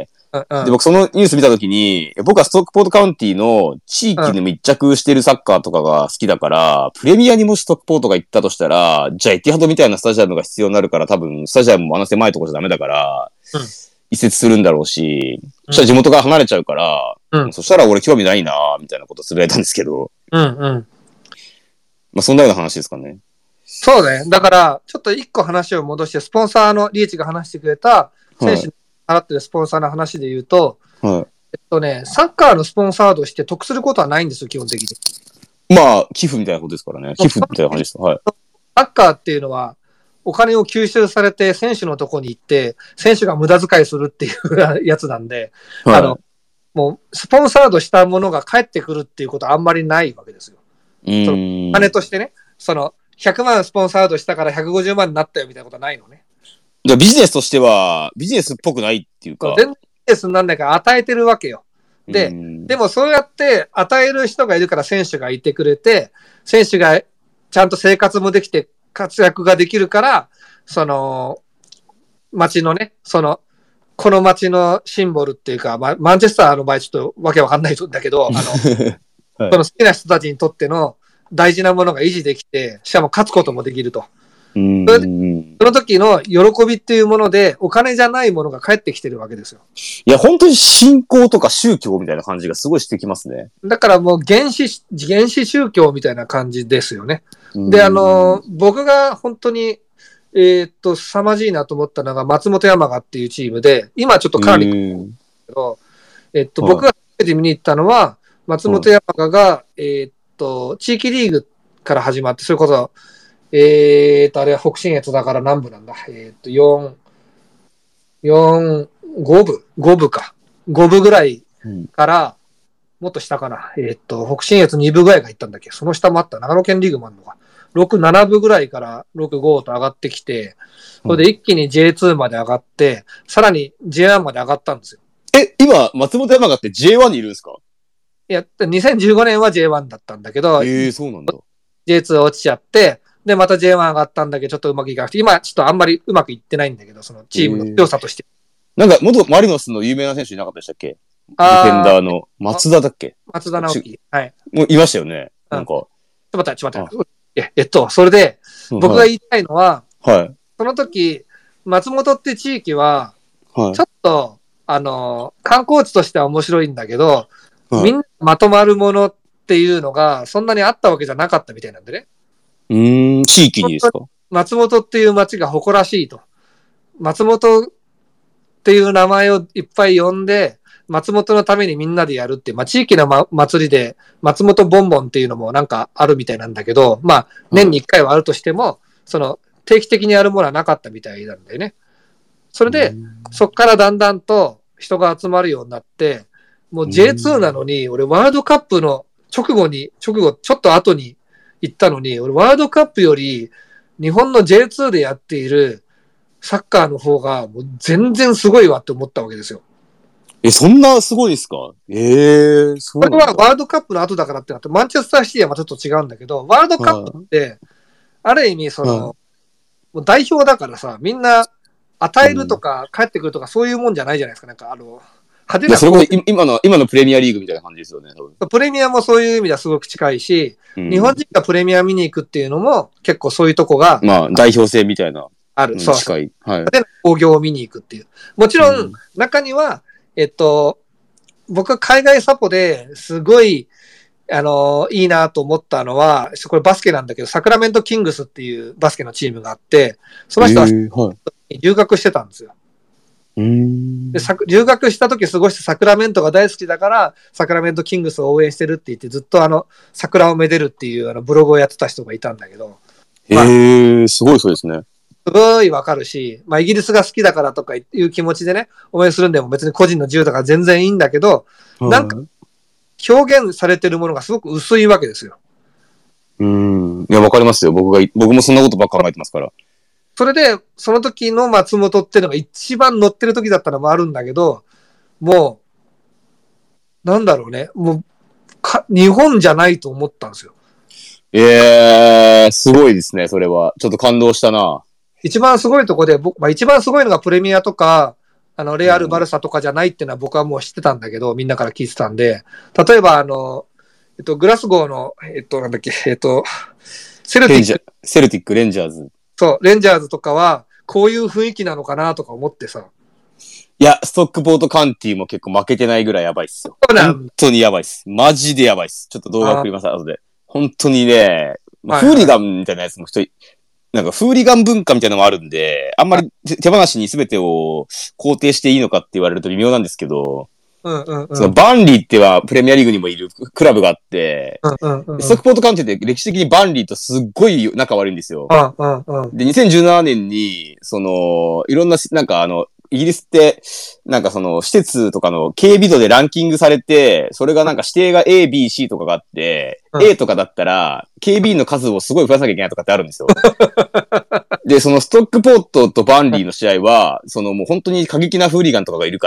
うんうん、で、僕そのニュース見たときに、僕はストックポートカウンティの地域の密着してるサッカーとかが好きだから、うん、プレミアにもしストックポートが行ったとしたら、じゃあエティハドみたいなスタジアムが必要になるから多分、スタジアムもあの狭いところじゃダメだから、うん、移設するんだろうし、そしたら地元から離れちゃうから、うん、そしたら俺興味ないなみたいなことつぶやいたんですけど。 うんうん。 まあそんなような話ですかね。 そうね。だから、ちょっと一個話を戻して、スポンサーのリーチが話してくれた、選手に払ってるスポンサーの話で言うと、はい、えっとね、サッカーのスポンサードして得することはないんですよ、基本的に。 まあ、寄付みたいなことですからね。寄付みたいな話です。はい。 サッカーっていうのは、お金を吸収されて選手のとこに行って、選手が無駄遣いするっていうやつなんで、はい、あの、もう、スポンサードしたものが返ってくるっていうことはあんまりないわけですよ。 うん。 その金としてね、その、ひゃくまんスポンサードしたからひゃくごじゅうまんになったよみたいなことはないのね。 じゃあビジネスとしては、ビジネスっぽくないっていうか。 全然ビジネスになんないから与えてるわけよ。で、でもそうやって与える人がいるから選手がいてくれて、選手がちゃんと生活もできて活躍ができるから、その、街のね、その、この街のシンボルっていうか、ま、マンチェスターの場合ちょっとわけわかんないんだけど、あの、はい、その好きな人たちにとっての大事なものが維持できて、しかも勝つこともできると。 うんそれでその時の喜びっていうもので、お金じゃないものが返ってきてるわけですよ。 いや、本当に信仰とか宗教みたいな感じがすごいしてきますね。 だからもう原始、原始宗教みたいな感じですよね。で、あの、僕が本当に、えー、っと、凄まじいなと思ったのが松本山雅っていうチームで、今ちょっとかなり、けど、えっと、僕が初めて見に行ったのは、松本山雅が、えー、っと、地域リーグから始まって、それこそ、えーと、あれは北信越だから何部なんだ。えーと、よん、よん、ご部 ?ご 部か。ご部ぐらいから、もっと下かな。えーと、北信越に部ぐらいが行ったんだっけ。その下もあった。長野県リーグもあるのか。ろく、なな部ぐらいからろく、ごと上がってきて、それで一気に ジェイツー まで上がって、さらに ジェイワン まで上がったんですよ。 え、今、松本山雅って ジェイワン にいるんですか？ いや、にせんじゅうごねんは ジェイワン だったんだけど、 えー、そうなんだ。 ジェイツー 落ちちゃって、で、また ジェイワン 上がったんだけど、ちょっとうまくいかなくて、今、ちょっとあんまりうまくいってないんだけど、そのチームの強さとして。 なんか、元マリノスの有名な選手いなかったでしたっけ？ディフェンダーの松田だっけ？ 松田直樹。はい。 もういましたよね。なんか。ちょっと待って、ちょっと待って。え、えっと、それで、僕が言いたいのは、 はい。 その時、松本って地域は、はい、ちょっと、あの、観光地としては面白いんだけど、はい、みんなまとまるものっていうのが、そんなにあったわけじゃなかったみたいなんでね。 うーん、地域にですか？ 松本っていう町が誇らしいと。松本っていう名前をいっぱい呼んで、松本のためにみんなでやるって、まあ、地域の、ま、祭りで、松本ボンボンっていうのもなんかあるみたいなんだけど、まあ、年にいっかいはあるとしても、うん、その、定期的にやるものはなかったみたいなんだよね。それで、そっからだんだんと人が集まるようになって、 もう ジェイツー なのに、俺ワールドカップの直後に、直後、ちょっと後に行ったのに、俺ワールドカップより日本の ジェイツー でやっているサッカーの方がもう全然すごいわって思ったわけですよ。 え、そんなすごいですか？ええー、そうなんだ。 これはワールドカップの後だからってなって、マンチェスターシティはまたちょっと違うんだけど、ワールドカップって、ある意味その、もう代表だからさ、みんな与えるとか帰ってくるとかそういうもんじゃないじゃないですか。なんかあの、派手な。 それこそ今の、今のプレミアリーグみたいな感じですよね、多分。 プレミアもそういう意味ではすごく近いし、うん、日本人がプレミア見に行くっていうのも結構そういうとこが。 まあ、代表制みたいな。 ある。そう。 近い。はい。 で、興行を見に行くっていう。もちろん、中には、えっと、僕海外サポですごい、あの、いいなと思ったのは、これバスケなんだけど、サクラメントキングスっていうバスケのチームがあって、その人は留学してたんですよ。 うんで留学した時過ごしてサクラメントが大好きだからサクラメントキングスを応援してるって言ってずっとあの桜をめでるっていうあのブログをやってた人がいたんだけど、 へえ、まあ、すごいそうですね。 すごいわかるし、まあイギリスが好きだからとかいう気持ちでね応援するんでも別に個人の自由とか全然いいんだけど、うん、なんか表現されてるものがすごく薄いわけですよ。 うん、いやわかりますよ。僕が僕もそんなことばっか考えてますから。 それで、その時の松本っていうのが一番乗ってる時だったのもあるんだけど、もう、なんだろうね、もうか、日本じゃないと思ったんですよ。 えー、すごいですね、それは。ちょっと感動したな。 一番すごいとこで、僕、まあ一番すごいのがプレミアとか、あの、レアル・バルサとかじゃないっていうのは僕はもう知ってたんだけど、みんなから聞いてたんで、例えばあの、えっと、グラスゴーの、えっと、なんだっけ、えっと、セルティック。 セルティック、レンジャーズ。 そう、レンジャーズとかは、こういう雰囲気なのかなとか思ってさ。 いや、ストックポートカンティも結構負けてないぐらいやばいっすよ。 そうなん本当にやばいっす。マジでやばいっす。ちょっと動画送ります、後で。本当にね、まあ、フーリガンみたいなやつも一人、なんかフーリガン文化みたいなのもあるんで、あんまり手放しに全てを肯定していいのかって言われると微妙なんですけど、 うんうんうん、 そのバンリーってはプレミアリーグにもいるクラブがあって、 うんうんうん、 ストックポートカウンティって歴史的にバンリーとすっごい仲悪いんですよ。 うんうんうん、 で、にせんじゅうななねんに、その、いろんな、なんかあの、イギリスって、なんかその、施設とかの警備度でランキングされて、それがなんか指定が A、B、C とかがあって、うん、A とかだったら、警備員の数をすごい増やさなきゃいけないとかってあるんですよ。で、そのストックポートとバンリーの試合は、そのもう本当に過激なフーリガンとかがいるから、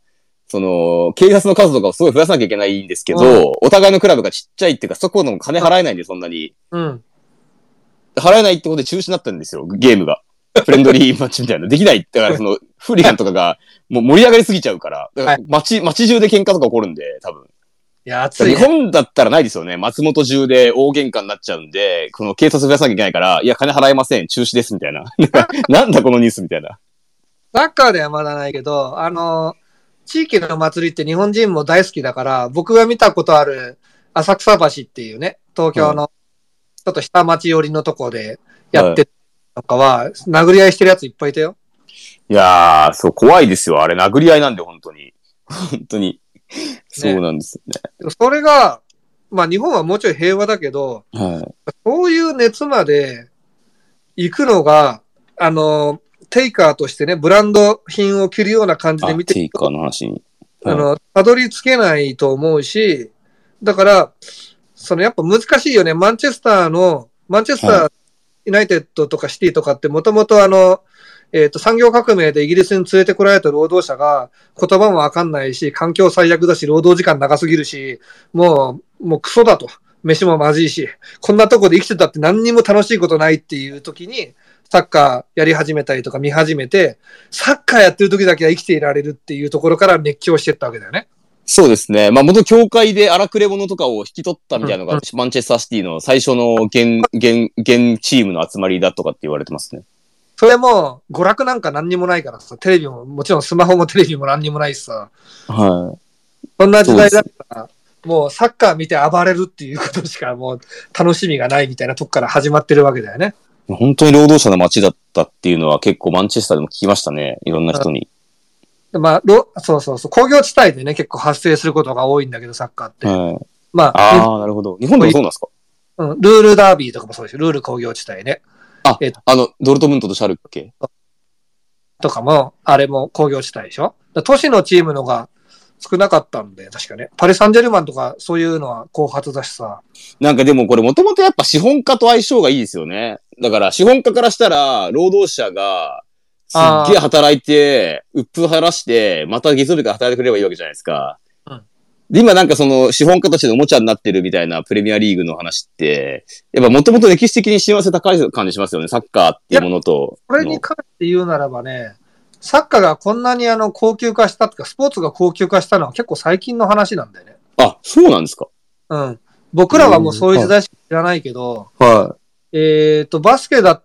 その、警察の数とかをすごい増やさなきゃいけないんですけど、うん、お互いのクラブがちっちゃいっていうか、そこの金払えないんで、そんなに。 うん。 払えないってことで中止になったんですよ、ゲームが。フレンドリーマッチみたいな。できない。だからその、フーリガンとかが、もう盛り上がりすぎちゃうから。だから街、街中で喧嘩とか起こるんで、多分。 いや、熱い、ね。 日本だったらないですよね。松本中で大喧嘩になっちゃうんで、この警察増やさなきゃいけないから、いや、金払えません。中止です、みたいな。なんだこのニュースみたいな。 サッカーではまだないけど、あの、地域の祭りって日本人も大好きだから、僕が見たことある浅草橋っていうね、東京のちょっと下町寄りのとこでやってとかは、はい、殴り合いしてるやついっぱいいたよ。 いやー、そう、怖いですよ。あれ、殴り合いなんで、本当に。本当に。そうなんですよね。 ね、それが、まあ日本はもうちょい平和だけど、 はい、 そういう熱まで行くのが、あの、テイカーとしてね、ブランド品を着るような感じで見てると、テイカーの話に。 はい、あの、たどり着けないと思うし、だから、そのやっぱ難しいよね。マンチェスターの、マンチェスター、ユナイテッドとかシティとかってもともとあの、えっと、産業革命でイギリスに連れてこられた労働者が言葉もわかんないし、環境最悪だし、労働時間長すぎるし、もう、もうクソだと。飯もまずいし、こんなとこで生きてたって何にも楽しいことないっていう時に、サッカーやり始めたりとか見始めて、サッカーやってる時だけは生きていられるっていうところから熱狂していったわけだよね。 そうですね。まあ、元協会で荒くれ者とかを引き取ったみたいなのが、うんうん、マンチェスターシティの最初の現、現、現チームの集まりだとかって言われてますね。 それも、娯楽なんか何にもないからさ、テレビも、もちろんスマホもテレビも何にもないしさ。 はい。 そんな時代だったら、もうサッカー見て暴れるっていうことしかもう楽しみがないみたいなとこから始まってるわけだよね。 本当に労働者の街だったっていうのは結構マンチェスターでも聞きましたね。いろんな人に。 まあ、ろそうそうそう、工業地帯でね、結構発生することが多いんだけど、サッカーって。 はい。 まあ、 ああ、なるほど。日本でもそうなんですか？ うん、ルールダービーとかもそうですよ。ルール工業地帯ね。 あ、えあの、ドルトムントとシャルッケとかも、あれも工業地帯でしょ？都市のチームのが、 少なかったんで、確かね。パリ・サンジェルマンとかそういうのは後発だしさ。 なんかでもこれもともとやっぱ資本家と相性がいいですよね。だから資本家からしたら、労働者がすっげえ働いて、鬱風晴らして、また月曜日から働いてくれればいいわけじゃないですか。うん、で、今なんかその資本家としてのおもちゃになってるみたいなプレミアリーグの話って、やっぱもともと歴史的に幸せ高い感じしますよね。サッカーっていうものと。 これに関して言うならばね、サッカーがこんなにあの高級化したっていうか、スポーツが高級化したのは結構最近の話なんだよね。 あ、そうなんですか。 うん。僕らはもうそういう時代しか知らないけど、 はい。 えっと、バスケだって、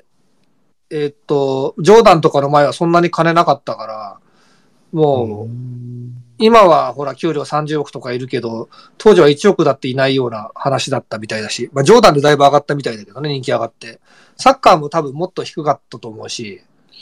えっと、ジョーダンとかの前はそんなに金なかったから、もう、今はほら給料さんじゅうおくとかいるけど、当時はいちおくだっていないような話だったみたいだし、まあジョーダンでだいぶ上がったみたいだけどね、人気上がって。サッカーも多分もっと低かったと思うし。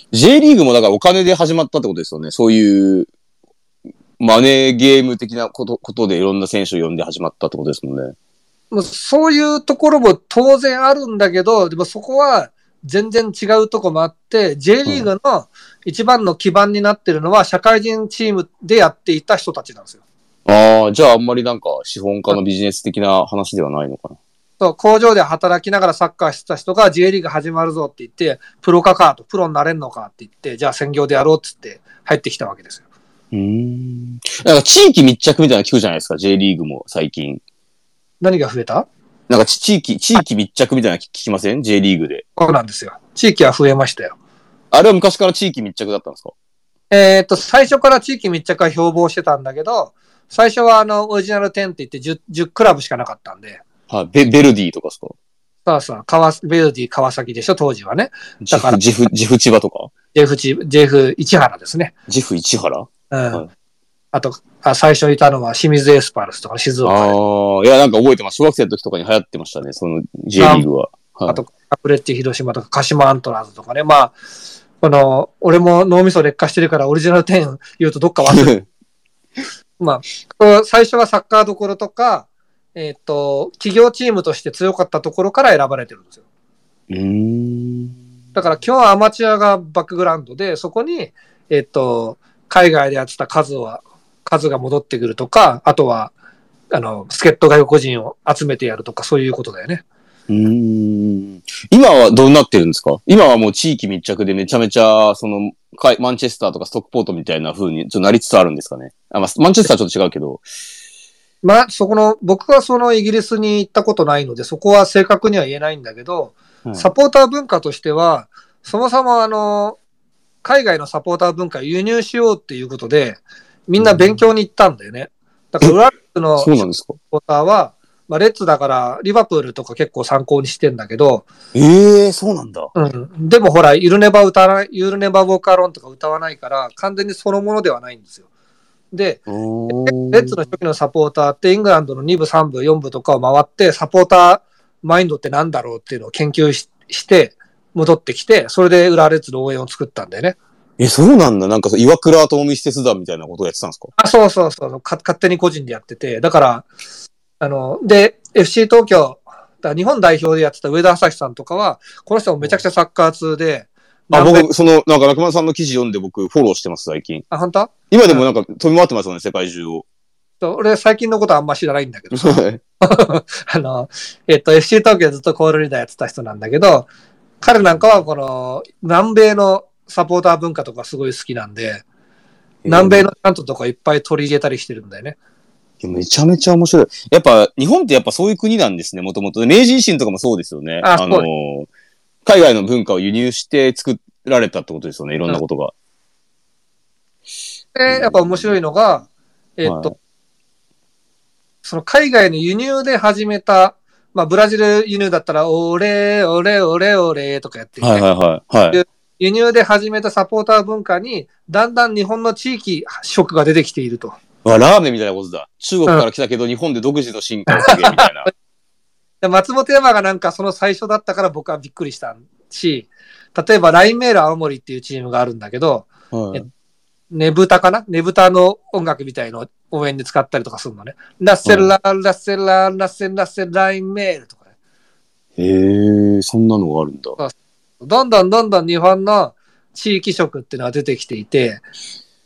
J リーグもだからお金で始まったってことですよね。そういう、マネーゲーム的なこと、ことでいろんな選手を呼んで始まったってことですもんね。 もうそういうところも当然あるんだけど、でもそこは全然違うとこもあって、J リーグの一番の基盤になってるのは社会人チームでやっていた人たちなんですよ。 ああ、じゃああんまりなんか資本家のビジネス的な話ではないのかな。 そう、工場で働きながらサッカーしてた人が J リーグ始まるぞって言って、プロ化かと、プロになれんのかって言って、じゃあ専業でやろうって言って入ってきたわけですよ。 うーん。なんか地域密着みたいなの聞くじゃないですか、J リーグも最近。 何が増えた？ なんか地域、地域密着みたいなの聞きません？ J リーグで。 そうなんですよ。地域は増えましたよ。 あれは昔から地域密着だったんですか？ えっと、最初から地域密着は標榜してたんだけど、最初はあの、オリジナルじゅうって言って 10, じゅうクラブしかなかったんで。 はい、ベ、ベルディとかですか？ そうそう、川、ベルディ川崎でしょ、当時はね。 だから。ジフ、ジフ千葉とか？ ジェフチ、ジェフ市原ですね。 ジフ市原？ うん。はい、あとあ、最初いたのは清水エスパルスとか静岡で。 ああ、いや、なんか覚えてます。小学生の時とかに流行ってましたね、その J リーグは。 はい、あと、カプレッチ広島とか、鹿島アントラーズとかね。まあ、この、俺も脳みそ劣化してるから、オリジナルじゅう言うとどっか忘れる。まあ、最初はサッカーどころとか、えっと、企業チームとして強かったところから選ばれてるんですよ。 うーん。 だから今日はアマチュアがバックグラウンドで、そこに、えっと、海外でやってた数は、数が戻ってくるとか、あとは、あの、助っ人外国人を集めてやるとか、そういうことだよね。 うーん。今はどうなってるんですか？今はもう地域密着でめちゃめちゃ、その、マンチェスターとかストックポートみたいな風にちょっとなりつつあるんですかね。あ、まあ、マンチェスターはちょっと違うけど。 まあ、そこの、僕はそのイギリスに行ったことないので、そこは正確には言えないんだけど、うん、サポーター文化としては、そもそもあの、海外のサポーター文化を輸入しようっていうことで、みんな勉強に行ったんだよね。だから、ウラッツのサポーターは、まあ、レッツだから、リバプールとか結構参考にしてんだけど。 ええー、そうなんだ。 うん。でもほら、ユルネバ歌わない、ユルネバウォーカーロンとか歌わないから、完全にそのものではないんですよ。で、レッツの初期のサポーターってイングランドのに部、さん部、よん部とかを回って、サポーターマインドってなんだろうっていうのを研究 し, して、戻ってきて、それで浦和レッズの応援を作ったんだよね。 え、そうなんだ。なんか岩倉と海施設団みたいなことをやってたんですか？ あ、そうそうそうか。勝手に個人でやってて。だから、あの、で、エフシー 東京、だ日本代表でやってた上田朝日さんとかは、この人もめちゃくちゃサッカー通で、 あ、僕、その、なんか中村さんの記事読んで僕、フォローしてます、最近。 あ、本当？ 今でもなんか飛び回ってますよね、世界中を。 俺、最近のことはあんま知らないんだけどさ。あの、えっと、エフシー 東京ずっとコールリーダーやってた人なんだけど、彼なんかはこの、南米のサポーター文化とかすごい好きなんで、南米のチャントとかいっぱい取り入れたりしてるんだよね。 いやめちゃめちゃ面白い。やっぱ、日本ってやっぱそういう国なんですね、もともと。明治維新とかもそうですよね。あ, あの、海外の文化を輸入して作られたってことですよね、いろんなことが。 で、やっぱ面白いのが、えっと、はい、その海外の輸入で始めた、まあ、ブラジル輸入だったら、オレオレオレオレとかやってる、ね。 はいはいはい。はい、 輸入で始めたサポーター文化に、だんだん日本の地域色が出てきていると。 あ、ラーメンみたいなことだ。中国から来たけど、うん、日本で独自の進化を遂げみたいな。 松本山がなんかその最初だったから僕はびっくりしたし、例えばラインメール青森っていうチームがあるんだけど、はい、ねぶたかなねぶたの音楽みたいのを応援で使ったりとかするのね。ラッセラー、ラッセラー、ラッセラッセラインメールとかね。 へー、そんなのがあるんだ。 どんどんどんどん日本の地域色っていうのが出てきていて、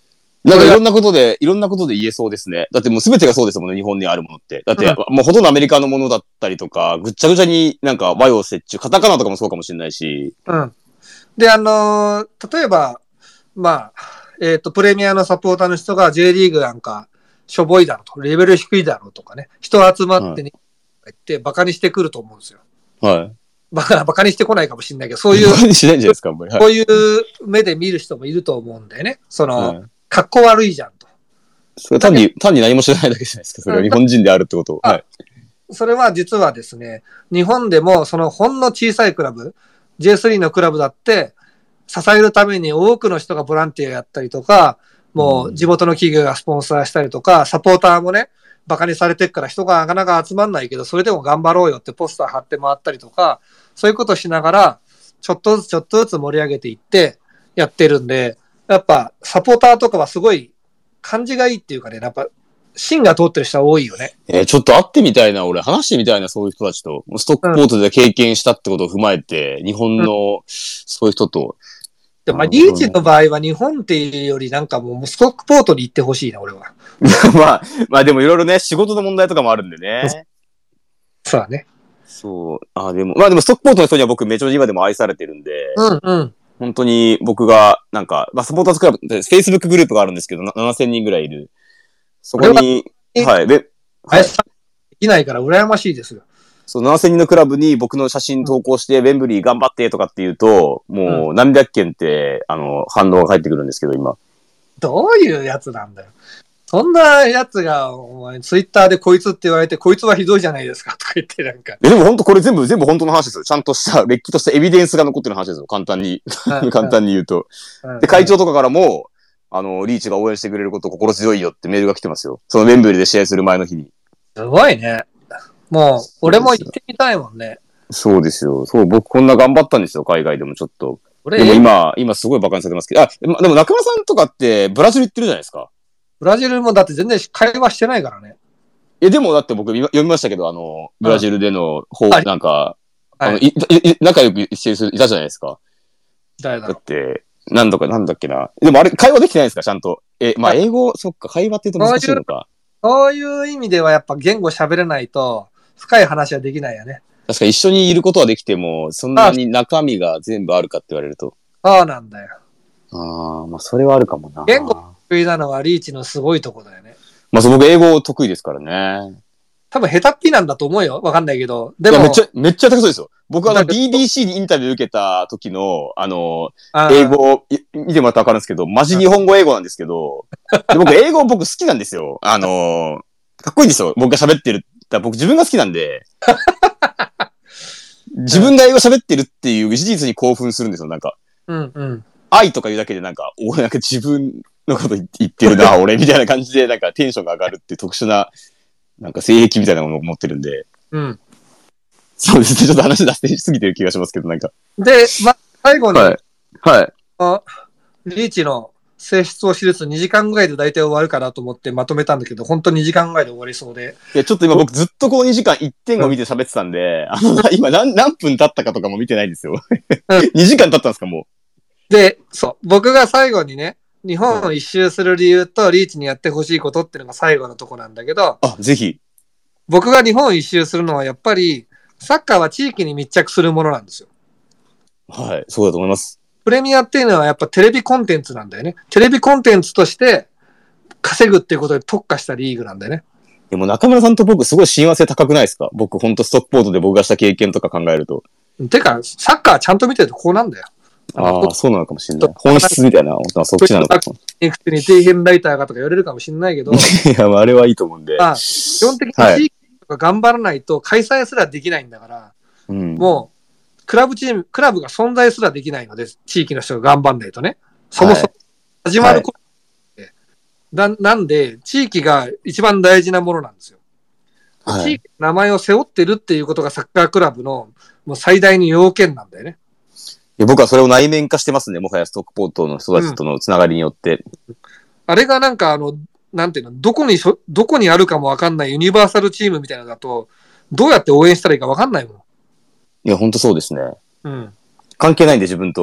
なんかいろんなことで、いろんなことで言えそうですね。だってもう全てがそうですもんね、日本にあるものって。だって、うん、もうほとんどアメリカのものだったりとか、ぐっちゃぐちゃになんか和洋折衷、カタカナとかもそうかもしれないし。 うん。で、あのー、例えば、まあ、えっ、ー、と、プレミアのサポーターの人が J リーグなんか、しょぼいだろうと、レベル低いだろうとかね、人集まってね、はい、ってバカにしてくると思うんですよ。 はい。 バカ、バカにしてこないかもしれないけど、そういう、 バカにしないんじゃないですか、あんまり。 はい、こういう目で見る人もいると思うんだよね。その、はい、かっこ悪いじゃんと。 それは単に、単に何も知らないだけじゃないですか。それは日本人であるってことを。はい。 それは実はですね、日本でもそのほんの小さいクラブ、ジェイスリー のクラブだって、支えるために多くの人がボランティアやったりとか、もう地元の企業がスポンサーしたりとか、サポーターもね、バカにされてるから人がなかなか集まんないけど、それでも頑張ろうよってポスター貼って回ったりとか、そういうことをしながら、ちょっとずつちょっとずつ盛り上げていってやってるんで、やっぱサポーターとかはすごい感じがいいっていうかね、やっぱ芯が通ってる人は多いよね。 えー、ちょっと会ってみたいな、俺話してみたいな、そういう人たちと。ストックポートで経験したってことを踏まえて、うん、日本のそういう人と。 でまあ、リーチの場合は日本っていうよりなんかもうストックポートに行ってほしいな、俺は。 まあ、まあでもいろいろね、仕事の問題とかもあるんでね。 そうだね。 そう。あ、でも、まあでもストックポートの人には僕めちゃめちゃ今でも愛されてるんで。 うんうん。 本当に僕が、なんか、まあ、サポーターズクラブ、Facebook グループがあるんですけど、ななせんにんぐらいいる。そこに、はい、で、 はい。できないから羨ましいですよ。 そう、ななせんにんのクラブに僕の写真投稿して、うん、ウェンブリー頑張ってとかって言うと、もう何百件って、あの、反応が返ってくるんですけど、今。 どういうやつなんだよ。そんなやつが、お前、ツイッターでこいつって言われて、こいつはひどいじゃないですか、とか言ってなんか。 え、でも本当これ全部、全部本当の話ですよ。ちゃんとした、れっきとしたエビデンスが残ってる話ですよ。簡単に。簡単に言うと。で、会長とかからも、あの、リーチが応援してくれること心強いよってメールが来てますよ。そのウェンブリーで試合する前の日に。 すごいね。もう、俺も行ってみたいもんね。 そうですよ。そう、僕こんな頑張ったんですよ、海外でもちょっと。でも今、今すごい馬鹿にされてますけど、あ、でも中村さんとかってブラジル行ってるじゃないですか。 ブラジルもだって全然会話してないからね。 え、でもだって僕読みましたけど、あの、ブラジルでの方、うん、なんか、あの、はい、い、い、仲良くしてる人いたじゃないですか。 誰だろう。 だって、なんとか、なんだっけな。でもあれ、会話できてないんですか、ちゃんと。え、まあ、英語、そっか、会話って言うと難しいのか。 そういう意味ではやっぱ言語喋れないと、深い話はできないよね。 確か一緒にいることはできても、そんなに中身が全部あるかって言われると。 そうなんだよ。 ああ、まあそれはあるかもな。 言語得意なのはリーチのすごいとこだよね。 まあそう、僕英語得意ですからね。 多分下手っぴなんだと思うよ。わかんないけど。でも。 めっちゃ、めっちゃ高そうですよ。僕あの ビービーシー にインタビュー受けた時の、あの、英語を見てもらったらわかるんですけど、マジ日本語英語なんですけど、で僕英語僕好きなんですよ。あの、かっこいいんですよ。僕が喋ってる。僕自分が好きなんで。自分が英語喋ってるっていう事実に興奮するんですよ、なんか。 うんうん。 愛とか言うだけでなんか、おなんか自分のこと言ってるな、俺、みたいな感じで、なんかテンションが上がるっていう特殊な、なんか性癖みたいなものを持ってるんで。 うん。 そうですね、ちょっと話脱線しすぎてる気がしますけど、なんか。 で、ま、最後に、 はい。はい。 あリーチの性質を知るとにじかんぐらいで大体終わるかなと思ってまとめたんだけど、本当ににじかんぐらいで終わりそうで。 いや、ちょっと今僕ずっとこのにじかん一点を見て喋ってたんで、うん、あの、今何、何分経ったかとかも見てないんですよ。うん、にじかん経ったんですか、もう。で、そう。僕が最後にね、日本を一周する理由とリーチにやってほしいことっていうのが最後のとこなんだけど。 あ、ぜひ。 僕が日本一周するのはやっぱり、サッカーは地域に密着するものなんですよ。 はい、そうだと思います。 プレミアっていうのはやっぱテレビコンテンツなんだよね。テレビコンテンツとして稼ぐっていうことで特化したリーグなんだよね。 でも中村さんと僕すごい親和性高くないですか？僕ほんとストックポートで僕がした経験とか考えると。 てか、サッカーちゃんと見てるとこうなんだよ。 ああ、そうなのかもしれない。本質みたいな、そっちなのかも。 いくつに底辺ライターがとか言われるかもしれないけど。いや、あれはいいと思うんで。 まあ、基本的に地域とか頑張らないと開催すらできないんだから、 うん、 もう、クラブチーム、クラブが存在すらできないので、地域の人が頑張んないとね。そもそも始まること、はい、な, なんで、地域が一番大事なものなんですよ。はい、地域の名前を背負ってるっていうことがサッカークラブのもう最大の要件なんだよね。 いや僕はそれを内面化してますね。もはやストックポートの人たちとのつながりによって。 うん、あれがなんかあの、なんていうの、どこに、どこにあるかもわかんないユニバーサルチームみたいなのだと、どうやって応援したらいいかわかんないもん。 いや、ほんとそうですね。 うん。 関係ないんで、自分と。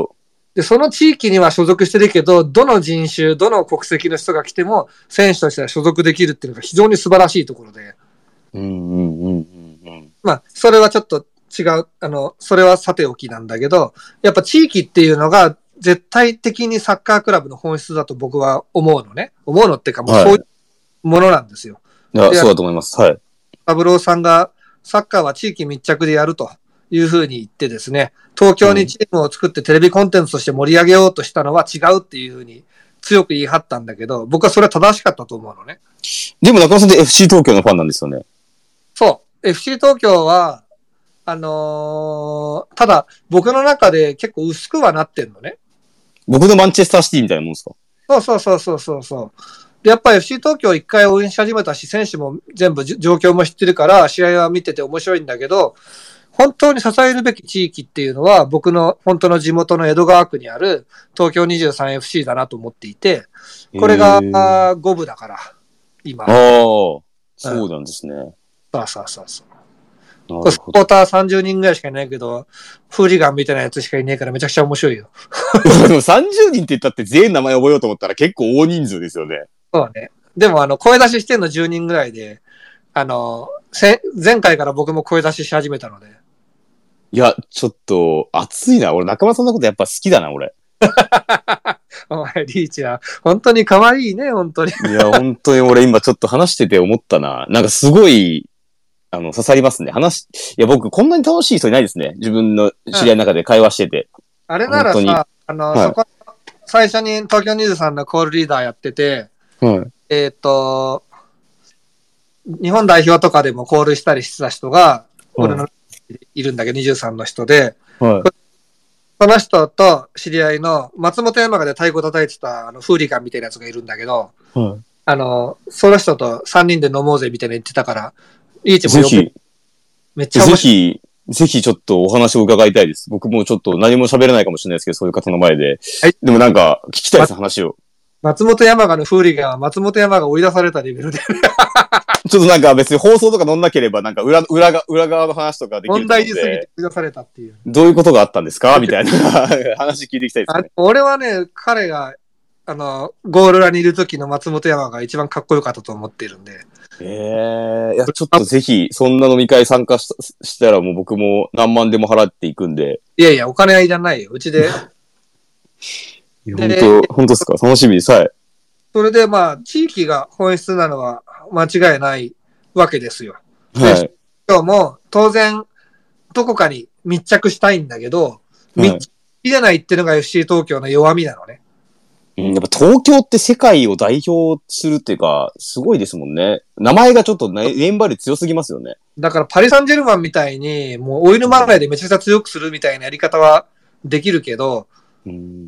で、その地域には所属してるけど、どの人種、どの国籍の人が来ても、選手としては所属できるっていうのが非常に素晴らしいところで。 うんうんうんうんうん。 まあ、それはちょっと違う、あの、それはさておきなんだけど、やっぱ地域っていうのが絶対的にサッカークラブの本質だと僕は思うのね。思うのっていうか、もうそういうものなんですよ。 はい、いや、そうだと思います。はい。 サブローさんがサッカーは地域密着でやるというふうに言ってですね、東京にチームを作ってテレビコンテンツとして盛り上げようとしたのは違うっていうふうに強く言い張ったんだけど、僕はそれは正しかったと思うのね。 でも中野さんって エフシー 東京のファンなんですよね。 そう。エフシー 東京は、あのー、ただ僕の中で結構薄くはなってんのね。 僕のマンチェスターシティみたいなもんですか？ そうそうそうそうそうそう。で、やっぱり エフシー 東京一回応援し始めたし、選手も全部状況も知ってるから、試合は見てて面白いんだけど、本当に支えるべき地域っていうのは、僕の本当の地元の江戸川区にある東京 にじゅうさんエフシー だなと思っていて、これがご部だから、今。 ああ、そうなんですね。 そうそうそうそう。サポーターさんじゅうにんぐらいしかいないけど、フーリガンみたいなやつしかいないからめちゃくちゃ面白いよ。 でもさんじゅうにんって言ったって全員名前覚えようと思ったら結構大人数ですよね。 そうね。でもあの、声出ししてんのじゅうにんぐらいで、あの、前回から僕も声出しし始めたので。 いや、ちょっと、熱いな。俺、中村さんのことやっぱ好きだな、俺。 お前、リーチは、本当に可愛いね、本当に。 いや、本当に俺今ちょっと話してて思ったな。なんかすごい、あの、刺さりますね。話、いや、僕こんなに楽しい人いないですね。自分の知り合いの中で会話してて。 あれならさ、あの、はい、そこ、最初に東京にじゅうさんのコールリーダーやってて、はい、えっと、日本代表とかでもコールしたりしてた人が、俺のいるんだけど、にじゅうさんの人で、はい、その人と知り合いの松本山雅で太鼓叩いてたあのフーリガンみたいなやつがいるんだけど、はい、あの、その人とさんにんで飲もうぜみたいな言ってたから、リーチもよく、めっちゃ面白い。 ぜひ、ぜひちょっとお話を伺いたいです。僕もちょっと何も喋れないかもしれないですけど、そういう方の前で。はい、でもなんか聞きたいです、話を。 松本山雅のフーリガンは松本山雅が追い出されたレベルで。 ちょっとなんか別に放送とか乗んなければ、なんか裏、裏が、裏側の話とかできるので。 問題児すぎて追い出されたっていう。 どういうことがあったんですかみたいな話聞いていきたいですね。 俺はね、彼が、あの、ゴール裏にいる時の松本山が一番かっこよかったと思っているんで。 ええー、いや、ちょっとぜひ、そんな飲み会参加 し, したらもう僕も何万でも払っていくんで。 いやいや、お金はいらないよ。うちで。 本当、本当ですか？楽しみです。はい。 それでまあ、地域が本質なのは間違いないわけですよ。 はい。 今日も当然、どこかに密着したいんだけど、はい、密着でないっていうのが エフシー 東京の弱みなのね。 うん、やっぱ東京って世界を代表するっていうか、すごいですもんね。名前がちょっとネームバリュー強すぎますよね。 だからパリ・サンジェルマンみたいに、もうオイルマネーでめちゃくちゃ強くするみたいなやり方はできるけど、うん、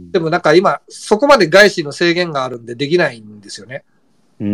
でもなんか今、そこまで外資の制限があるんでできないんですよね。 うん、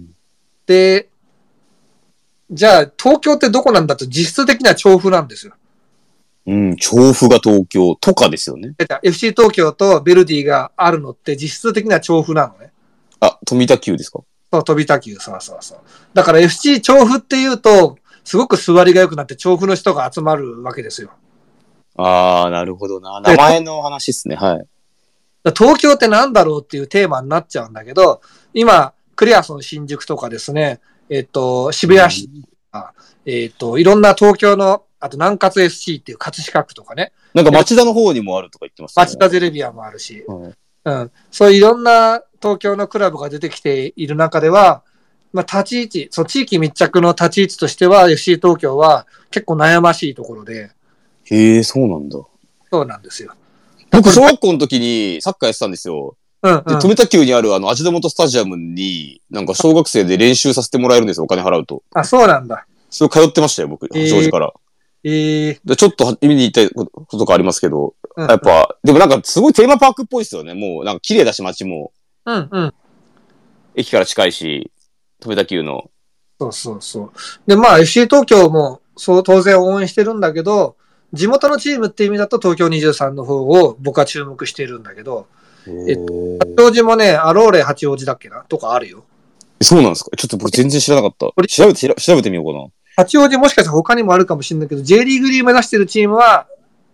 で、じゃあ東京ってどこなんだと実質的には調布なんですよ。 うん、調布が東京とかですよね。 エフシー 東京とベルディがあるのって実質的には調布なのね。 あ、富田急ですか？ そう、富田急、そうそうそう。だから エフシー 調布っていうと、すごく座りが良くなって調布の人が集まるわけですよ。 ああ、なるほどな。名前の話ですね。はい。 東京ってなんだろうっていうテーマになっちゃうんだけど、今、クレアソン新宿とかですね、えっと、渋谷市とか、うん、えっと、いろんな東京の、あと南葛 エフシー っていう葛飾区とかね。 なんか町田の方にもあるとか言ってますね。町田ゼルビアもあるし、うん、うん。そういういろんな東京のクラブが出てきている中では、まあ、立ち位置、そう、地域密着の立ち位置としては、エフシー 東京は結構悩ましいところで。 へえ、そうなんだ。 そうなんですよ。 僕、小学校の時にサッカーやってたんですよ。 うんうん、 で、富田急にあるあの、味の素スタジアムに、なんか小学生で練習させてもらえるんですよ、お金払うと。 あ、そうなんだ。 それ通ってましたよ、僕、八王子から。 えー、 でちょっと見に行ったこととかありますけど、うんうん、やっぱ、でもなんかすごいテーマパークっぽいですよね。もうなんか綺麗だし街も。 うんうん。 駅から近いし、富田急の。 そうそうそう。で、まあ エフシー 東京もそう当然応援してるんだけど、地元のチームっていう意味だと東京にじゅうさんの方を僕は注目しているんだけど、えっと、八王子もね、アローレ八王子だっけなとかあるよ。 そうなんですか？ちょっと僕全然知らなかった。調べて、調べてみようかな。 八王子もしかしたら他にもあるかもしれないけど、J リーグリー目指してるチームは、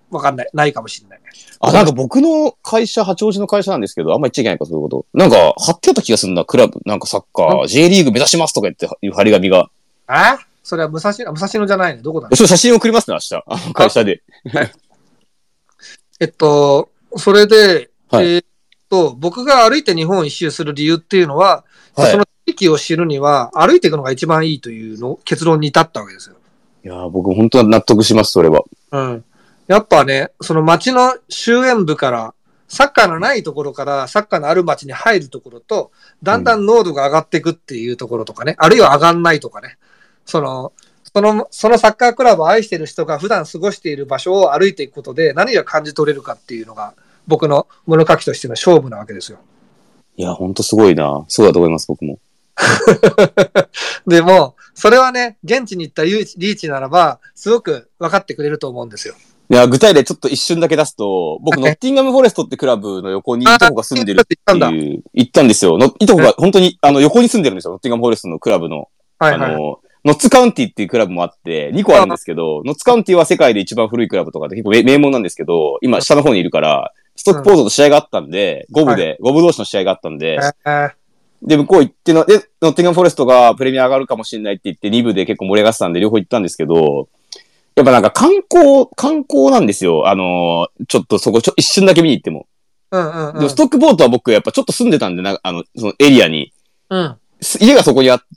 わかんない。ないかもしれない。 あ、なんか僕の会社、八王子の会社なんですけど、あんま言っちゃいけないか、そういうこと。なんか、貼ってあった気がするんだ、クラブ。なんかサッカー、J リーグ目指しますとか言っていう張り紙が。 あそれは武蔵野、武蔵野じゃないね。どこだ、ね、 ちょっと写真送りますね、明日。あの会社で。 えっと、それで、 はい、 えー、っと、僕が歩いて日本一周する理由っていうのは、はい、その地域を知るには、歩いていくのが一番いいというの結論に至ったわけですよ。 いやー、僕本当は納得します、それは。 うん。やっぱね、その街の周辺部から、サッカーのないところからサッカーのある街に入るところと、だんだん濃度が上がっていくっていうところとかね、うん、あるいは上がんないとかね、その、その、そのサッカークラブを愛している人が普段過ごしている場所を歩いていくことで何が感じ取れるかっていうのが僕の物書きとしての勝負なわけですよ。 いや、ほんとすごいな。そうだと思います、僕も。 でも、それはね、現地に行ったリーチならば、すごく分かってくれると思うんですよ。 いや、具体例ちょっと一瞬だけ出すと、僕、ノッティンガム・フォレストってクラブの横にいとこが住んでるっていう、行ったんですよ。のいとこが本当に、あの、横に住んでるんですよ。ノッティンガム・フォレストのクラブの。はいはい、あの、ノッツカウンティっていうクラブもあって、にこあるんですけど、ノッツカウンティは世界で一番古いクラブとかで結構名門なんですけど、今下の方にいるから、ストックポートと試合があったんで、ご部で、ご部同士の試合があったんで、で、向こう行っての、で、ノッティンガム・フォレストがプレミア上がるかもしれないって言って、に部で結構盛り上がってたんで、両方行ったんですけど、やっぱなんか観光、観光なんですよ。あのー、ちょっとそこちょ、一瞬だけ見に行っても。 うんうんうん。 でもストックポートは僕やっぱちょっと住んでたんで、なあの、そのエリアに。 うん。 家がそこにあって、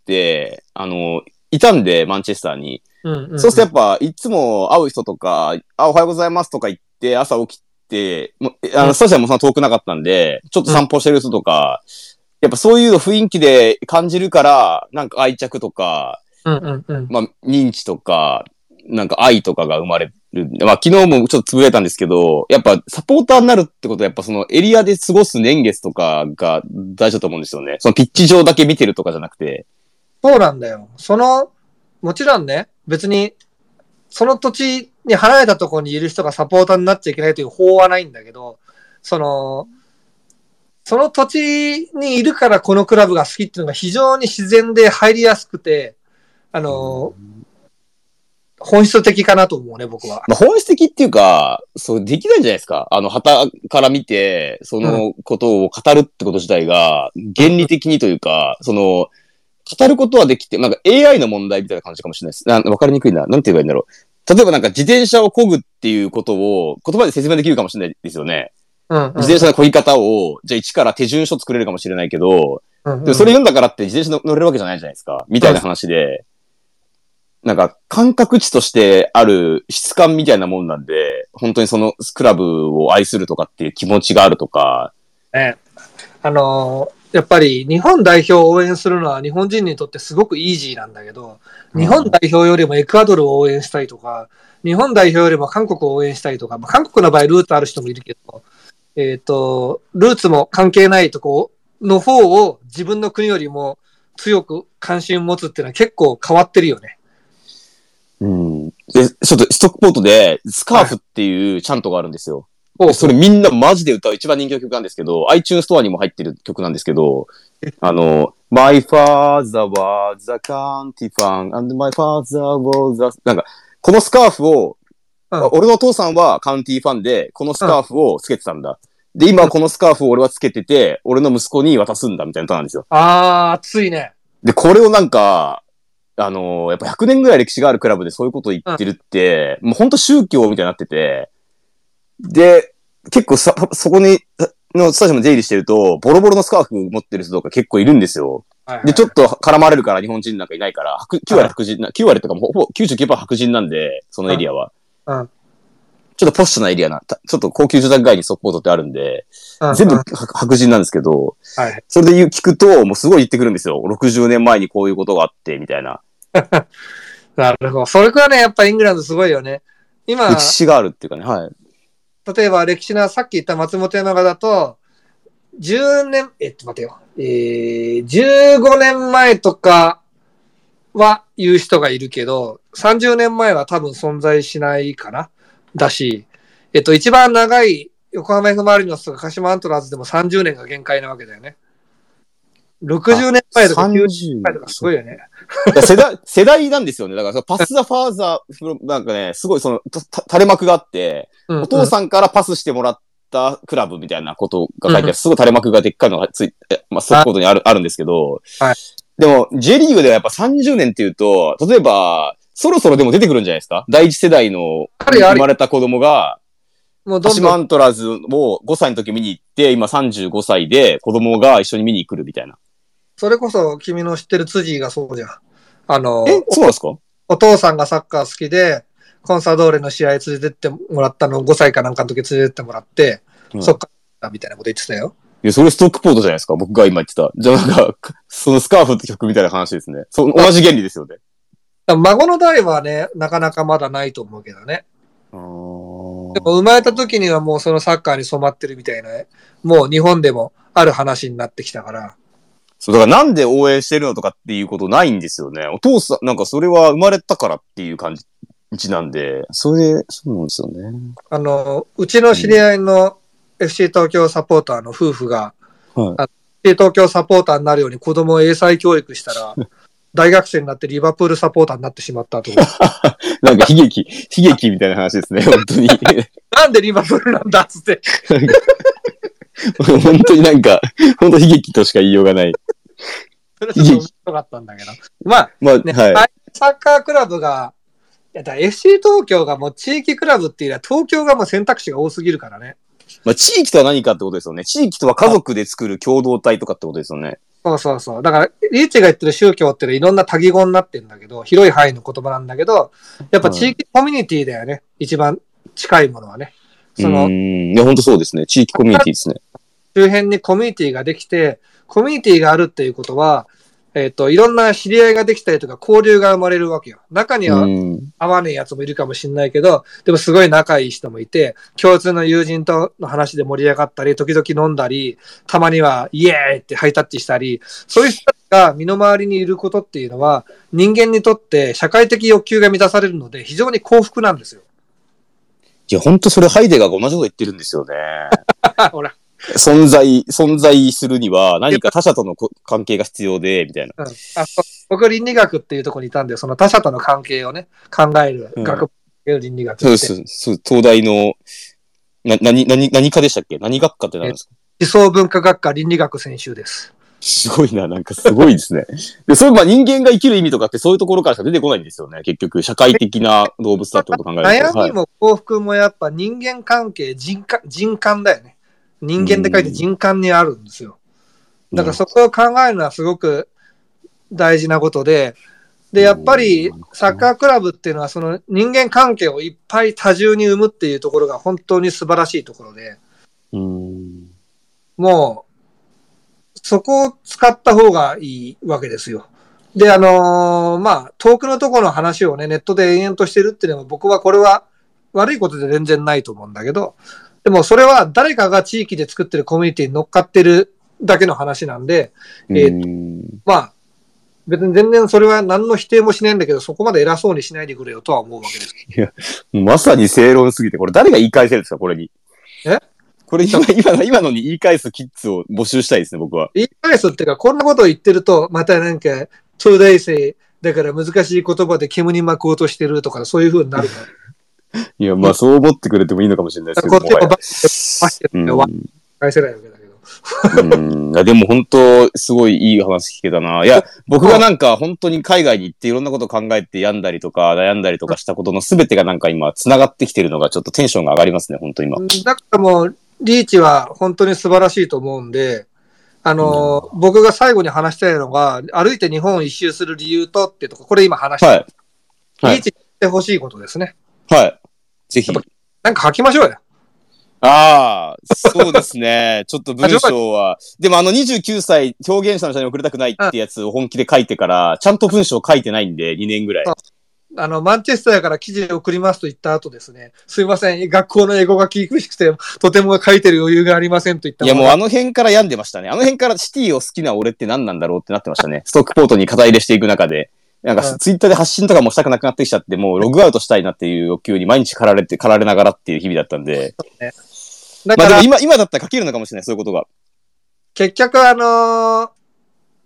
あのー、いたんで、マンチェスターに。うんうんうん、そうするとやっぱ、いつも会う人とか、あ、おはようございますとか言って、朝起きて、もあの、スタジアムもそんな遠くなかったんで、ちょっと散歩してる人とか、うん、やっぱそういうの雰囲気で感じるから、なんか愛着とか、 うんうんうん、 まあ、認知とか、なんか愛とかが生まれる。まあ昨日もちょっと潰れたんですけど、やっぱサポーターになるってことはやっぱそのエリアで過ごす年月とかが大事だと思うんですよね。そのピッチ上だけ見てるとかじゃなくて。 そうなんだよ。その、もちろんね、別に、その土地に離れたところにいる人がサポーターになっちゃいけないという法はないんだけど、その、その土地にいるからこのクラブが好きっていうのが非常に自然で入りやすくて、あの、本質的かなと思うね、僕は。 まあ、本質的っていうか、そうできないんじゃないですか。あの、旗から見て、そのことを語るってこと自体が、原理的にというか、うん、その、語ることはできて、なんか エーアイ の問題みたいな感じかもしれないです。なわかりにくいな。なんて言えばいいんだろう。例えばなんか自転車を漕ぐっていうことを言葉で説明できるかもしれないですよね。 うんうん、 自転車の漕ぎ方を、じゃあ一から手順書作れるかもしれないけど、うんうん、でもそれ読んだからって自転車乗れるわけじゃないじゃないですか。みたいな話で。なんか、感覚値としてある質感みたいなもんなんで、本当にそのクラブを愛するとかっていう気持ちがあるとか。 ね、あのー、やっぱり日本代表を応援するのは日本人にとってすごくイージーなんだけど、日本代表よりもエクアドルを応援したいとか、日本代表よりも韓国を応援したいとか、まあ、韓国の場合ルーツある人もいるけど、えっと、ルーツも関係ないとこの方を自分の国よりも強く関心を持つっていうのは結構変わってるよね。 うん。で、ちょっとストックポートで、スカーフっていうチャントがあるんですよ。はい、それみんなマジで歌う一番人気の曲なんですけど、iTunes ストアにも入ってる曲なんですけど、あの、My father was a county fan and my father was a... なんか、このスカーフを、うん、俺のお父さんはカウンティーファンで、このスカーフをつけてたんだ。うん、で、今このスカーフを俺はつけてて、俺の息子に渡すんだみたいな歌なんですよ。 あー、熱いね。 で、これをなんか、あのー、やっぱひゃくねんぐらい歴史があるクラブでそういうことを言ってるって、うん、もうほんと宗教みたいになってて、で、結構さ、そこに、のスタジアム出入りしてると、ボロボロのスカーフ持ってる人とか結構いるんですよ。はいはい、で、ちょっと絡まれるから日本人なんかいないから、きゅう割白人な、きゅう割とかもほぼ きゅうじゅうきゅうパーセント 白人なんで、そのエリアは。うんうん、ちょっとポッシュなエリアな、ちょっと高級住宅街にソポートってあるんで、うん、全部白人なんですけど、はい、それで聞くと、もうすごい言ってくるんですよ。ろくじゅうねんまえにこういうことがあって、みたいな。 なるほど。それからね、やっぱイングランドすごいよね。今、 歴史があるっていうかね、はい。 例えば歴史な、さっき言った松本山雅だと、じゅうねん、えっと待てよ。えー、じゅうごねんまえとかは言う人がいるけど、さんじゅうねんまえは多分存在しないかな。だし、えっと、一番長い横浜 F ・マリノスとか鹿島アントラーズでもさんじゅうねんが限界なわけだよね。 ろくじゅうねんまえとかきゅうじゅうねんまえとかすごいよね。 世代、世代なんですよね。だから、パスザファーザー、なんかね、すごいその、垂れ幕があって、うんうん、お父さんからパスしてもらったクラブみたいなことが書いてある、うんうん、すごい垂れ幕がでっかいのがついて、まあ、そういうことにある、あるんですけど、はい。でも、J リーグではやっぱさんじゅうねんっていうと、例えば、そろそろでも出てくるんじゃないですか？第一世代の生まれた子供が、もうどんどん鹿島アントラーズをごさいの時見に行って、今さんじゅうごさいで子供が一緒に見に来るみたいな。 それこそ君の知ってる辻がそうじゃん。あの、 え、そうなんですか？ お父さんがサッカー好きで、コンサドーレの試合連れてってもらったのをごさいかなんかの時連れてってもらって、うん、そっからみたいなこと言ってたよ。 いや、それストックポートじゃないですか。僕が今言ってた。じゃあなんか、そのスカーフって曲みたいな話ですね。そ同じ原理ですよね。 孫の代はね、なかなかまだないと思うけどね。でも生まれた時にはもうそのサッカーに染まってるみたいな、ね、もう日本でもある話になってきたから。 そう、だからなんで応援してるのとかっていうことないんですよね。お父さん、なんかそれは生まれたからっていう感じなんで、それで、そうなんですよね。 あの、うちの知り合いの エフシー 東京サポーターの夫婦が、はい、エフシー 東京サポーターになるように子供を英才教育したら、大学生になってリバプールサポーターになってしまったと。 なんか悲劇、悲劇みたいな話ですね、本当に。 なんでリバプールなんだっつって。 本当になんか、本当悲劇としか言いようがない。 それちょっと面白かったんだけど。まあ、まあね、はい、サッカークラブが、いやだ エフシー 東京がもう地域クラブっていうよりは東京がもう選択肢が多すぎるからね。 まあ地域とは何かってことですよね。地域とは家族で作る共同体とかってことですよね。 そうそうそう。だから、リーチが言ってる宗教っていろんな多義語になってるんだけど、広い範囲の言葉なんだけど、やっぱ地域コミュニティだよね。はい、一番近いものはね。 その、うん。いや、本当そうですね。地域コミュニティですね。 周辺にコミュニティができて、コミュニティがあるっていうことは、えっと、いろんな知り合いができたりとか交流が生まれるわけよ。中には合わねえやつもいるかもしれないけど、でもすごい仲いい人もいて、共通の友人との話で盛り上がったり、時々飲んだり、たまにはイエーイってハイタッチしたり、そういう人たちが身の回りにいることっていうのは、人間にとって社会的欲求が満たされるので、非常に幸福なんですよ。 いや、ほんとそれハイデガーが同じこと言ってるんですよね。 ほら。 存在、存在するには何か他者との関係が必要で、みたいな。うん、あ僕、倫理学っていうところにいたんで、その他者との関係をね、考える学部、うん、倫理学って。 そうです。そう、東大の、な、何、何、何科でしたっけ？何学科って何ですか？ 思想文化学科倫理学専修です。 すごいな、なんかすごいですね。で、そう、まあ人間が生きる意味とかってそういうところからしか出てこないんですよね。結局、社会的な動物だってことを考えると。 悩みも幸福もやっぱ人間関係、人間、人間だよね。人間で書いて人間にあるんですよ。だからそこを考えるのはすごく大事なことで、で、やっぱりサッカークラブっていうのはその人間関係をいっぱい多重に生むっていうところが本当に素晴らしいところで、 うんもうそこを使った方がいいわけですよ。で、あのー、まあ、遠くのところの話をね、ネットで延々としてるっていうのは僕はこれは悪いことで全然ないと思うんだけど、でもそれは誰かが地域で作ってるコミュニティに乗っかってるだけの話なんで、えー、まあ、別に全然それは何の否定もしないんだけど、そこまで偉そうにしないでくれよとは思うわけです。 いや、まさに正論すぎて、これ誰が言い返せるんですか、これに。 えこれ今、今の、今のに言い返すキッズを募集したいですね、僕は。 言い返すっていうか、こんなことを言ってると、またなんか、東大生だから難しい言葉で煙に巻こうとしてるとか、そういう風になるから。 いや、まあ、そう思ってくれてもいいのかもしれないですけど。こっちもバッて返せないわけだけど。 うんでも本当、すごいいい話聞けたな。いや、僕がなんか本当に海外に行っていろんなこと考えて病んだりとか悩んだりとかしたことの全てがなんか今繋がってきてるのがちょっとテンションが上がりますね、本当今。 だからもう、リーチは本当に素晴らしいと思うんで、あの、うん、僕が最後に話したいのが、歩いて日本を一周する理由とっていうとこ、これ今話した。はい。はい、リーチしてほしいことですね。 はい。ぜひ。 なんか書きましょうよ。 ああ、そうですね。ちょっと文章は。でもあのにじゅうきゅうさい表現者の人に送りたくないってやつを本気で書いてから、ちゃんと文章を書いてないんで、にねんぐらい。 あの、マンチェスターから記事を送りますと言った後ですね、すいません、学校の英語が厳しくて、とても書いてる余裕がありませんと言った。 いやもうあの辺から病んでましたね。あの辺からシティを好きな俺って何なんだろうってなってましたね。ストックポートに肩入れしていく中で。なんかツイッターで発信とかもしたくなくなってきちゃって、もうログアウトしたいなっていう欲求に毎日駆られて、駆られながらっていう日々だったんで。ね、だからまあでも今、今だったら書けるのかもしれない、そういうことが。 結局あのー、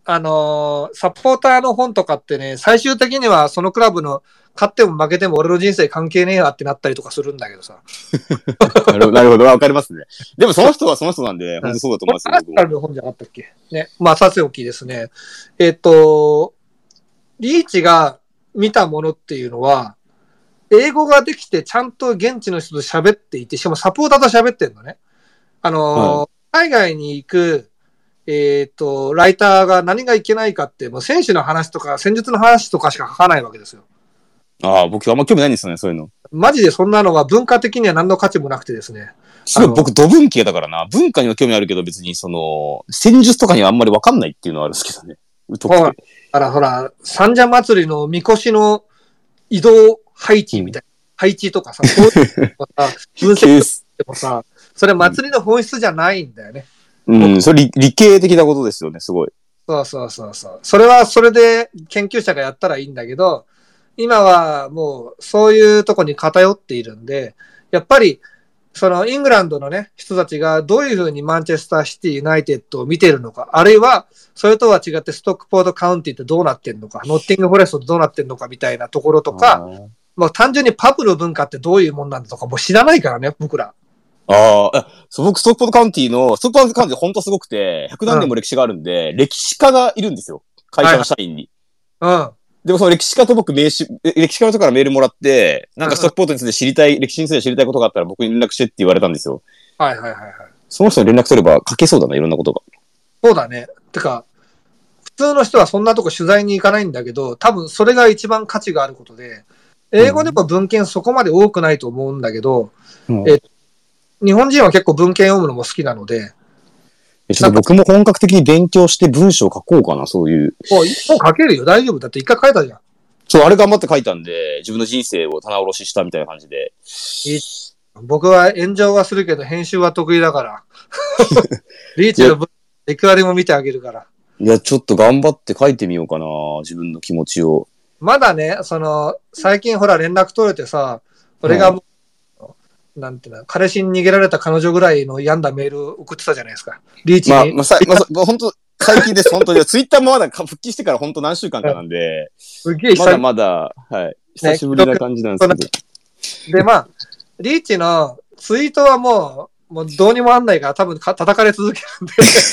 あのー、サポーターの本とかってね、最終的にはそのクラブの勝っても負けても俺の人生関係ねえわってなったりとかするんだけどさ。 なるほど、なるほど、わかりますね。でもその人はその人なんで、本当そうだと思いますよ。 アーセナルの本じゃなかったっけね。まあ、さておきですね。えっと、リーチが見たものっていうのは、英語ができてちゃんと現地の人と喋っていて、しかもサポーターと喋ってんのね。あのーはい、海外に行く、えっと、ライターが何がいけないかって、もう選手の話とか戦術の話とかしか書かないわけですよ。 ああ、僕あんま興味ないんですよね、そういうの。 マジでそんなのは文化的には何の価値もなくてですね。 すごい僕、土文系だからな。文化には興味あるけど、別にその、戦術とかにはあんまりわかんないっていうのはあるんですけどね。 疎くて。ほら、あらほら、三社祭りのみこしの移動配置みたいな、うん、配置とかさ、こういうのさ、分析してもさ、それ祭りの本質じゃないんだよね。 うん、うん、それ理、理系的なことですよね、すごい。 そうそうそうそう。それはそれで研究者がやったらいいんだけど、今はもうそういうとこに偏っているんで、やっぱりそのイングランドのね、人たちがどういうふうにマンチェスターシティユナイテッドを見ているのか、あるいはそれとは違ってストックポートカウンティってどうなってんのか、ノッティングフォレストってどうなってんのかみたいなところとか、もう単純にパブの文化ってどういうもんなんだとかもう知らないからね、僕ら。 ああ、そう、僕、ストックポートカウンティの、ストックポートカウンティ本当すごくて、ひゃくなんねんも歴史があるんで、うん、歴史家がいるんですよ。会社の社員に。 はい、うん。 でもその歴史家と僕名刺、歴史家の人からメールもらって、なんかストックポートについて知りたい、歴史について知りたいことがあったら僕に連絡してって言われたんですよ。 はいはいはいはい。 その人に連絡取れば書けそうだな、いろんなことが。 そうだね。てか、普通の人はそんなとこ取材に行かないんだけど、多分それが一番価値があることで、英語でも文献そこまで多くないと思うんだけど、うんえ日本人は結構文献読むのも好きなので。 ちょっと僕も本格的に勉強して文章を書こうかな、そういう。 もう、もう書けるよ、大丈夫。だって一回書いたじゃん。 そう、あれ頑張って書いたんで、自分の人生を棚卸ししたみたいな感じで。 僕は炎上はするけど、編集は得意だから。リーチの文章、いくらでも見てあげるから。 いや、ちょっと頑張って書いてみようかな、自分の気持ちを。 まだね、その、最近ほら連絡取れてさ、俺がもう、なんていうの、彼氏に逃げられた彼女ぐらいの病んだメール送ってたじゃないですか。リーチに。 まあ、まあ、さ、まあ、本当最近です、本当に。ツイッターもまだ復帰してから本当何週間かなんで、すげえまだまだ、はい。久しぶりな感じなんですけど。ね、 で、まあ、リーチのツイートはもう、もうどうにもあんないから多分か叩かれ続けるんで。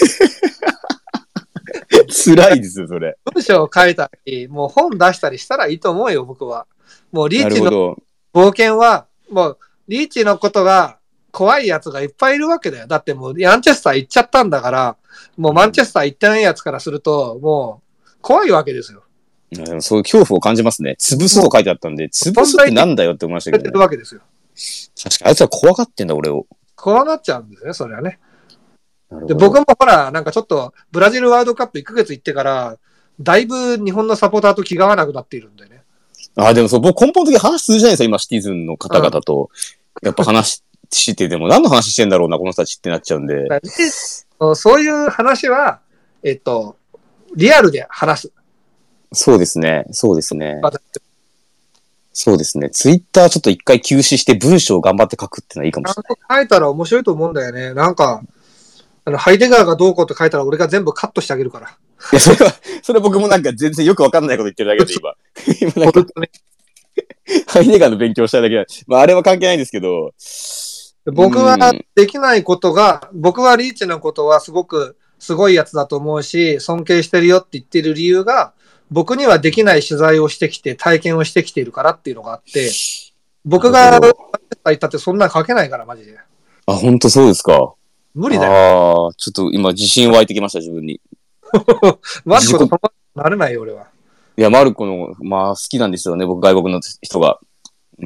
辛いですよ、それ。 文章を書いたり、もう本出したりしたらいいと思うよ、僕は。もうリーチの冒険は、もう、リーチのことが怖いやつがいっぱいいるわけだよ。だってもうマンチェスター行っちゃったんだから、もうマンチェスター行ってないやつからすると、もう怖いわけですよ。 でもそういう恐怖を感じますね。潰すと書いてあったんで、潰すってなんだよって思いましたけど、ね。 るわけですよ。 確かにあいつは怖がってんだ、俺を。 怖がっちゃうんですね、それはね。で僕もほら、なんかちょっとブラジルワールドカップいっかげつ行ってから、だいぶ日本のサポーターと気が合わなくなっているんでね。 ああ、でもそう、僕根本的に話通じないですよ、今、シティズンの方々と。うん、やっぱ話してても、何の話してんだろうな、この人たちってなっちゃうんで。 そういう話は、えっと、リアルで話す。 そうですね、そうですね。そうですね。ツイッターちょっと一回休止して文章を頑張って書くってのはいいかもしれない。 書いたら面白いと思うんだよね。なんか、あの、ハイデガーがどうこうって書いたら俺が全部カットしてあげるから。いや、それは、それは僕もなんか全然よくわかんないこと言ってるだけで今。今なんか、ハイデガーの勉強したいだけだ。まああれは関係ないんですけど。 僕はできないことが、僕はリーチのことはすごくすごいやつだと思うし、尊敬してるよって言ってる理由が、僕にはできない取材をしてきて、体験をしてきているからっていうのがあって、僕が言ったってそんな書けないから、マジで。 あ、本当そうですか。 無理だよ。 ああ、ちょっと今自信湧いてきました、自分に。 マルコとなれないよ、俺は。 いや、マルコの、まあ好きなんですよね、僕外国の人が。うん。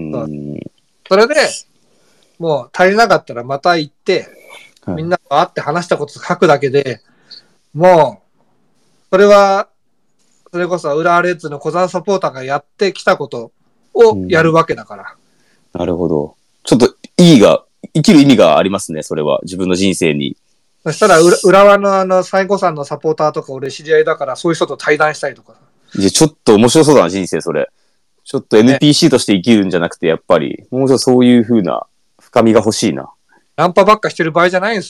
それで、もう足りなかったらまた行って、はい、みんなと会って話したこと書くだけで、もう、それは、それこそ浦和レッズの小山サポーターがやってきたことをやるわけだから。 うん、なるほど。ちょっと意義が、生きる意味がありますね、それは。自分の人生に。 そしたら、浦和のあの、西郷さんのサポーターとか俺知り合いだから、そういう人と対談したりとか。 いや、ちょっと面白そうだな、人生、それ。ちょっと エヌピーシー として生きるんじゃなくて、やっぱり、もうちょっとそういう風な深みが欲しいな。 ナンパばっかしてる場合じゃないんですよ。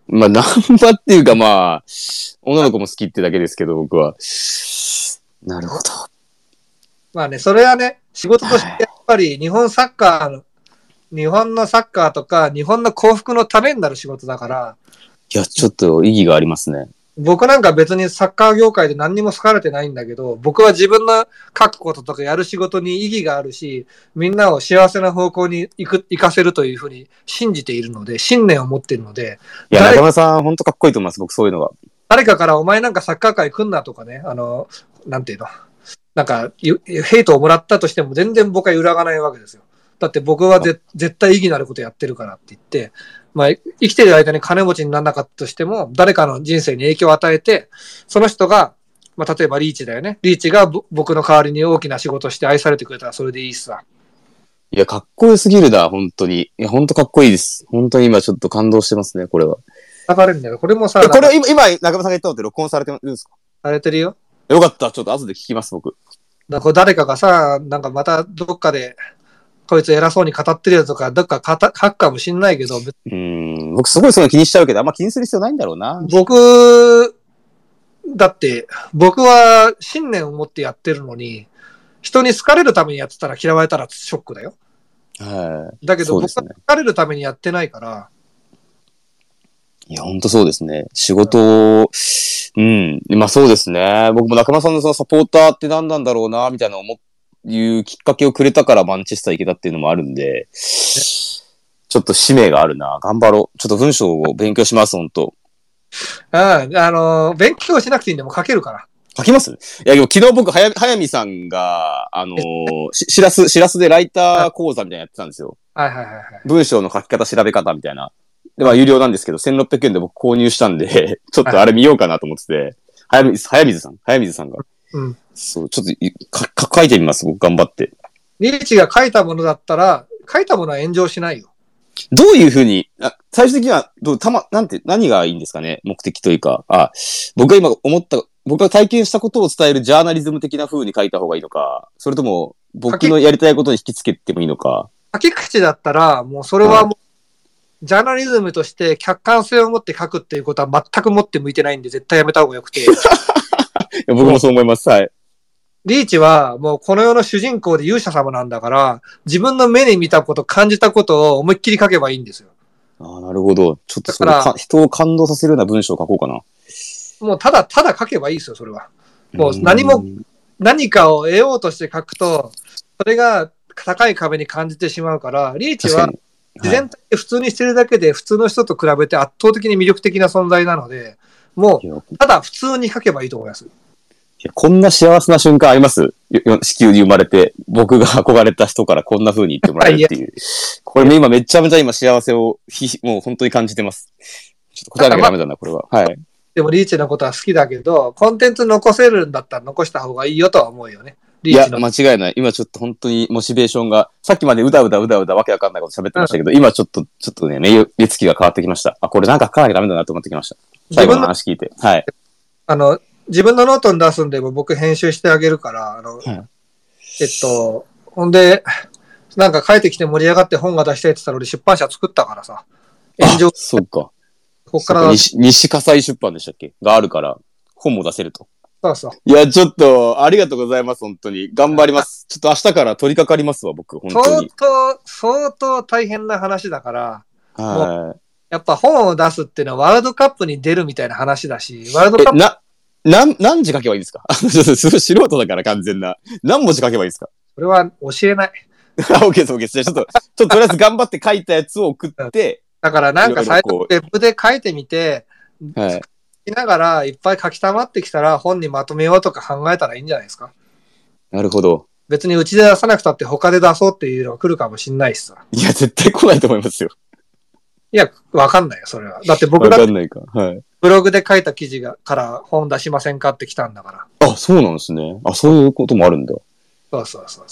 まあ、ナンパっていうかまあ、女の子も好きってだけですけど、僕は。なるほど。 まあね、それはね、仕事としてやっぱり日本サッカーの、日本のサッカーとか、日本の幸福のためになる仕事だから。 いや、ちょっと意義がありますね。 僕なんか別にサッカー業界で何にも好かれてないんだけど、僕は自分の書くこととかやる仕事に意義があるし、みんなを幸せな方向に行く、行かせるというふうに信じているので、信念を持っているので。 いや、中村さん、ほんとかっこいいと思います、僕そういうのが。 誰かからお前なんかサッカー界来んなとかね、あの、なんていうの、なんか、ヘイトをもらったとしても全然僕は揺らがないわけですよ。だって僕はぜ絶対意義のあることやってるからって言って、まあ、生きてる間に金持ちにならなかったとしても、誰かの人生に影響を与えて、その人が、まあ、例えばリーチだよね。リーチが僕の代わりに大きな仕事をして愛されてくれたらそれでいいっすわ。 いや、かっこよすぎるな、本当に。いや、本当かっこいいです。本当に今ちょっと感動してますね、これは。 流れるんだよ。これもさ、 これ今、今、中村さんが言ったのって録音されてるんですか？ されてるよ。 よかった。ちょっと後で聞きます、僕。 だこれ誰かがさ、なんかまたどっかで、こいつ偉そうに語ってるやつとか、どっか書くかもしんないけど。 うーん、僕すごいそういうの気にしちゃうけど、あんま気にする必要ないんだろうな。 僕、だって、僕は信念を持ってやってるのに、人に好かれるためにやってたら嫌われたらショックだよ。 はい。 だけど、僕は好かれるためにやってないから。 いや、ほんとそうですね。仕事を、うん。まあそうですね。僕も中村さんのそのサポーターって何なんだろうな、みたいな思いうきっかけをくれたからマンチェスター行けたっていうのもあるんで、ちょっと使命があるな。頑張ろう。ちょっと文章を勉強します、ほんと。 ああ、あのー、勉強しなくていいんでも書けるから。 書きます？いや、でも昨日僕、はや、はやみさんが、あのー、し、しらす、しらすでライター講座みたいなのやってたんですよ。 はいはいはいはい。 文章の書き方、調べ方みたいな。で、まあ、有料なんですけど、せんろっぴゃくえんで僕購入したんで、ちょっとあれ見ようかなと思ってて、はやみ、はやみずさん、はやみずさんが。 うん。 そう、ちょっとか、か、書いてみます、僕頑張って。 リーチが書いたものだったら、書いたものは炎上しないよ。 どういうふうに、あ最終的には、どう、たま、なんて、何がいいんですかね、目的というか。あ、僕が今思った、僕が体験したことを伝えるジャーナリズム的な風に書いた方がいいのか、それとも、僕のやりたいことに引きつけてもいいのか。 書き口だったら、もうそれはもう、ジャーナリズムとして客観性を持って書くっていうことは全く持って向いてないんで、絶対やめた方がよくて。いや僕もそう思います。はい。 リーチはもうこの世の主人公で勇者様なんだから、自分の目に見たこと、感じたことを思いっきり書けばいいんですよ。 ああ、なるほど。ちょっとそれか、人を感動させるような文章を書こうかな。 もうただただ書けばいいですよ、それは。もう何も、何かを得ようとして書くと、それが高い壁に感じてしまうから、リーチは自然体で普通にしてるだけで普通の人と比べて圧倒的に魅力的な存在なので、もうただ普通に書けばいいと思います。 いやこんな幸せな瞬間あります？地球に生まれて、僕が憧れた人からこんな風に言ってもらえるっていう。これ今めちゃめちゃ今幸せをひ、もう本当に感じてます。ちょっと答えなきゃダメだな、これは。はい。 でもリーチのことは好きだけど、コンテンツ残せるんだったら残した方がいいよとは思うよね。 リーチのいや、間違いない。今ちょっと本当にモチベーションが、さっきまでうだうだうだうだわけわかんないこと喋ってましたけど、うん、今ちょっと、ちょっとね、目つきが変わってきました。あ、これなんか書かなきゃダメだなと思ってきました。最後の話聞いて。はい。 あの、自分のノートに出すんでも僕編集してあげるから、あの、はい、えっと、ほんで、なんか書いてきて盛り上がって本が出したいって言ったら俺出版社作ったからさ。 炎上。そうか。 こっから西、西葛西出版でしたっけがあるから、本も出せると。 そうそう。 いや、ちょっと、ありがとうございます、本当に。頑張ります。ちょっと明日から取り掛かりますわ、僕、本当に。 相当、相当大変な話だから、 はい。 やっぱ本を出すっていうのはワールドカップに出るみたいな話だし、ワールドカップ。 な、なん、何字書けばいいですか？ちょっとすごい素人だから完全な。何文字書けばいいですか？ それは教えない。 オッケーです、オッケーです。じゃあちょっと、ちょっととりあえず頑張って書いたやつを送って、 だからなんか最初ウェブで書いてみて、はい。書きながらいっぱい書き溜まってきたら本にまとめようとか考えたらいいんじゃないですか。 なるほど。 別にうちで出さなくたって他で出そうっていうのが来るかもしんないしさ。 いや、絶対来ないと思いますよ。 いや、わかんないよ、それは。だって僕だってブログで書いた記事がから本出しませんかって来たんだから。あ、そうなんですね。あ、そういうこともあるんだ。 そうそうそう。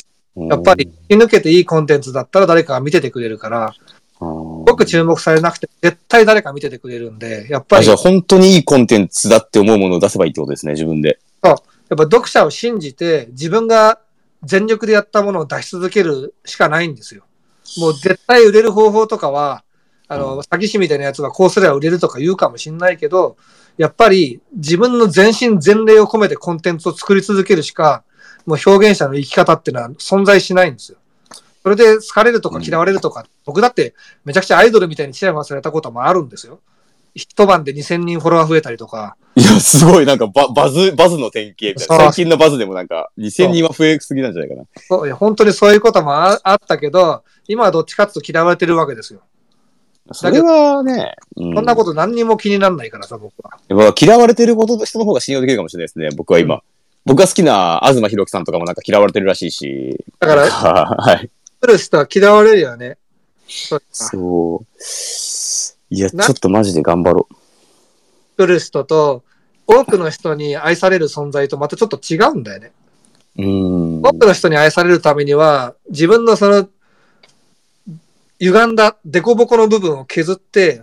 やっぱり引き抜けていいコンテンツだったら誰かが見ててくれるから、僕注目されなくて絶対誰か見ててくれるんで、やっぱり。 あ、じゃあ本当にいいコンテンツだって思うものを出せばいいってことですね、自分で。 そう。やっぱ読者を信じて自分が全力でやったものを出し続けるしかないんですよ。もう絶対売れる方法とかは、 あの、詐欺師みたいなやつがこうすれば売れるとか言うかもしんないけど、やっぱり自分の全身全霊を込めてコンテンツを作り続けるしか、もう表現者の生き方っていうのは存在しないんですよ。それで好かれるとか嫌われるとか、うん、僕だってめちゃくちゃアイドルみたいにチヤホヤされたこともあるんですよ。一晩でにせんにんフォロワー増えたりとか。 いや、すごい、なんかババズ、バズの典型みたいな。最近のバズでもなんかにせんにんは増えすぎなんじゃないかな。 そう、いや本当にそういうことも あ, あったけど、今はどっちかっていうと嫌われてるわけですよ。 それはね、 うん、そんなこと何にも気にならないからさ、僕は。 やっぱ嫌われてること人の方が信用できるかもしれないですね、僕は今。うん、僕が好きな東博樹さんとかもなんか嫌われてるらしいし。 だから、はい。来る人は嫌われるよね。 そう。そういや、ちょっとマジで頑張ろう。 来る人と、多くの人に愛される存在とまたちょっと違うんだよね。 うん。 多くの人に愛されるためには、自分のその、歪んだ凸凹の部分を削って、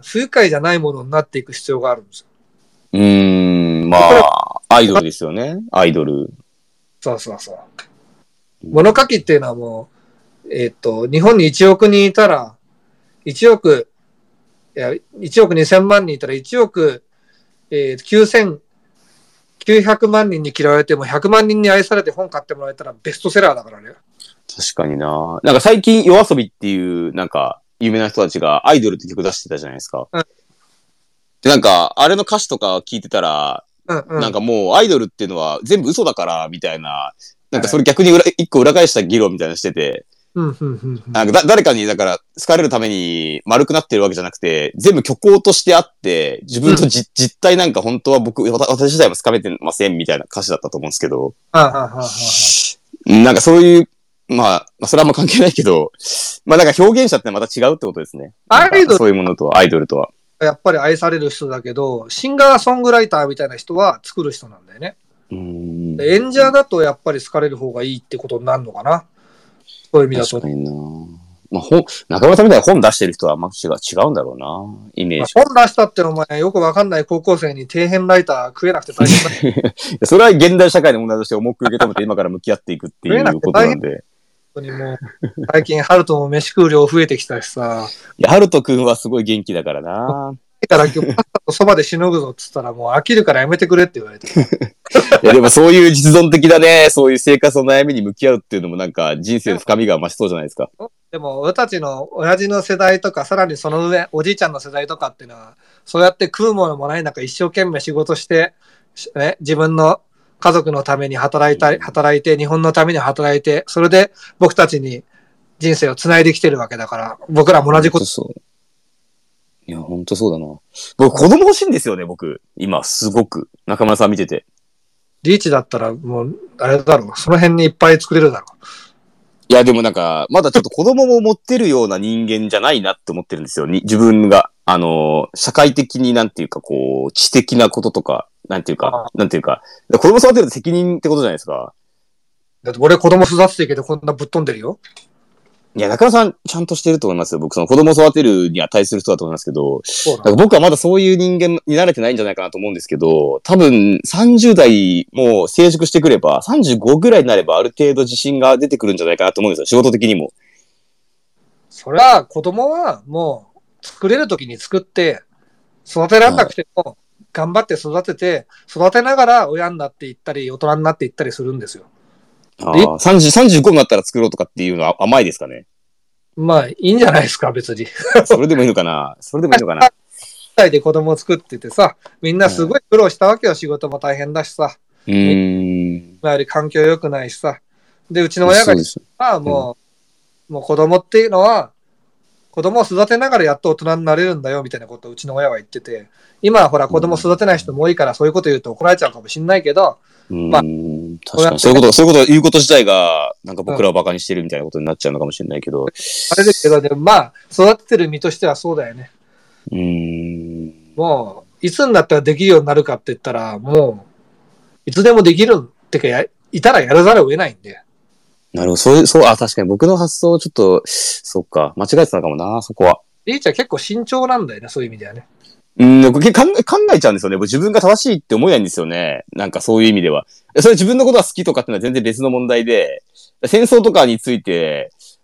不愉快じゃないものになっていく必要があるんですよ。 うーん、まあ、アイドルですよね。アイドル。 そうそうそう。物書きっていうのはもう、えっと、日本にいちおくにんいたら、いちおく、いや、いちおくにせんまんにんいたらいちおく、えー、きゅうせんきゅうひゃくまんにんに嫌われてもひゃくまんにんに愛されて本買ってもらえたらベストセラーだからね。 確かにな。なんか最近夜遊びっていうなんか有名な人たちがアイドルって曲出してたじゃないですか。うん、でなんかあれの歌詞とか聞いてたら、うんうん、なんかもうアイドルっていうのは全部嘘だからみたいな、なんかそれ逆に裏一個裏返した議論みたいなのしてて、 うんうんうんうん、 なんかだ誰かにだから好かれるために丸くなってるわけじゃなくて、全部虚構としてあって自分とじ、うん、実態なんか本当は僕私自体もつかめてませんみたいな歌詞だったと思うんですけど、 ああああなんかそういうまあ、まあ、それはあんま関係ないけど、まあなんか表現者ってまた違うってことですね。アイドルそういうものとはアイドルとはやっぱり愛される人だけど、シンガーソングライターみたいな人は作る人なんだよね。 うーん演者だとやっぱり好かれる方がいいってことになるのかな。そういう意味だと。 確かにな。まあ、本、中村さんみたいな本出してる人は、まあ、違うんだろうな。イメージ。 まあ、本出したってのお前、よくわかんない高校生に底辺ライター食えなくて大変だ。 それは現代社会の問題として重く受け止めて今から向き合っていくっていうことなんで。 本当にもう、最近、ハルトも飯食う量増えてきたしさ。 いや、ハルト君はすごい元気だからな。 だから今日、パスタとそばでしのぐぞっつったらもう飽きるからやめてくれって言われて。 いや、でもそういう実存的だね。そういう生活の悩みに向き合うっていうのもなんか人生の深みが増しそうじゃないですか。 でも、俺たちの親父の世代とか、さらにその上、おじいちゃんの世代とかっていうのは、そうやって食うものもない中、一生懸命仕事して、ね、自分の家族のために働いたり、働いて、日本のために働いて、それで僕たちに人生をつないできてるわけだから、僕らも同じこと。 そう。いや、ほんとそうだな。僕、子供欲しいんですよね、僕。今、すごく。中村さん見てて。 リーチだったら、もう、あれだろう。その辺にいっぱい作れるだろう。 いや、でもなんか、まだちょっと子供も持ってるような人間じゃないなって思ってるんですよ。に自分が。あの、社会的になんていうか、こう、知的なこととか、なんていうか、なんていうか、子供育てると責任ってことじゃないですか。 だって俺子供育ててるけどこんなぶっ飛んでるよ。 いや、中村さん、ちゃんとしてると思いますよ。僕、その子供を育てるには対する人だと思いますけど、だから僕はまだそういう人間に慣れてないんじゃないかなと思うんですけど、多分、さんじゅう代も成熟してくれば、さんじゅうごぐらいになればある程度自信が出てくるんじゃないかなと思うんですよ。仕事的にも。 それは、子供はもう、作れる時に作って、育てらんなくても、頑張って育てて、育てながら親になっていったり、大人になっていったりするんですよ。 ああ、さんじゅう、さんじゅうごになったら作ろうとかっていうのは甘いですかね。 まあ、いいんじゃないですか、別に。 それでもいいのかなそれでもいいのかな代で子供を作っててさ、みんなすごい苦労したわけよ、仕事も大変だしさ。 うーん。 今より環境良くないしさ。で、うちの親が、まあもう、うん、もう子供っていうのは、子供を育てながらやっと大人になれるんだよ、みたいなことをうちの親は言ってて、今はほら子供育てない人も多いから、そういうこと言うと怒られちゃうかもしんないけど、 まあ、確かにそういうこと、そういうこと言うこと自体が、なんか僕らをバカにしてるみたいなことになっちゃうのかもしれないけど。うん、 あれですけど、でもまあ、育ててる身としてはそうだよね。 うーん。 もう、いつになったらできるようになるかって言ったら、もう、いつでもできるってかや、いたらやらざるを得ないんで。 なるほど、そういう、そう、あ、確かに僕の発想ちょっと、そっか、間違えてたのかもな、そこは。 リーチは結構慎重なんだよね、そういう意味ではね。 うん、考え、考えちゃうんですよね。自分が正しいって思えないんですよね。なんかそういう意味では。それ自分のことは好きとかっていうのは全然別の問題で、戦争とかについて、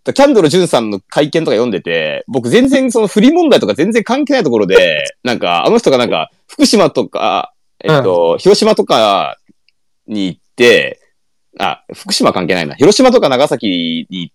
キャンドル・ジュンさんの会見とか読んでて、僕全然その不倫問題とか全然関係ないところで、なんか、あの人がなんか、福島とか、えっと、うん、広島とかに行って、あ、福島関係ないな。広島とか長崎に行って、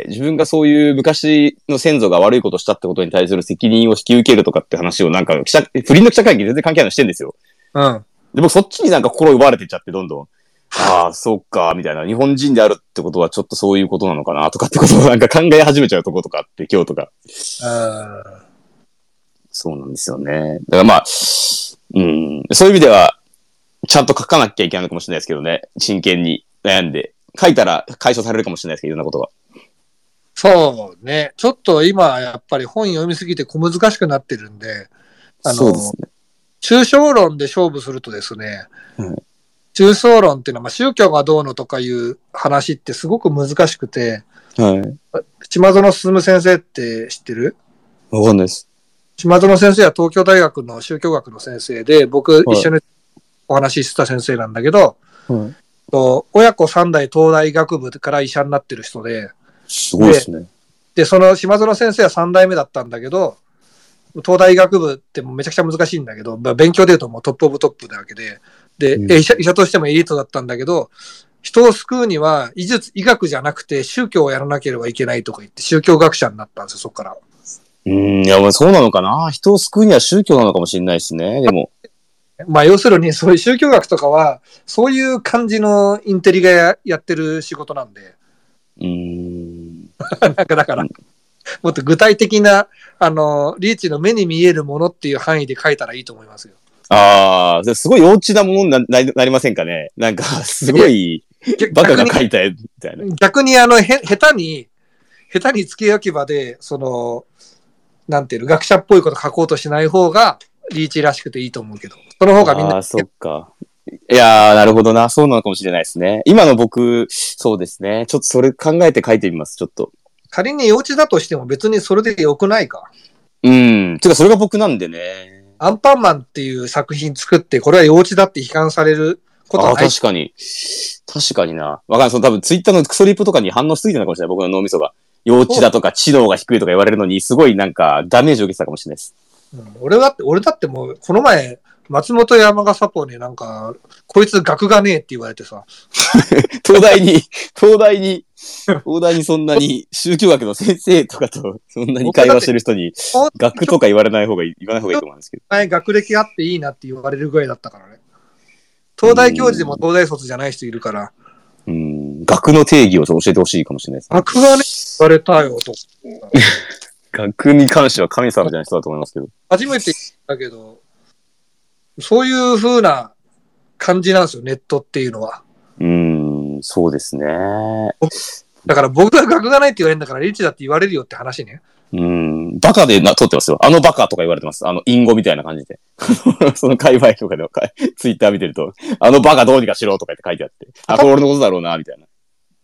自分がそういう昔の先祖が悪いことしたってことに対する責任を引き受けるとかって話をなんか、記者不倫の記者会見全然関係ないのしてんですよ。 うん。 で、僕そっちになんか心奪われてっちゃって、どんどん。ああ、そうか、みたいな。日本人であるってことはちょっとそういうことなのかな、とかってことをなんか考え始めちゃうとことかあって、今日とか。 あそうなんですよね。だからまあ、うん、そういう意味では、ちゃんと書かなきゃいけないのかもしれないですけどね。真剣に悩んで。書いたら解消されるかもしれないですけど、いろんなことが。 そうね。ちょっと今、やっぱり本読みすぎて小難しくなってるんで、あの、 そうですね。 抽象論で勝負するとですね、 はい抽象論っていうのは、まあ、宗教がどうのとかいう話ってすごく難しくて、 はい。 島園進先生って知ってる？ わかんないです。 島園先生は東京大学の宗教学の先生で、僕一緒にお話ししてた先生なんだけど、 はい、 と親子三代東大学部から医者になってる人で、 すごいですね。 で、でその島園先生は三代目だったんだけど、東大医学部ってもうめちゃくちゃ難しいんだけど、まあ、勉強で言うともうトップオブトップなわけで、で、うん、医者、医者としてもエリートだったんだけど、人を救うには医術、医学じゃなくて宗教をやらなければいけないとか言って宗教学者になったんですよ、そこから。 うん、いや、そうなのかな。人を救うには宗教なのかもしれないですね、でも。 まあ要するにそういう宗教学とかは、そういう感じのインテリが や, やってる仕事なんで。 うーん。 なんかだから、うん、もっと具体的な、あの、リーチの目に見えるものっていう範囲で書いたらいいと思いますよ。 ああ、すごい幼稚なものに な, なりませんかね。なんか、すごい、バカが書いたみたいな。 逆にあの、へ、下手に、下手に付け焼き場で、その、なんていうの、学者っぽいこと書こうとしない方が、リーチらしくていいと思うけど。その方がみんな。 ああ、そっか。いやー、なるほどな。そうなのかもしれないですね。今の僕、そうですね。ちょっとそれ考えて書いてみます、ちょっと。 仮に幼稚だとしても別にそれで良くないか。 うん。てか、それが僕なんでね。 アンパンマンっていう作品作って、これは幼稚だって批判されることはない。 ああ、確かに。確かにな。わかんない。その多分ツイッターのクソリプとかに反応しすぎたのかもしれない。僕の脳みそが。幼稚だとか知能が低いとか言われるのに、すごいなんかダメージを受けてたかもしれないです。 うん、俺だって、俺だってもう、この前、松本山がサポになんか、こいつ学がねえって言われてさ。 東大に、東大に、東大にそんなに宗教学の先生とかとそんなに会話してる人に学とか言われない方がいい、言わない方がいいと思うんですけど。 はい、学歴あっていいなって言われるぐらいだったからね。東大教授でも東大卒じゃない人いるから。 うん、学の定義を教えてほしいかもしれないです、 ね。学がね、言われたよと。 学に関しては神様じゃない人だと思いますけど。 初めて言ったけど、そういう風な感じなんですよ、ネットっていうのは。 うーん、そうですね。 だから僕が学がないって言われるんだから、リーチだって言われるよって話ね。 うーん、バカでな、撮ってますよ。あのバカとか言われてます。あの、隠語みたいな感じで。その界隈とかでも、ツイッター見てると、あのバカどうにかしろとかって書いてあって、あ、これ俺のことだろうな、みたいな。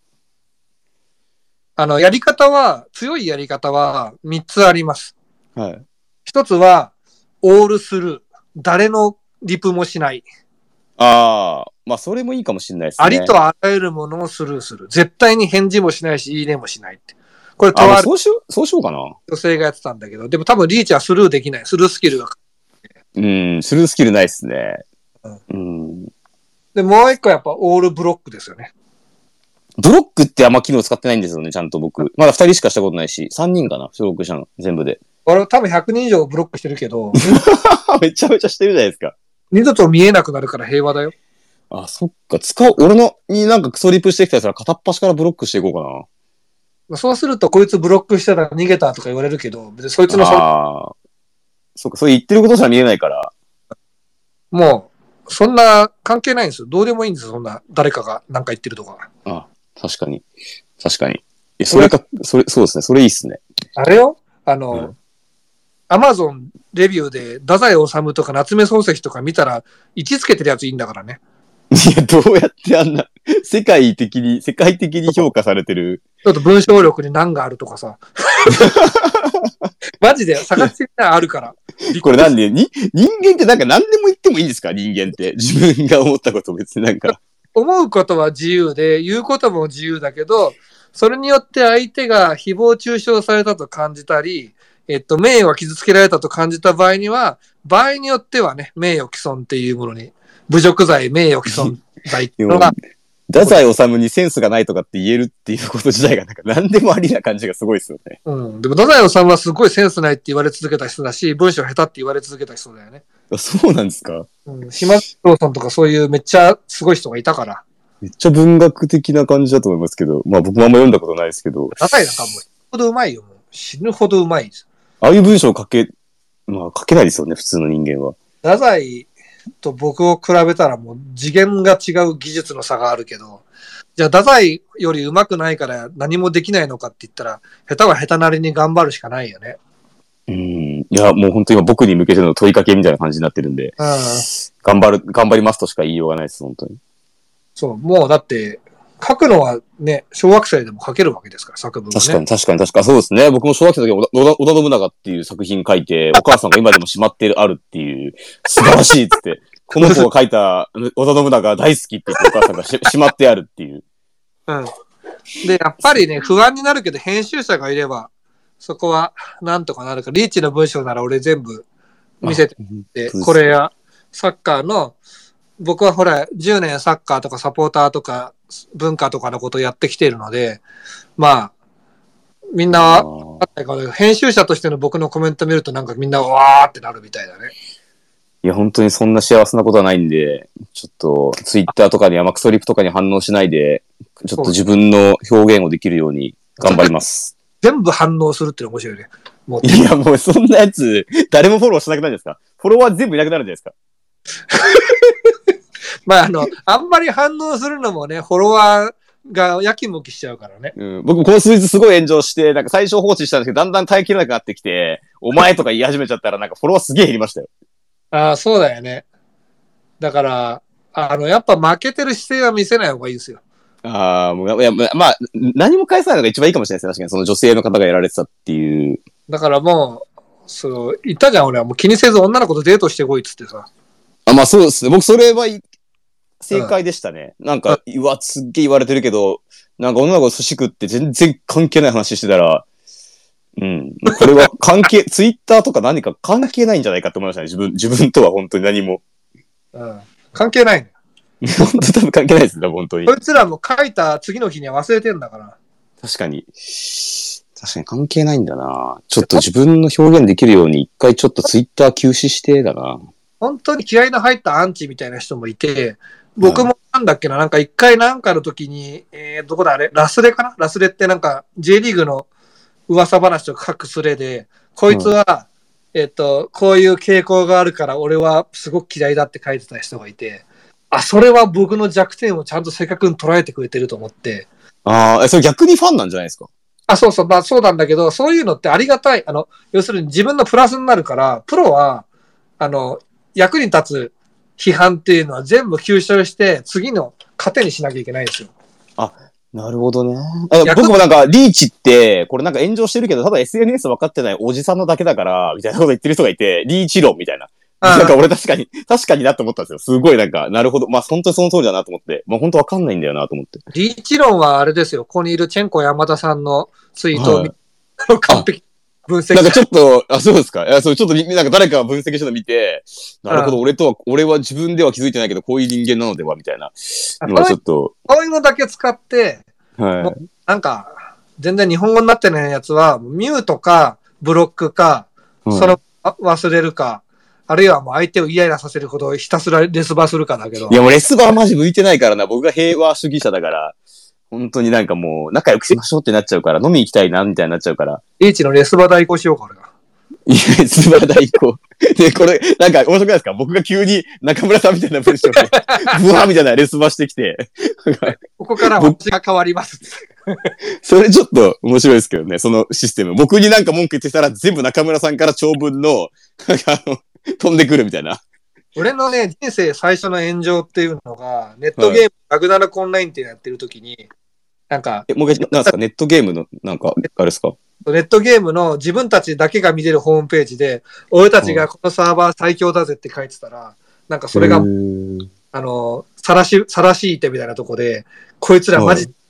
あの、やり方は、強いやり方はみっつあります。 はい。 一つは、オールスルー。誰のリプもしない。 ああ、まあそれもいいかもしれないですね。 ありとあらゆるものをスルーする。絶対に返事もしないし、いいねもしないって。これ、 とある。そうしよう、そうしようかな。 女性がやってたんだけど、でも多分リーチはスルーできない。スルースキルが。 うん、スルースキルないですね。 うん。 うん、 で、もう一個やっぱオールブロックですよね。 ブロックってあんま機能使ってないんですよね、ちゃんと僕。まだ二人しかしたことないし、三人かな、ブロックしたの、全部で。 俺多分ひゃくにん以上ブロックしてるけど。 めちゃめちゃしてるじゃないですか。 二度と見えなくなるから平和だよ。 あ、そっか。使う、俺のになんかクソリプしてきたやつら片っ端からブロックしていこうかな。そうすると、こいつブロックしたら逃げたとか言われるけど、別にそいつのそああ。そっか、それ言ってることしか見えないから。 もう、そんな関係ないんですよ。どうでもいいんですよ、そんな誰かが何か言ってるとか。 あ、確かに。確かに。え、それか、それ、そうですね。それいいっすね。 あれよあの、アマゾンレビューで、太宰治とか夏目漱石とか見たら、位置つけてるやついいんだからね。 いや、どうやってあんな、世界的に、世界的に評価されてる。 ちょっと文章力に難があるとかさ。マジで探してみたらあるから。 これなんで、に、人間ってなんか何でも言ってもいいんですか人間って。自分が思ったこと別になんか。 思うことは自由で、言うことも自由だけど、 それによって相手が誹謗中傷されたと感じたり、えっと、名誉が傷つけられたと感じた場合には、場合によってはね、名誉毀損っていうものに、侮辱罪、名誉毀損罪っていうのが、 太宰治にセンスがないとかって言えるっていうこと自体がなんか何でもありな感じがすごいですよね。 うん。でも太宰治はすごいセンスないって言われ続けた人だし、文章下手って言われ続けた人だよね。 そうなんですか？ うん。島津さんとかそういうめっちゃすごい人がいたから。 めっちゃ文学的な感じだと思いますけど、まあ僕もあんま読んだことないですけど。 太宰なんかもう死ぬほどうまいよ。もう死ぬほどうまいです。 ああいう文章を書け、まあ書けないですよね、普通の人間は。 太宰と僕を比べたらもう次元が違う技術の差があるけど、じゃあ太宰より上手くないから何もできないのかって言ったら、下手は下手なりに頑張るしかないよね。 うん。いや、もう本当今僕に向けての問いかけみたいな感じになってるんで、うん、頑張る、頑張りますとしか言いようがないです、本当に。 そう、もうだって、書くのはね、小学生でも書けるわけですから、作文をね。 確かに確かに確かに、そうですね。僕も小学生の時織田、織田信長っていう作品書いて、お母さんが今でもしまってあるっていう、素晴らしいっつって、この子が書いた織田信長大好きって言ってお母さんが し, しまってあるっていう。 うん。で、やっぱりね、不安になるけど、編集者がいれば、そこはなんとかなるか。リーチの文章なら俺全部見せてて、これや、サッカーの、僕はほら、じゅうねんサッカーとかサポーターとか文化とかのことをやってきているので、まあ、みんな、編集者としての僕のコメント見るとなんかみんなわーってなるみたいだね。 いや、本当にそんな幸せなことはないんで、ちょっと、ツイッターとかに山クソリプとかに反応しないで、ちょっと自分の表現をできるように頑張ります。 全部反応するっての面白いね。 もういや、もうそんなやつ、誰もフォローしなくなるんですか？フォロワー全部いなくなるんじゃないですか？ まあ、あの、あんまり反応するのもね、フォロワーがやきもきしちゃうからね。 うん、僕、この数日すごい炎上して、なんか最初放置したんですけど、だんだん耐えきれなくなってきて、お前とか言い始めちゃったら、なんかフォロワーすげえ減りましたよ。 ああ、そうだよね。だから、あの、やっぱ負けてる姿勢は見せない方がいいですよ。 ああ、もう、いや、まあ、何も返さないのが一番いいかもしれないですね。確かに、その女性の方がやられてたっていう。 だからもう、そう、言ったじゃん、俺はもう気にせず女の子とデートしてこいっつってさ。 あ、まあそうですね。僕、それは、正解でしたね。うん、なんか、うわ、すっげえ言われてるけど、なんか女の子と寿司食って全然関係ない話してたら、うん。これは関係、ツイッターとか何か関係ないんじゃないかと思いましたね。自分、自分とは本当に何も。 うん。関係ないね。 本当多分関係ないですね、本当に。 こいつらも書いた次の日には忘れてんだから。 確かに。確かに関係ないんだな。ちょっと自分の表現できるように一回ちょっとツイッター休止してだな。 本当に気合の入ったアンチみたいな人もいて、僕もなんだっけな、なんか一回なんかの時に、えー、どこだあれラスレかなラスレってなんか J リーグの噂話を書くスレで、こいつは、うん、えっと、こういう傾向があるから俺はすごく嫌いだって書いてた人がいて、あ、それは僕の弱点をちゃんと正確に捉えてくれてると思って。 ああ、それ逆にファンなんじゃないですか？ あ、そうそう、まあそうなんだけど、そういうのってありがたい。あの、要するに自分のプラスになるから、プロは、あの、役に立つ批判っていうのは全部吸収して、次の糧にしなきゃいけないんですよ。 あ、なるほどね。僕もなんか、リーチって、これなんか炎上してるけど、ただ エスエヌエス 分かってないおじさんのだけだから、みたいなこと言ってる人がいて、リーチ論みたいな。なんか俺確かに、確かになって思ったんですよ。すごいなんか、なるほど。まあ本当にその通りだなと思って。まあ本当わかんないんだよなと思って。 リーチ論はあれですよ。ここにいるチェンコ山田さんのツイートを見、はい、完璧分析。 なんかちょっと、あ、そうですか。いや、そう、ちょっと、なんか誰かが分析したの見て、なるほど、俺とは、俺は自分では気づいてないけど、こういう人間なのでは、みたいなのはちょっと。 こういうのだけ使って、 はい。 なんか、全然日本語になってないやつは、ミュートか、ブロックか、はい、それを忘れるか、あるいはもう相手をイライラさせるほどひたすらレスバーするかだけど。 いやもうレスバーマジ向いてないからな。僕が平和主義者だから、本当になんかもう仲良くしましょうってなっちゃうから、飲み行きたいな、みたいになっちゃうから。 H のレスバー代行しようか、俺が。 いや、レスバー代行。で、これ、なんか面白くないですか？僕が急に中村さんみたいな文章で、ブワーみたいなレスバーしてきて。 ここから私が変わります。 それちょっと面白いですけどね、そのシステム。僕になんか文句言ってたら全部中村さんから長文の、なんかあの、飛んでくるみたいな。 俺のね、人生最初の炎上っていうのが、ネットゲーム、ラグナロクオンラインってやってる時に、なんか。 え、もう一回、なんですかネットゲームの、なんか、あれですかネットゲームの自分たちだけが見れるホームページで、俺たちがこのサーバー最強だぜって書いてたら、なんかそれが、あの、さらし、さらしいてみたいなとこで、こいつらマジ、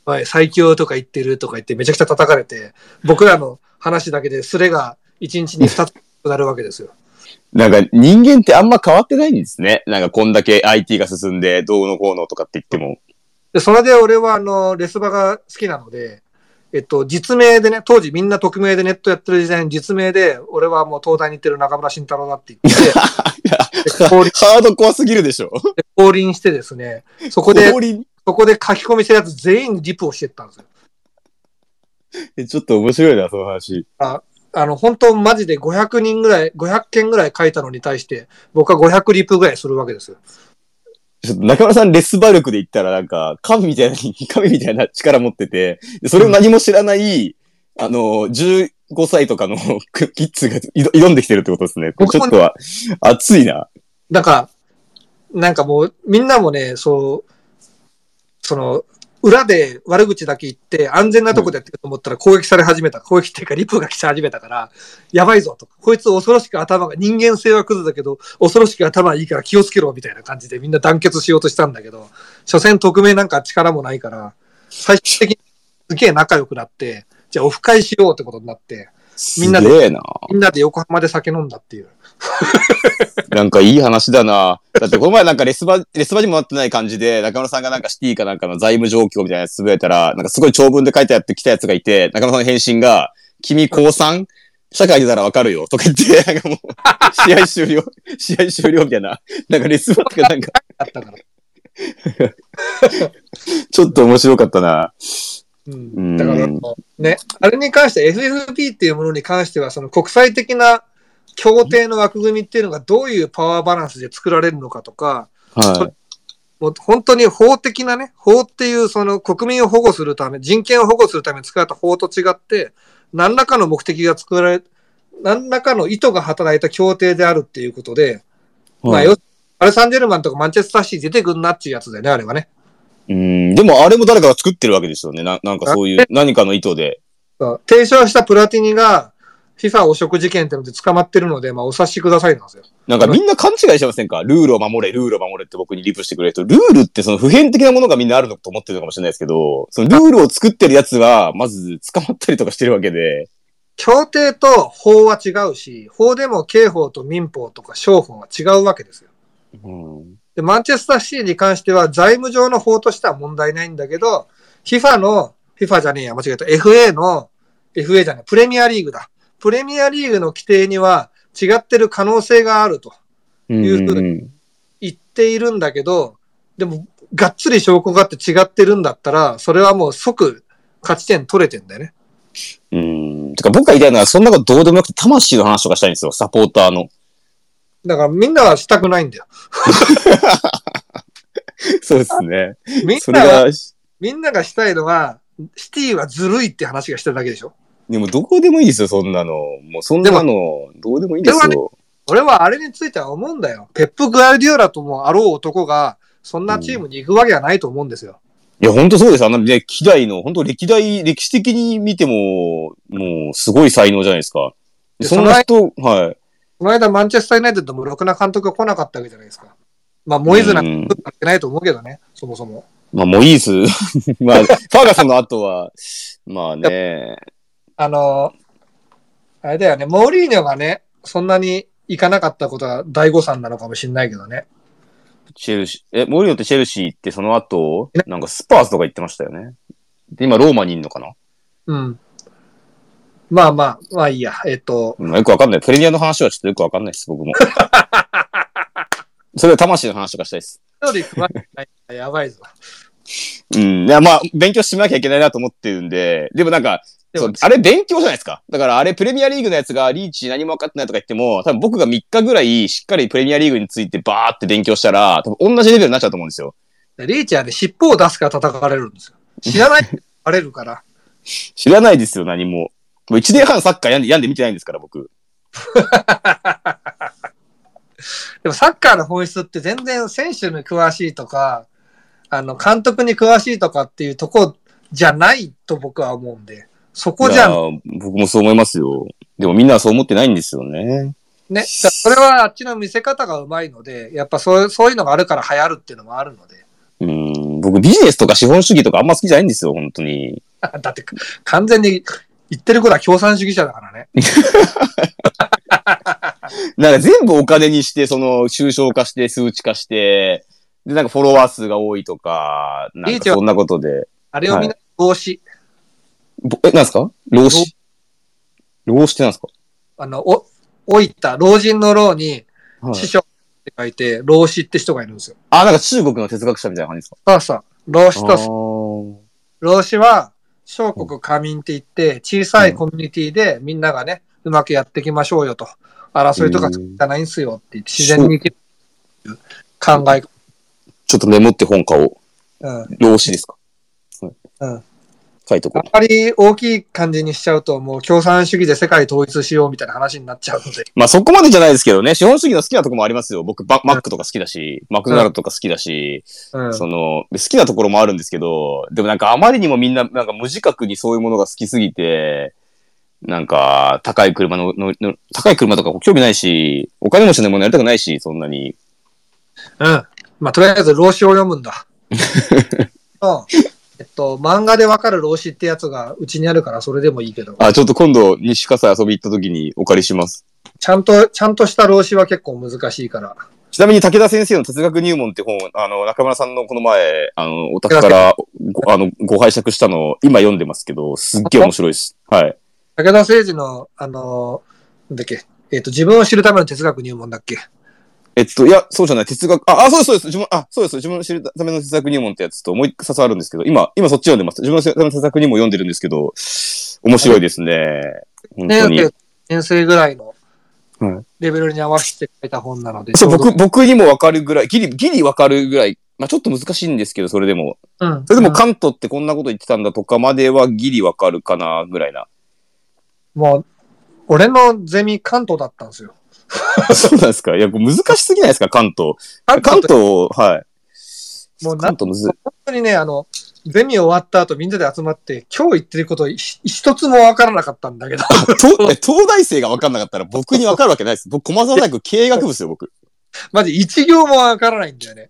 はい、最強とか言ってるとか言ってめちゃくちゃ叩かれて、僕らの話だけでスレがいちにちにふたつなるわけですよ。 なんか人間ってあんま変わってないんですね。なんかこんだけ アイティー が進んでどうのこうのとかって言っても。 で、それで俺はあの、レスバが好きなので、えっと、実名でね、当時みんな匿名でネットやってる時代に実名で、俺はもう東大に行ってる中村慎太郎だって言って、 ハードコアすぎるでしょ。 降臨してですね、そこで、そこで書き込みしたやつ全員にリプをしてったんですよ。 え、ちょっと面白いな、その話。 あ、あの、本当マジでごひゃくにんぐらい、ごひゃくけんぐらい書いたのに対して、僕はごひゃくリプぐらいするわけですよ。 ちょっと中村さんレスバ力で言ったらなんか、神みたいな、神みたいな力持ってて、それを何も知らない、うん、あの、じゅうごさいとかのキッズが挑んできてるってことですね。ちょっとは、熱いな。 なんか、なんかもう、みんなもね、そう、その、裏で悪口だけ言って安全なとこでやってると思ったら攻撃され始めた。攻撃っていうかリプが来て始めたから、やばいぞと。こいつ恐ろしく頭が、人間性はクズだけど、恐ろしく頭いいから気をつけろみたいな感じでみんな団結しようとしたんだけど、所詮匿名なんか力もないから、最終的にすげえ仲良くなって、じゃあオフ会しようってことになって、みんなで、みんなで横浜で酒飲んだっていう。 なんかいい話だな。だってこの前なんかレスバ、レスバにもなってない感じで、中村さんがなんかシティかなんかの財務状況みたいなやつつぶやいたら、なんかすごい長文で書いてあってきたやつがいて、中村さんの返信が、君高さん社会出たらわかるよとか言って、なんかもう、試合終了、試合終了みたいな。なんかレスバとかなんかあったから。ちょっと面白かったな。 うん、だからね、あれに関して エフエフピー っていうものに関しては、その国際的な協定の枠組みっていうのがどういうパワーバランスで作られるのかとか、 はい、 もう本当に法的なね、法っていうその国民を保護するため、人権を保護するために作られた法と違って、何らかの目的が作られ、何らかの意図が働いた協定であるっていうことで、はい、まあ、アルサンジェルマンとかマンチェスターシー出てくんなっていうやつだよね、あれはね。 うん、でもあれも誰かが作ってるわけですよね。な、なんかそういう何かの意図で。 提唱したプラティニが FIFA 汚職事件ってので捕まってるので、まあお察しくださいなんですよ。 なんかみんな勘違いしてませんか？ルールを守れ、ルールを守れって僕にリプしてくれる人。ルールってその普遍的なものがみんなあるのと思ってるのかもしれないですけど、そのルールを作ってるやつはまず捕まったりとかしてるわけで。 協定と法は違うし、法でも刑法と民法とか商法は違うわけですよ。うんで、マンチェスターシティに関しては財務上の法としては問題ないんだけど、FIFA の、FIFA じゃねえや、間違えた、エフエー の、エフエー じゃない、プレミアリーグだ。プレミアリーグの規定には違ってる可能性があるというふうに言っているんだけど、でも、がっつり証拠があって違ってるんだったら、それはもう即勝ち点取れてんだよね。 うーん。てか僕が言いたいのは、そんなことどうでもよくて、魂の話とかしたいんですよ、サポーターの。 だからみんなはしたくないんだよ。 そうですね。 みんなが、みんながしたいのは、シティはずるいって話がしてるだけでしょ。 でもどこでもいいですよ、そんなの。もうそんなの、どうでもいいですよ。 ね、俺はあれについては思うんだよ。ペップ・グアルディオラともあろう男が、そんなチームに行くわけはないと思うんですよ。 うん、いや、本当そうです。あのね、希代の、本当歴代、歴史的に見ても、もう、すごい才能じゃないですか。そんな人、はい。 この間、マンチェスター・ユナイテッドもろくな監督が来なかったわけじゃないですか。まあ、モイズなんかやってないと思うけどね、そもそも。 まあ、モイーズ。まあ、ファーガソンの後は、まあね。 あの、あれだよね、モーリーニョがね、そんなに行かなかったことは大誤算なのかもしれないけどね。 チェルシー、え、モーリーニョってチェルシー行ってその後、なんかスパーズとか行ってましたよね。で、今ローマにいんのかな？ うん。まあまあ、まあいいや。えっと。 まあ、よくわかんない。プレミアの話はちょっとよくわかんないです、僕も。それは魂の話とかしたいです。 やばいぞ。 うん。いや、まあ、勉強しなきゃいけないなと思ってるんで、でもなんか、そうあれ勉強じゃないですか。だからあれプレミアリーグのやつがリーチ何も分かってないとか言っても、多分僕がみっかぐらいしっかりプレミアリーグについてバーって勉強したら、多分同じレベルになっちゃうと思うんですよ。 リーチはね、尻尾を出すから叩かれるんですよ。知らないってバレるから。 知らないですよ、何も。もういちねんはんサッカーやんで、やんで見てないんですから、僕。 でもサッカーの本質って全然選手に詳しいとか、あの、監督に詳しいとかっていうとこじゃないと僕は思うんで。そこじゃん。 僕もそう思いますよ。でもみんなはそう思ってないんですよね。 ね。それはあっちの見せ方がうまいので、やっぱそう、そういうのがあるから流行るっていうのもあるので。 うーん。 僕ビジネスとか資本主義とかあんま好きじゃないんですよ、本当に。 だって完全に言ってることは共産主義者だからね。 なんか全部お金にして、その、抽象化して、数値化して、で、なんかフォロワー数が多いとか、なんかそんなことで。 あれをみんな、老子。 え、なんすか老子老子ってなんすか？ あの、お、老いた、老人の老に、師匠って書いて、はい、老子って人がいるんですよ。 あ、なんか中国の哲学者みたいな感じですか？ そうそう。老子と、老子は、小国家民って言って、小さいコミュニティでみんながね、うまくやっていきましょうよと。争いとかじゃないんすよって言って、自然に生きる考え。 ちょっとメモって本買おう。うん。老子ですか？ うん。 書いとこう。 あんまり大きい感じにしちゃうと、もう共産主義で世界統一しようみたいな話になっちゃうので。 まあそこまでじゃないですけどね、資本主義の好きなところもありますよ。僕、マックとか好きだし、マクドナルドとか好きだし、うん、その、好きなところもあるんですけど、でもなんかあまりにもみんな、なんか無自覚にそういうものが好きすぎて、なんか、高い車の、の、の高い車とか興味ないし、お金持ちのものやりたくないし、そんなに。 うん。まあとりあえず老子を読むんだ。うん。えっと、漫画でわかる老子ってやつがうちにあるからそれでもいいけど。 あ、ちょっと今度西葛西遊び行った時にお借りします。 ちゃんと、ちゃんとした老子は結構難しいから。 ちなみに武田先生の哲学入門って本、あの、中村さんのこの前、あの、お宅からご、あの、ご拝借したのを今読んでますけど、すっげえ面白いです。はい。 武田誠治の、あの、なんだっけ、えっと、自分を知るための哲学入門だっけ。 えっと、いや、そうじゃない、哲学、あ、あ、そうです、そうです。自分、あ、そうです。自分を知るための哲学入門ってやつと、もう一冊あるんですけど、今、今そっち読んでます。自分のための哲学入門読んでるんですけど、面白いですね。本当に。 先生ぐらいのレベルに合わせて書いた本なので。 そう、僕、僕にもわかるぐらい、ギリ、ギリわかるぐらい、まあちょっと難しいんですけど、それでも。うん。それでも、カントってこんなこと言ってたんだとかまではギリわかるかな、ぐらいな。 もう、俺のゼミ関東だったんですよ。 そうなんですか？いや、難しすぎないですか、関東。関東、はい。 もう関東むずい。本当にね、あの、ゼミ終わった後みんなで集まって、今日言ってること一つもわからなかったんだけど。 東大生がわかんなかったら僕にわかるわけないです。僕、駒沢大学経営学部ですよ、僕。 マジ一行もわからないんだよね。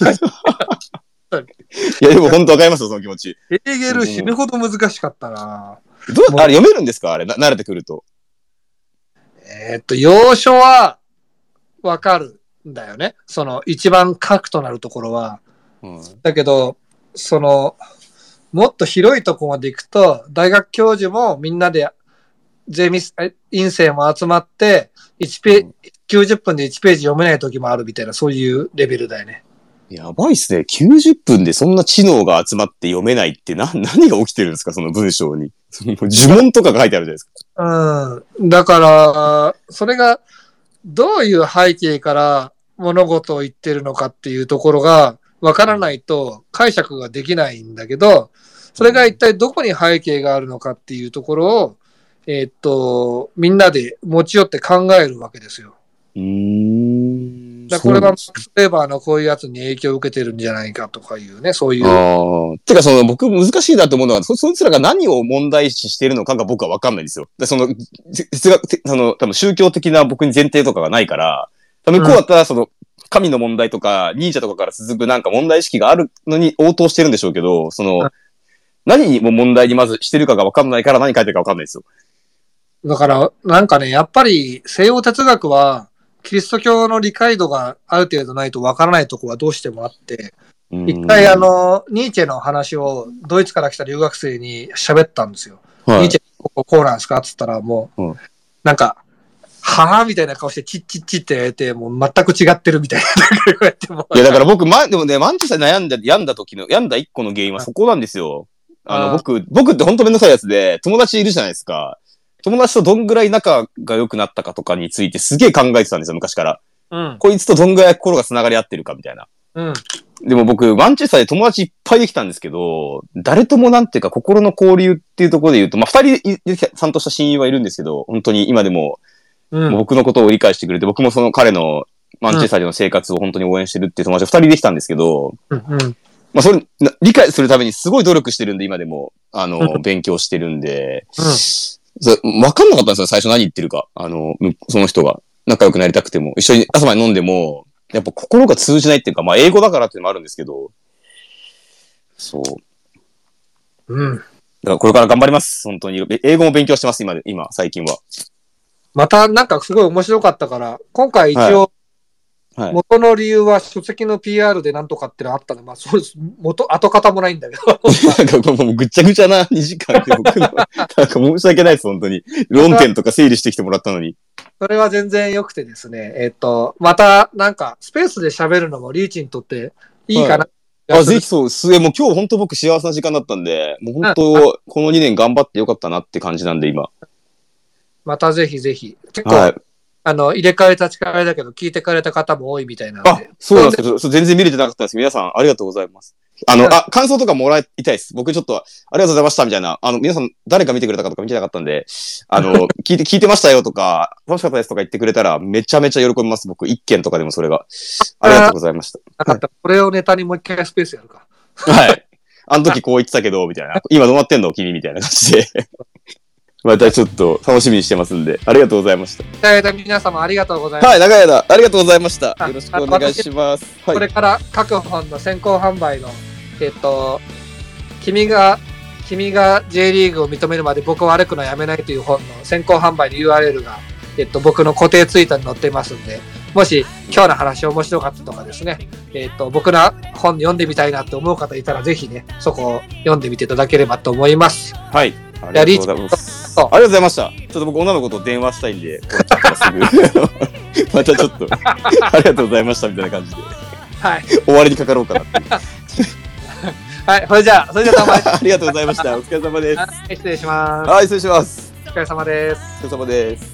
いや、でも本当わかりますよ、その気持ち。 ヘーゲル死ぬほど難しかったな。 どう、あれ読めるんですかあれ、な、慣れてくると。 えー、っと、要所はわかるんだよね。その一番核となるところは。うん、だけど、その、もっと広いところまで行くと、大学教授もみんなで、ゼミ、院生も集まって、いちページ、うん、きゅうじゅっぷんでいちページ読めない時もあるみたいな、そういうレベルだよね。 やばいっすね。きゅうじゅっぷんでそんな知能が集まって読めないってな、何が起きてるんですかその文章に。呪文とか書いてあるじゃないですか。うん。だから、それが、どういう背景から物事を言ってるのかっていうところが、わからないと解釈ができないんだけど、それが一体どこに背景があるのかっていうところを、えー、っと、みんなで持ち寄って考えるわけですよ。 うーん。 だこれはマックス・ウェーバーのこういうやつに影響を受けてるんじゃないかとかいうね、そういう。 ああ。てかその僕難しいなと思うのは、そ、そいつらが何を問題視しているのかが僕はわかんないんですよ。でその、哲学、その、多分宗教的な僕に前提とかがないから、多分こうだったらその、うん神の問題とか、忍者とかから続くなんか問題意識があるのに応答してるんでしょうけど、その、うん、何を問題にまずしてるかが分かんないから何書いてるか分かんないですよ。だから、なんかね、やっぱり西洋哲学は、キリスト教の理解度がある程度ないと分からないところはどうしてもあって、一回あの、ニーチェの話をドイツから来た留学生に喋ったんですよ。はい、ニーチェ、こここうなんですかって言ったらもう、うん、なんか、はぁみたいな顔してチッチッチッってやれて、もう全く違ってるみたいな。 いやだから僕、ま、でもね、マンチェスターで悩んだ、病んだ時の、病んだ一個の原因はそこなんですよ。あの、僕、僕ってほんとめんどくさいやつで、友達いるじゃないですか。友達とどんぐらい仲が良くなったかとかについてすげえ考えてたんですよ、昔から。うん。こいつとどんぐらい心が繋がり合ってるかみたいな。うん。でも僕、マンチェスターで友達いっぱいできたんですけど、誰ともなんていうか心の交流っていうところで言うと、まあ、二人い、ちゃんとした親友はいるんですけど、本当に今でも、うん、僕のことを理解してくれて、僕もその彼のマンチェスターでの生活を本当に応援してるっていう友達が二人できたんですけど、うんうん、まあそれ、理解するためにすごい努力してるんで、今でも、あの、うん、勉強してるんで、うん、それわかんなかったんですよ、最初何言ってるか。あの、その人が仲良くなりたくても、一緒に朝まで飲んでも、やっぱ心が通じないっていうか、まあ英語だからっていうのもあるんですけど、 そう。 うん。 だからこれから頑張ります。本当に。英語も勉強してます、今で、今、最近は。 またなんかすごい面白かったから、今回一応、はいはい、元の理由は書籍の ピーアール でなんとかってのあったの。まあそうです。元、跡形もないんだけど。 なんかもうぐっちゃぐちゃなにじかんで僕の、なんか申し訳ないです、本当に。論点とか整理してきてもらったのに。 それは全然良くてですね。えっと、またなんかスペースで喋るのもリーチにとっていいかな。 はい、あ、ぜひそう、すえ、もう今日本当僕幸せな時間だったんで、もう本当、このにねん頑張ってよかったなって感じなんで、今。 またぜひぜひ。結構、はい、あの、入れ替え立ち替えだけど、聞いてくれた方も多いみたいなんで。 あ、そうなんですけど、全然見れてなかったです。皆さん、ありがとうございます。あの、あ、感想とかもらいたいです。僕ちょっと、ありがとうございましたみたいな、あの、皆さん、誰か見てくれたかとか見てなかったんで、あの、聞いて、聞いてましたよとか、楽しかったですとか言ってくれたら、めちゃめちゃ喜びます。僕、一件とかでもそれが。ありがとうございました。 なかった。これをネタにもう一回スペースやるか。 はい。あの時こう言ってたけど、みたいな。今どうなってんの君みたいな感じで。またちょっと楽しみにしてますんで、ありがとうございました。 長い間皆様ありがとうございます。 はい、長い間ありがとうございました。よろしくお願いします。 これから各本の先行販売の、えっと、君が、君が J リーグを認めるまで僕は歩くのやめないという本の先行販売の ユーアールエル が、えっと、僕の固定ツイートに載っていますんで、もし今日の話面白かったとかですね、えっと、僕の本読んでみたいなって思う方いたらぜひね、そこを読んでみていただければと思います。 はい。ありがとうございます。ありがとうございました。ちょっと僕女の子と電話したいんで、これちょっとすぐまたちょっとありがとうございましたみたいな感じで、はい、終わりにかかろうかなっていう。 はい、それじゃあ、それじゃあどうもありがとうございました。お疲れ様です。 はい、失礼します。 はい、失礼します。 お疲れ様です。 お疲れ様です。